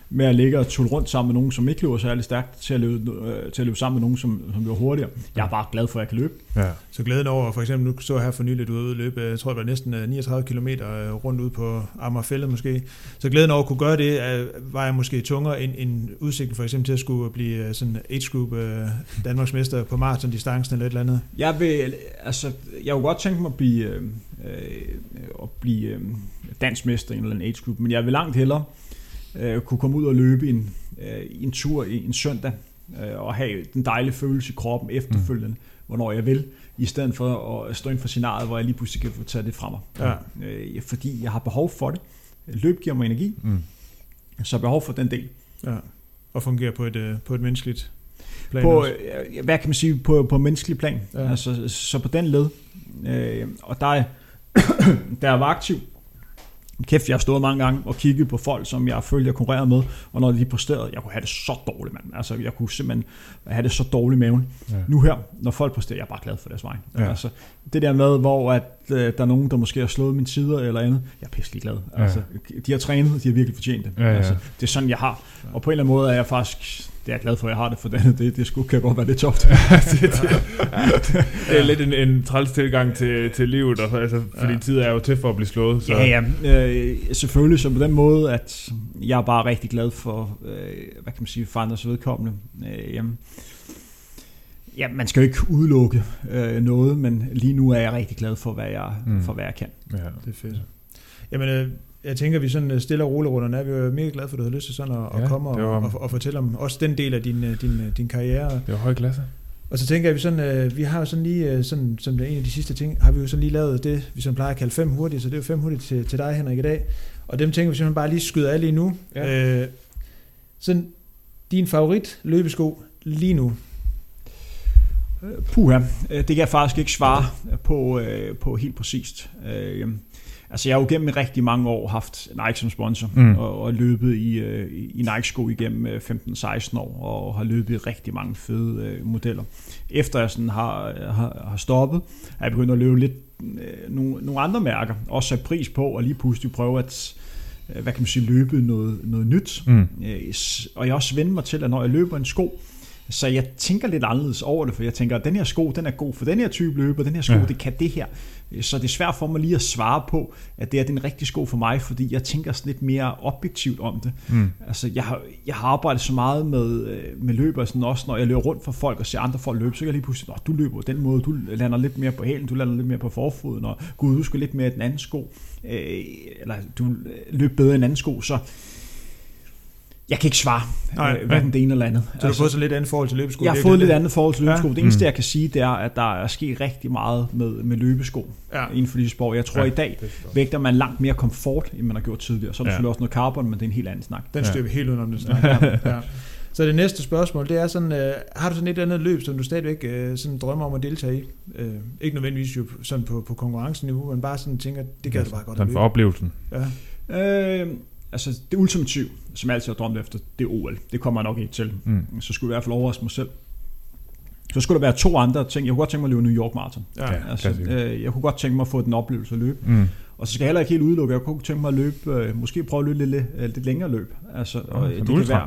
med at ligge og tulle rundt sammen med nogen, som ikke løber særlig stærkt, til at løbe sammen med nogen, som løber hurtigere. Jeg er bare glad for, at jeg kan løbe. Ja. Så glæden over, for eksempel, nu så her for nyligt ude at løbe, jeg tror det var næsten 39 km rundt ud på Amagerfællet måske. Så glæden over at kunne gøre det, var jeg måske tungere end udsigten for eksempel til at skulle blive sådan age group Danmarksmester på maratondistancen eller et eller andet. Jeg kunne godt tænke mig at blive dansmester i en eller anden age group, men jeg vil langt hellere kunne komme ud og løbe en tur en søndag og have den dejlige følelse i kroppen efterfølgende, hvornår jeg vil, i stedet for at stå inden for scenariet, hvor jeg lige pludselig kan få taget det fra mig. Ja. Fordi jeg har behov for det. Løb giver mig energi, så jeg har behov for den del. Ja. Og fungerer på et menneskeligt plan hvad kan man sige, på menneskelig plan. Ja. Altså, så på den led. Og der er var aktiv. Kæft, jeg har stået mange gange og kigget på folk, som jeg følte, jeg konkurrerede med, og når de præsterede, jeg kunne have det så dårligt, mand. Altså, jeg kunne simpelthen have det så dårligt i maven. Ja. Nu her, når folk præsterer, jeg er bare glad for deres vej. Ja. Altså, det der med, hvor at, der er nogen, der måske har slået mine sider eller andet, jeg er pisselig glad. Ja. Altså, de har trænet, de har virkelig fortjent det. Ja, ja. Altså, det er sådan, jeg har. Og på en eller anden måde er jeg faktisk... Det er jeg glad for, at jeg har det, for det skulle kan godt være lidt toft. Det er lidt en træls tilgang til livet, altså, fordi tid er jo til for at blive slået. Så. Selvfølgelig, så på den måde, at jeg er bare rigtig glad for, hvad kan man sige, for andres vedkommende. Man skal jo ikke udelukke noget, men lige nu er jeg rigtig glad for, hvad jeg kan. Ja, det er fedt. Jamen, jeg tænker, vi sådan stille og roligt rundt, og vi er mega glade for, at du havde lyst til sådan at komme og fortælle om også den del af din karriere. Det var høj klasse. Og så tænker jeg, vi har jo sådan lige, sådan, som det er en af de sidste ting, har vi jo sådan lige lavet det, vi sådan plejer at kalde 5 hurtigt, så det er jo 5 hurtigt til dig, Henrik, i dag. Og dem tænker vi simpelthen bare lige skyder af lige nu. Ja. Sådan din favorit løbesko lige nu? Puha, det kan jeg faktisk ikke svare på helt præcist. Altså jeg har jo gennem rigtig mange år haft Nike som sponsor, og løbet i Nike-sko igennem 15-16 år, og har løbet i rigtig mange fede modeller. Efter jeg sådan har stoppet, har jeg begyndt at løbe lidt nogle andre mærker, også sat pris på, og lige pludselig prøve at hvad kan man sige, løbe noget nyt. Og jeg også vender mig til, at når jeg løber en sko, så jeg tænker lidt anderledes over det, for jeg tænker, at den her sko, den er god for den her type løber, den her sko, det kan det her. Så det er svært for mig lige at svare på, at det er den rigtige sko for mig, fordi jeg tænker sådan lidt mere objektivt om det. Altså, jeg har arbejdet så meget med løber, sådan også når jeg løber rundt for folk og ser andre folk løbe, så kan jeg lige pludselig, du løber på den måde, du lander lidt mere på hælen, du lander lidt mere på forfoden, og gud, du skal lidt mere i den anden sko, eller du løber bedre i en anden sko, så jeg kan ikke svare, hverken det ene eller andet. Så du har fået så lidt andet forhold til løbesko? Jeg har fået lidt andet forhold til løbesko. Det eneste, jeg kan sige, det er, at der er sket rigtig meget med løbesko inden for de sport. Jeg tror, i dag vægter man langt mere komfort, end man har gjort tidligere. Så er der selvfølgelig også noget carbon, men det er en helt anden snak. Den styrer vi helt udenom den snak. Ja. Så det næste spørgsmål, det er sådan, har du sådan et andet løb, som du stadigvæk sådan drømmer om at deltage i? Ikke nødvendigvis jo sådan på konkurrenceniveau, men bare sådan tænker, det kan du bare godt at løbe. For oplevelsen. Ja. Altså det ultimative, som jeg altid har drømt efter, det er OL. Det kommer jeg nok ikke til. Så skulle jeg i hvert fald overraske mig selv. Så skulle der være 2 andre ting. Jeg kunne godt tænke mig at løbe New York Marathon. Jeg kunne godt tænke mig at få den oplevelse at løbe. Og så skal jeg heller ikke helt udelukke. Jeg kunne tænke mig at løbe, måske prøve at løbe lidt længere løb. Altså, og det kan være,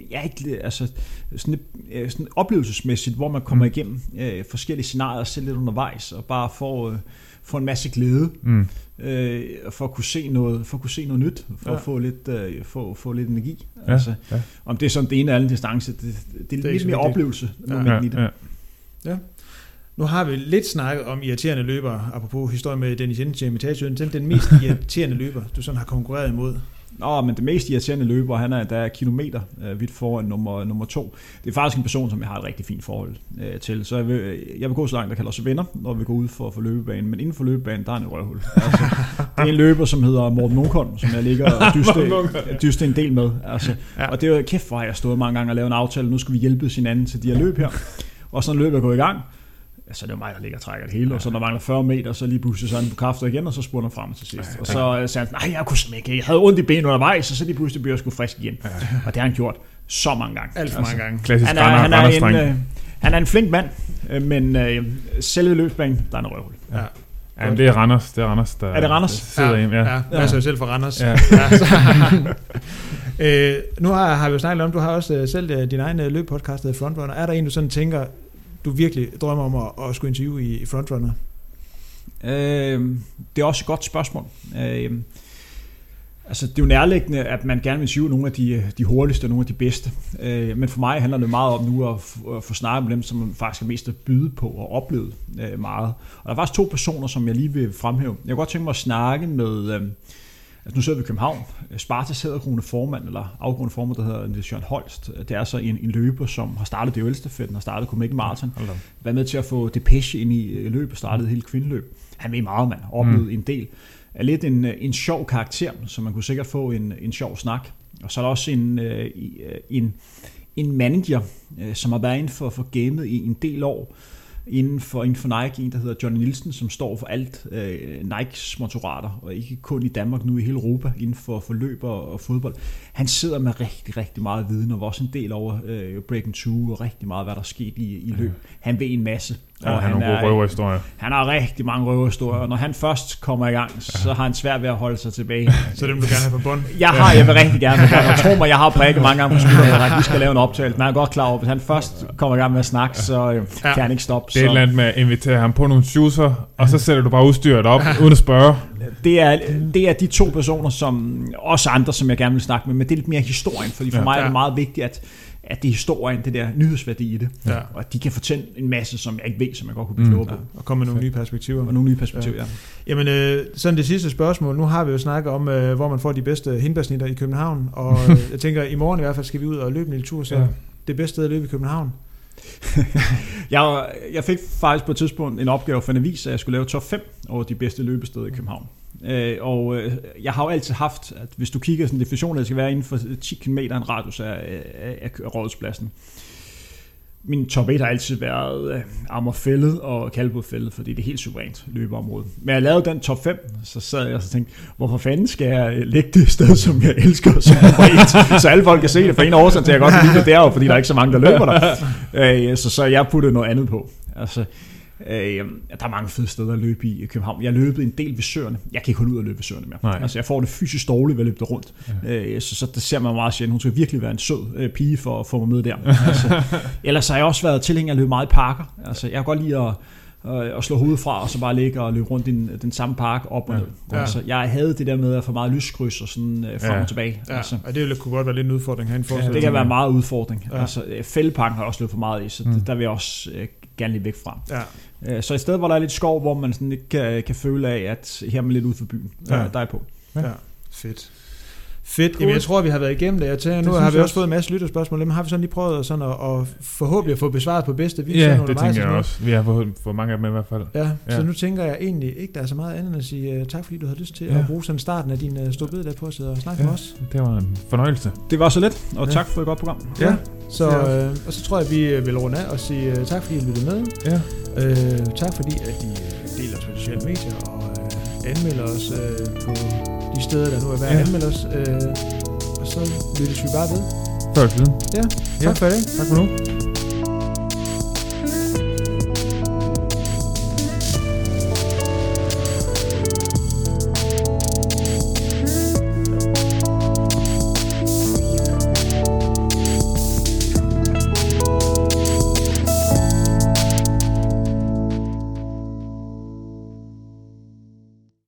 sådan oplevelsesmæssigt, hvor man kommer igennem forskellige scenarier og selv lidt undervejs, og bare få en masse glæde, for at kunne se noget, nyt, for at få lidt energi. Altså, om det er sådan det ene eller anden distance, det er lidt mere oplevelse i det. Ja. Nu har vi lidt snakket om irriterende løbere, apropos historien med Dennis Jensen, den mest irriterende løber, du sådan har konkurreret imod. Men det mest irriterende løber, han er der kilometer vidt foran nummer 2. Det er faktisk en person, som jeg har et rigtig fint forhold til. Så jeg vil gå så langt, der kalder os venner, når vi går ud for løbebanen. Men inden for løbebanen, der er en røvhul. Altså, det er en løber, som hedder Morten Munkholm, som jeg ligger og dyster en del med. Altså, og det er jo kæft, hvor jeg stået mange gange og lavet en aftale. Nu skal vi hjælpe hinanden til de her løb her. Og så løb jeg går i gang. Så det er mig, der ligger og trækker det hele, og så når der mangler 40 meter, så lige pludselig så han på kræfter igen, og så spurgte han frem til sidst. Og så sagde han, nej, jeg kunne simpelthen ikke, jeg havde ondt i benet undervejs, og så lige pludselig blev jeg sgu frisk igen. Og det har han gjort så mange gange. Alt for mange gange. Klassisk han er en flink mand, men selve løbsbanen, der er en røvhul. Ja, men det er Randers. Der er det Randers? Sidder ja, jeg er selv fra Randers. Ja. Nu har vi jo snakket om, du har også selv din egen løbepodcast, Frontrunner. Er der en, du sådan tænker, du virkelig drømmer om at skulle interviewe i Frontrunner? Det er også et godt spørgsmål. Altså, det er jo nærliggende, at man gerne vil interviewe nogle af de hurtigste og nogle af de bedste. Men for mig handler det meget om nu at få snakket med dem, som man faktisk er mest at byde på og oplevet meget. Og der er faktisk 2 personer, som jeg lige vil fremhæve. Jeg kunne godt tænke mig at snakke med... Altså nu sidder vi i København. Spartas hæderkronende formand, eller afgående formand, der hedder Niels Jørgen Holst. Det er så en løber, som har startet DHL-stafetten, har startet Copenhagen Marathon. Været med til at få Depeche ind i løbet, startet hele kvindeløb. Han ved meget, man har oplevet en del. Er lidt en sjov karakter, så man kunne sikkert få en sjov snak. Og så er der også en manager, som har været inden for gamet i en del år. Inden for Nike, en der hedder Johnny Nielsen, som står for alt Nikes sponsorater, og ikke kun i Danmark, nu i hele Europa, inden for løb og fodbold. Han sidder med rigtig, rigtig meget viden, og var også en del over Breaking 2, og rigtig meget, hvad der er sket i løb. Han ved en masse. Ja, og han har nogle gode røverhistorier. Han har rigtig mange røverhistorier, og når han først kommer i gang, så har han svært ved at holde sig tilbage. Så det vil du gerne have på bund? Jeg vil rigtig gerne have på bund. Og tro mig, jeg har prikket mange gange på skulderen, at vi skal lave en optagelse. Men jeg er godt klar over, at hvis han først kommer i gang med at snakke, så kan han ikke stoppe. Det er et eller andet med at invitere ham på nogle shoeser, og så sætter du bare udstyret op, uden at spørge. Det er de 2 personer, som også andre, som jeg gerne vil snakke med, men det er lidt mere historien, fordi for mig er det meget vigtigt, at det er historien, det der nyhedsværdi i det, og at de kan fortælle en masse, som jeg ikke ved, som jeg godt kunne blive klogere på. Og komme med nogle nye perspektiver. Og nogle nye perspektiver, ja. Jamen, sådan det sidste spørgsmål. Nu har vi jo snakket om, hvor man får de bedste hindbærsnitter i København, og jeg tænker, i morgen i hvert fald skal vi ud og løbe en lille tur, så det bedste sted at løbe i København. Jeg fik faktisk på et tidspunkt en opgave for en avis, at jeg skulle lave top 5 over de bedste løbesteder i København. Og jeg har jo altid haft, at hvis du kigger sådan en definition, at det skal være inden for 10 km en radius af Rådhuspladsen. Min top 1 har altid været Amagerfælled og Kalvebodfælled, fordi det er helt suverænt løbeområde. Men jeg lavede den top 5, så sad jeg og tænkte, hvorfor fanden skal jeg lægge det sted, som jeg elsker, som nummer 1, så alle folk kan se det. For en årsag til, at jeg godt kan lide det der, fordi der er ikke så mange, der løber der. Så jeg puttede noget andet på. Altså, der er mange fede steder at løbe i København. Jeg løbet en del ved søerne. Jeg kan ikke holde ud at løbe ved søerne mere. Altså, jeg får det fysisk dårligt ved at løbe der rundt. Så det ser man meget sjældent. Hun skal virkelig være en sød pige for at få mig med der. Altså, ellers har jeg også været tilhænger af at løbe meget i parker. Altså, jeg kan godt lide at slå hovedet fra, og så bare ligge og løbe rundt i den samme park op og ned. Altså, jeg havde det der med at få meget lyskryds og sådan frem og tilbage. Altså, og det kunne godt være lidt en udfordring herinde. Det kan være meget udfordring. Altså, Fældeparken har jeg også løbet for meget i, så der vil jeg også gerne lidt væk fra. Så i stedet, hvor der er lidt skov, hvor man sådan ikke kan føle af, at her er man lidt ude for byen, der er på. Ja, fedt. Fedt. Jamen, jeg tror, vi har været igennem det. Nu har vi også fået en masse lytterspørgsmål. Dem har vi sådan lige prøvet sådan at forhåbentlig få besvaret på bedste vis. Ja, det tænker jeg også. Vi har fået mange af dem i hvert fald. Ja, så nu tænker jeg egentlig ikke, der er så meget andet end at sige tak, fordi du havde lyst til at bruge sådan starten af din store bededag på at sidde og snakke med os. Det var en fornøjelse. Det var så let, og tak for et godt program. Ja. Så, og så tror jeg, at vi vil runde af og sige tak, fordi I lyttede med. Ja. Tak, fordi at I deler os på sociale medier og anmelder os på de steder, der nu er værd at anmelde os. Og så lyttes vi bare ved. Før siden. Ja, tak for det. Tak for nu.